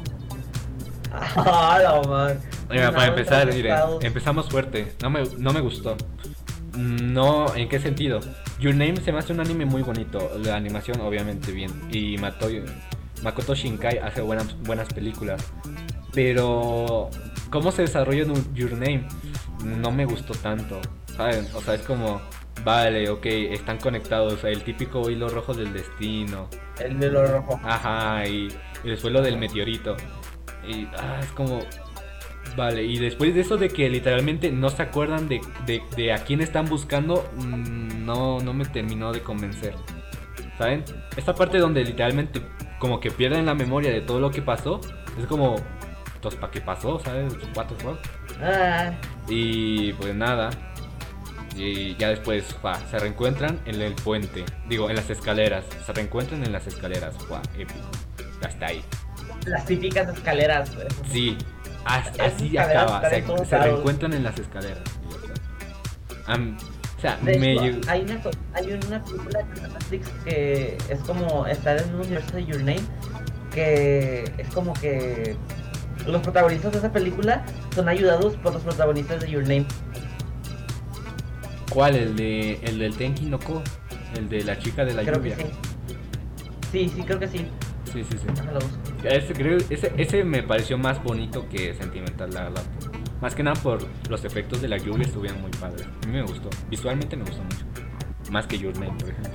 Ah, no, man. Mira, para empezar, mire, Estado. empezamos fuerte. No me gustó. No, ¿en qué sentido? Your Name se me hace un anime muy bonito. La animación, obviamente, bien. Y Makoto Shinkai hace buenas películas. Pero, ¿cómo se desarrolla en Your Name? No me gustó tanto, ¿saben? O sea, es como, vale, ok, están conectados. El típico hilo rojo del destino. El de lo rojo. Ajá, y después lo del meteorito. Y es como... Vale, y después de eso de que literalmente no se acuerdan de a quién están buscando, no me terminó de convencer. ¿Saben? Esta parte donde literalmente como que pierden la memoria de todo lo que pasó, es como... Entonces, ¿para qué pasó? ¿Sabes? What the fuck? Ah, Y pues nada. Y ya después se reencuentran en el puente. Digo, en las escaleras. Se reencuentran en las escaleras. Épico. Hasta ahí. las típicas escaleras, güey. Sí, Esas así escaleras acaba. están en todos Se lados. reencuentran en las escaleras. Y ya está. O sea, De me hecho, llegó- hay una película de Netflix que es como estar en un universo de Your Name, que es como que los protagonistas de esa película son ayudados por los protagonistas de Your Name. ¿Cuál? El del Tenki no Ko. El de la chica de la Creo que lluvia. sí. Sí, creo que sí. Sí. Déjame lo busco. Ese me pareció más bonito que sentimental, la verdad. Más que nada por los efectos de la lluvia, estuvieron muy padres. A mí me gustó. Visualmente me gustó mucho. Más que Your Name, por ejemplo.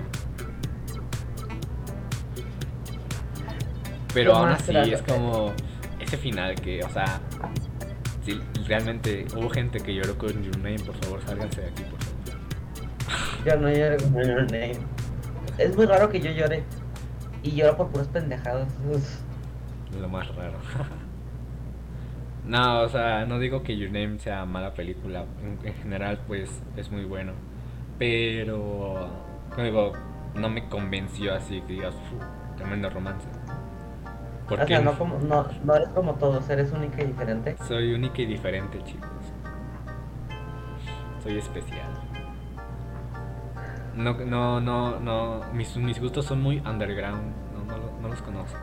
Pero Lo aún más así grande. es como ese final que, o sea, si realmente hubo gente que lloró con Your Name, por favor, sálganse de aquí, por favor. Yo no lloro con Your Name. Es muy raro que yo llore. Y lloro por puras pendejadas. Lo más raro. No, o sea, no digo que Your Name sea mala película. En general, pues, es muy bueno. Pero, como digo, no me convenció así que digas, tremendo romance. O Porque sea, no eres como todos, eres única y diferente. soy única y diferente, chicos. Soy especial. No. Mis gustos son muy underground. No los conozco.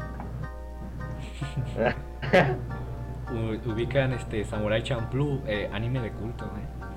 Ubican Samurai Champloo, anime de culto,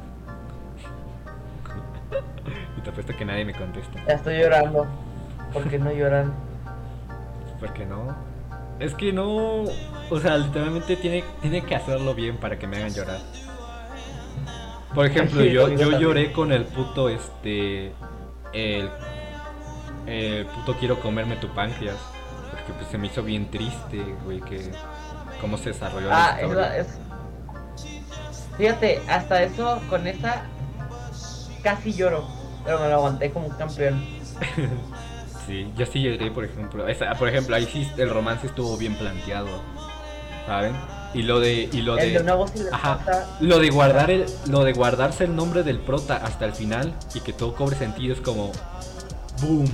Y te apuesto que nadie me contesta. Ya estoy llorando. ¿Por qué no lloran? ¿Por qué no? Es que no. O sea, literalmente tiene que hacerlo bien para que me hagan llorar. Por ejemplo, Sí, yo también. lloré con el puto el puto quiero comerme tu páncreas. Porque pues se me hizo bien triste, güey, que cómo se desarrolló la historia. Fíjate, hasta eso, con esa casi lloro. Pero me lo aguanté como un campeón. Sí, yo sí lloré, por ejemplo. Por ejemplo, ahí sí el romance estuvo bien planteado, ¿saben? Y lo de El de nuevo sí le ajá, pasa. lo de guardarse el nombre del prota hasta el final y que todo cobre sentido es como boom.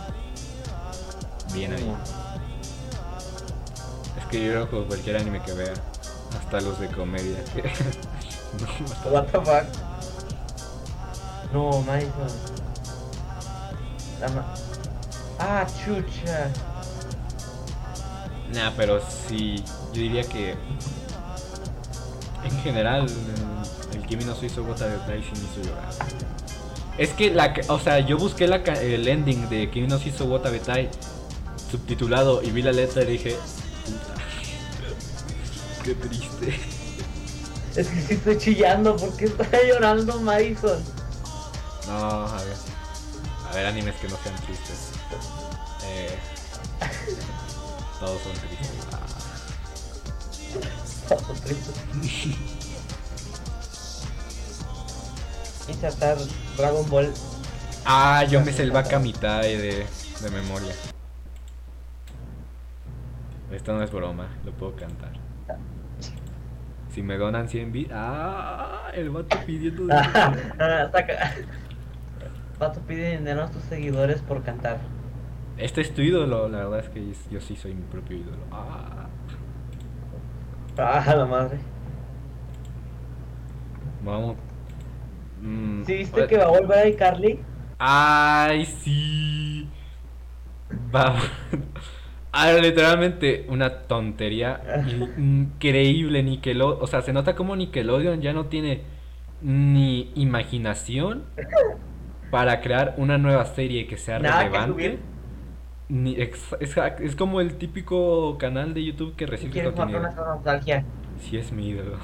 Bien ahí. Es que yo con cualquier anime que vea, hasta los de comedia. No, What the fuck. No, Mason. Chucha. Nah, pero sí, yo diría que en general el Kimi no Suizo Gota de Tai sí me hizo llorar. Es que o sea, yo busqué el ending de Kimi no Suizo Gota de Tai subtitulado y vi la letra y dije, puta, qué triste. Es que sí estoy chillando, ¿por qué está llorando Madison? No, a ver animes que no sean tristes. Todos son tristes. Todos tristes. Insertar Dragon Ball. Ah, yo me sé el Baka Mitai de memoria. Esto no es broma, lo puedo cantar. Si me donan 100 bits. Ah, el vato pidiendo dinero. Vato pide dinero a tus seguidores por cantar. Este es tu ídolo, la verdad es que yo sí soy mi propio ídolo. La madre. Vamos. ¿Sí viste que va a volver a iCarly? Ay, sí. Va. Literalmente una tontería increíble. O sea, se nota como Nickelodeon ya no tiene ni imaginación para crear una nueva serie que sea relevante. Es como el típico canal de YouTube que recibe ¿Quieres contenido. nuestra nostalgia? Sí, es mi ídolo.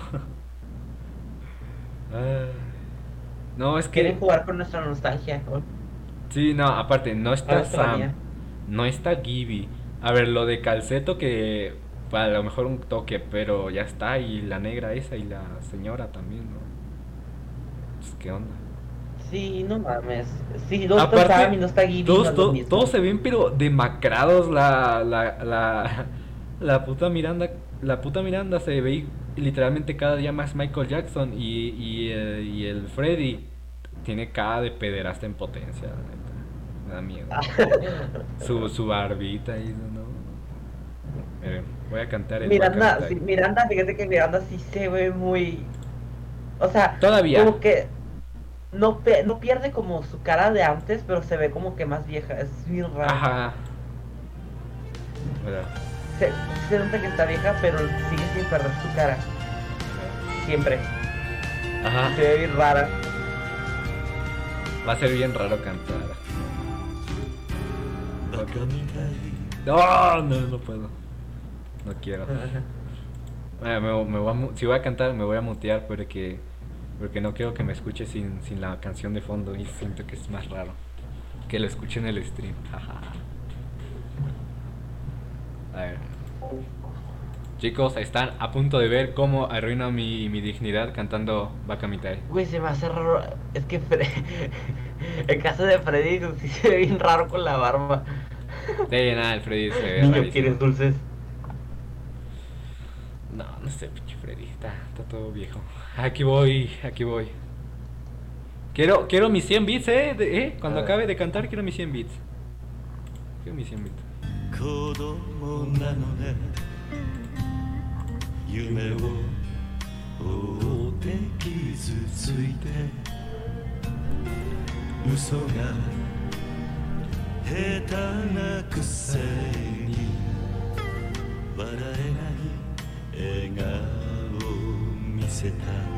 No, es que ¿Quieren jugar con nuestra nostalgia? sí, no, aparte, no está Sam, Todavía. no está Gibby. A ver, lo de Calceto que a lo mejor un toque, pero ya está. Y la negra esa y la señora también, ¿no? Pues, ¿qué onda? Sí, no mames. Sí, no está Sam y no está Gibby. Todos se ven pero demacrados. La puta Miranda. La puta Miranda se ve literalmente cada día más Michael Jackson. Y el Freddy tiene cara de pederasta en potencia, la neta. Me da miedo. Su barbita y ¿no? Voy a cantar el Miranda, sí, fíjate que Miranda sí se ve muy... O sea, todavía como que no pierde como su cara de antes, pero se ve como que más vieja. Es muy raro. Ajá. ¿Verdad? Se nota que está vieja, pero sigue sin perder su cara. Siempre. Ajá. Se ve bien rara. Va a ser bien raro cantar. No puedo. No quiero. Si voy a cantar me voy a mutear porque no quiero que me escuche sin la canción de fondo y siento que es más raro que lo escuche en el stream. A ver. Chicos, están a punto de ver cómo arruino mi dignidad cantando Baka Mitai. Güey, se me hace raro. Es que el caso de Freddy sí se ve bien raro con la barba. De nada, el Freddy se ve Niño, rarísimo. ¿quieres dulces? No sé, pinche Freddy, está todo viejo. Aquí voy. Quiero mis 100 bits, cuando acabe de cantar quiero mis 100 bits. Quiero mis 100 bits. 子供なのね夢を追って傷ついて嘘が下手なくせに笑えない笑顔を見せた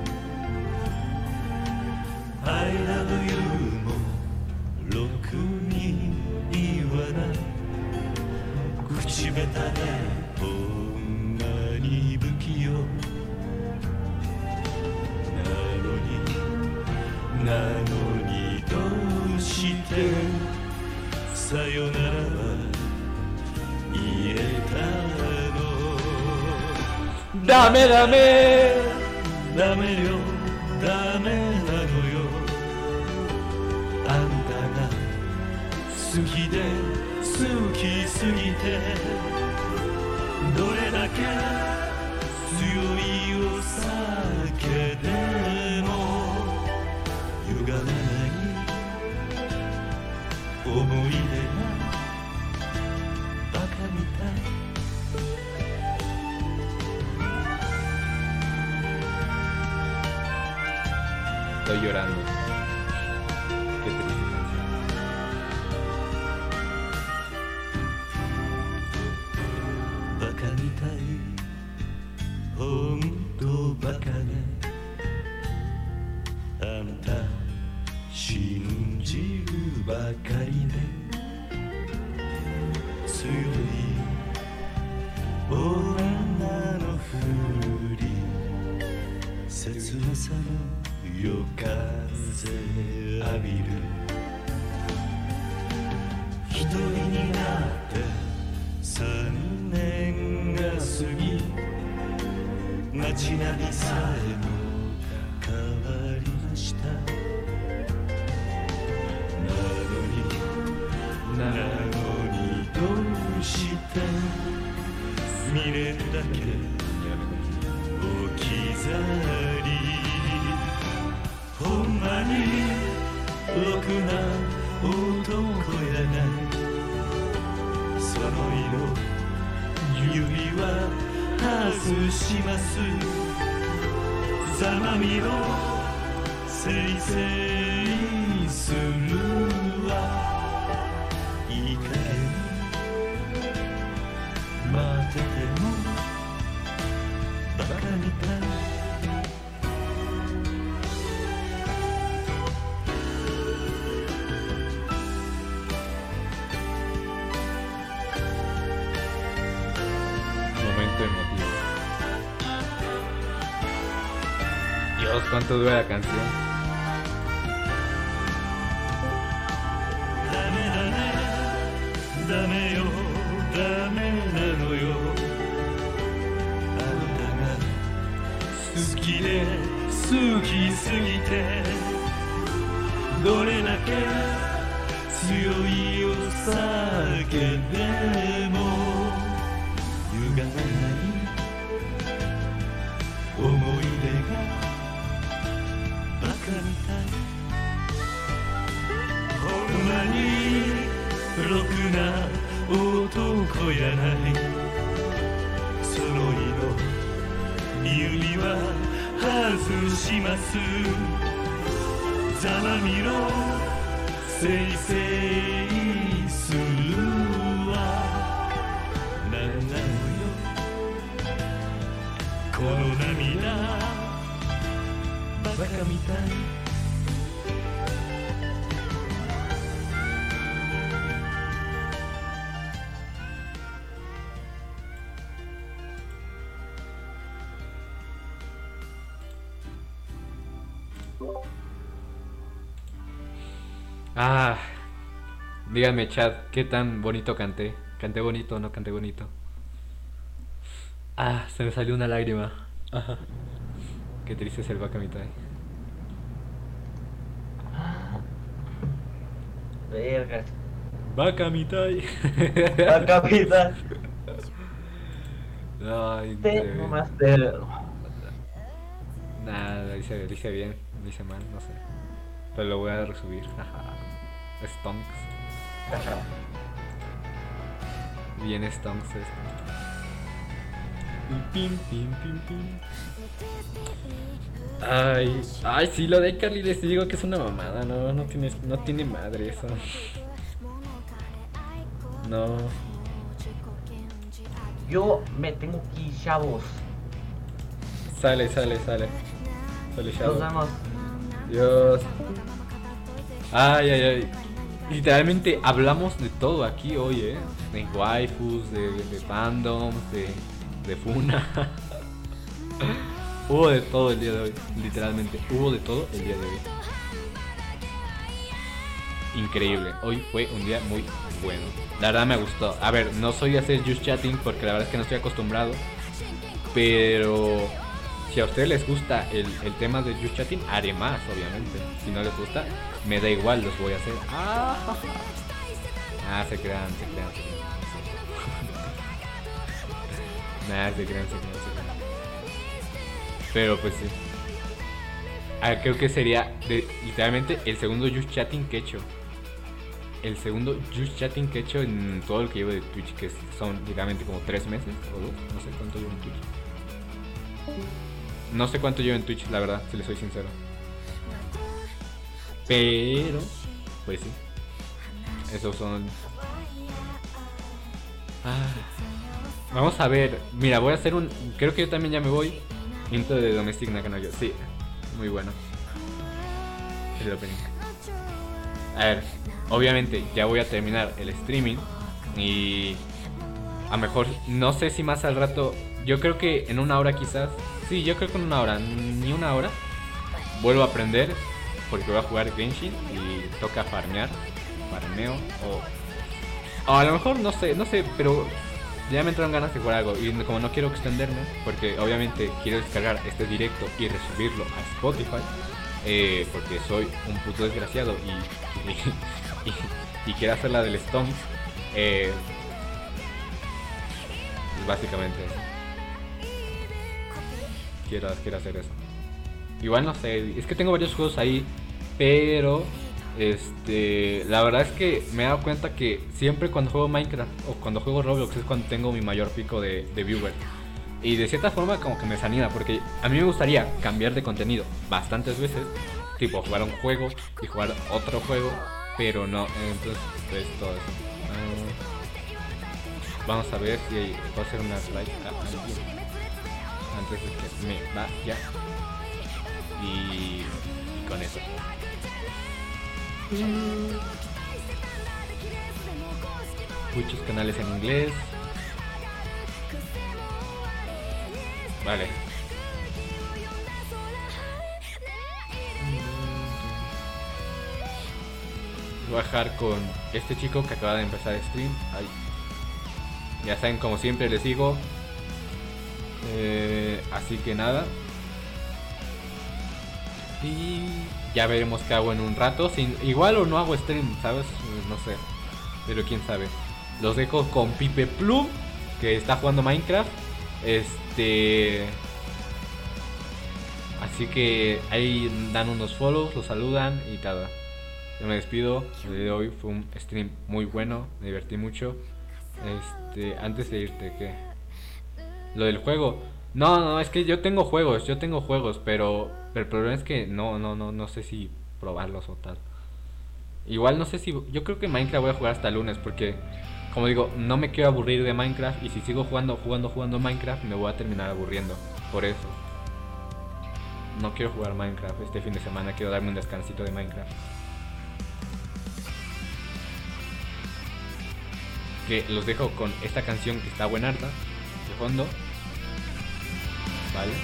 I love you もろくに言わない口下手でほんまに不器用なのにどうしてさよならは言えたのダメよダメなのよあんたが好きで好きすぎてどれだけ強いお酒でも歪まない思い出がバカみたい Estoy llorando. Qué triste. バカ切なさの夜風浴びる一人になって3年が過ぎ街並みさえも変わりましたなのにどうして見れるだけ置き去りほんまにろくな男やないその色指は外しますざまみろせいせいするわいい加減待っててもバカみたい Momento emotivo. Dios, cuánto dura la canción. ダメよダメなのよあなたが好きで好きすぎてどれだけ強いお酒でも歪まない思い出がバカみたいほんまにろくな男やないその色指は外しますざまみろせいせいするわなんなのよこの涙バカみたい Ah, díganme chat, ¿qué tan bonito canté? ¿Canté bonito o no canté bonito? Ah, se me salió una lágrima. Ajá. Qué triste es el Baka Mitai. Verga. Baka Mitai. Baka Mitai. Ay, Tengo más de... Nada, lo hice bien, lo hice mal, no sé. Pero lo voy a resubir. Stonks. Bien Stonks esto. Pim, pim, pim, pim. Ay, sí, lo de Carly les digo que es una mamada, no tiene madre eso. No. Yo me tengo que ir, chavos. Sale, Nos chavos. vemos. Dios. Ay. Literalmente hablamos de todo aquí hoy, de waifus, de fandoms, de Funa. Hubo de todo el día de hoy, literalmente. Hubo de todo el día de hoy. Increíble, hoy fue un día muy bueno. La verdad me gustó. A ver, no soy de hacer just chatting porque la verdad es que no estoy acostumbrado. Pero si a ustedes les gusta el tema de just chatting, haré más, obviamente. Si no les gusta, me da igual, los voy a hacer. Se crean. Se crean. Pero pues sí. Creo que sería literalmente el segundo just chatting que he hecho. El segundo just chatting que he hecho en todo lo que llevo de Twitch, que son literalmente como 3 meses o 2, no sé cuánto llevo en Twitch. No sé cuánto llevo en Twitch, la verdad, si les soy sincero. Pero, pues sí. Esos son... Vamos a ver. Mira, voy a hacer un... Creo que yo también ya me voy. Intro de Domestic Nakanoyo. Sí, muy bueno. El opening. A ver, obviamente ya voy a terminar el streaming. Y... a lo mejor, no sé si más al rato... Yo creo que en 1 hora quizás, Sí, yo creo que en una hora, ni una hora. Vuelvo a aprender porque voy a jugar Genshin y toca farmeo o a lo mejor no sé, pero ya me entraron ganas de jugar algo y como no quiero extenderme porque obviamente quiero descargar este directo y resubirlo a Spotify porque soy un puto desgraciado y quiero hacer la del Stones básicamente quiero hacer eso. Igual no sé, es que tengo varios juegos ahí, pero la verdad es que me he dado cuenta que siempre cuando juego Minecraft o cuando juego Roblox es cuando tengo mi mayor pico de viewer. Y de cierta forma como que me desanima, porque a mí me gustaría cambiar de contenido bastantes veces, tipo jugar un juego y jugar otro juego, pero no, entonces pues todo eso. Vamos a ver si puedo hacer una like a alguien antes de que me vaya. Y con eso. Muchos canales en inglés. Vale. Voy a bajar con este chico que acaba de empezar el stream. Ay. Ya saben, como siempre les digo. Así que nada. Y ya veremos qué hago en un rato. Igual o no hago stream, ¿sabes? No sé. Pero quién sabe. Los dejo con Pipe Plum, que está jugando Minecraft. Así que ahí dan unos follows, los saludan y tal. Yo me despido. El día de hoy fue un stream muy bueno. Me divertí mucho. Antes de irte, ¿qué? Lo del juego. No, es que yo tengo juegos, pero el problema es que no sé si probarlos o tal. Igual no sé si, yo creo que Minecraft voy a jugar hasta el lunes porque, como digo, no me quiero aburrir de Minecraft y si sigo jugando Minecraft me voy a terminar aburriendo. Por eso no quiero jugar Minecraft este fin de semana, quiero darme un descansito de Minecraft. Que los dejo con esta canción que está buenarda de fondo. Vale.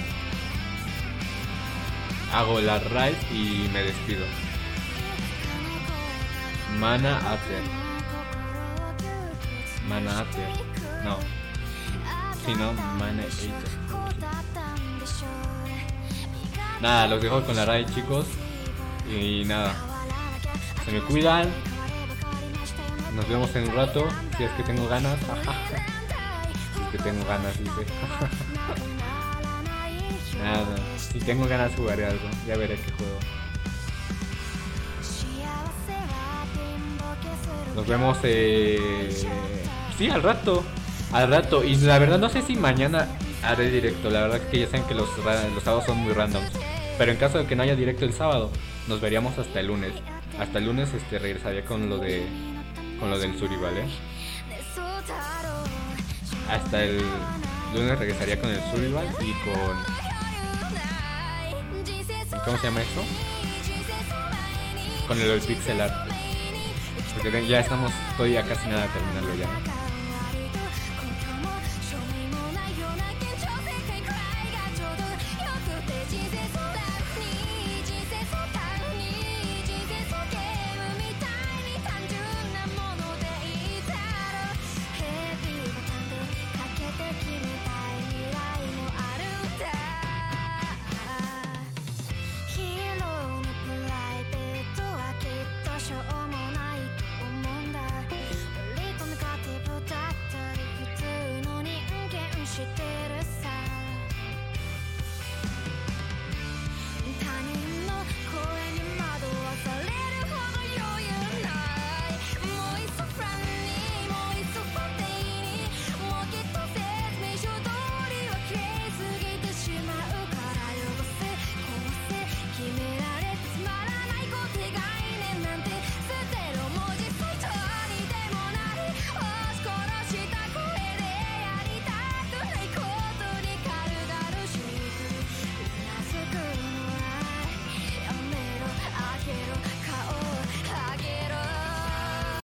Hago la raid y me despido. Mana Aether. No. Si no, Mana Aether. Nada, los dejo con la raid, chicos. Y nada. Se me cuidan. Nos vemos en un rato. Si es que tengo ganas. Si es que tengo ganas, dice. Nada, si tengo ganas jugaré algo, ya veré qué juego. Nos vemos sí, al rato. Y la verdad no sé si mañana haré directo. La verdad que ya saben que los sábados son muy randoms. Pero en caso de que no haya directo el sábado, nos veríamos hasta el lunes. Hasta el lunes regresaría con lo del Survival, Hasta el lunes regresaría con el Survival y con... ¿Cómo se llama esto? Con el pixel art. Porque ya estoy a casi nada de terminarlo ya.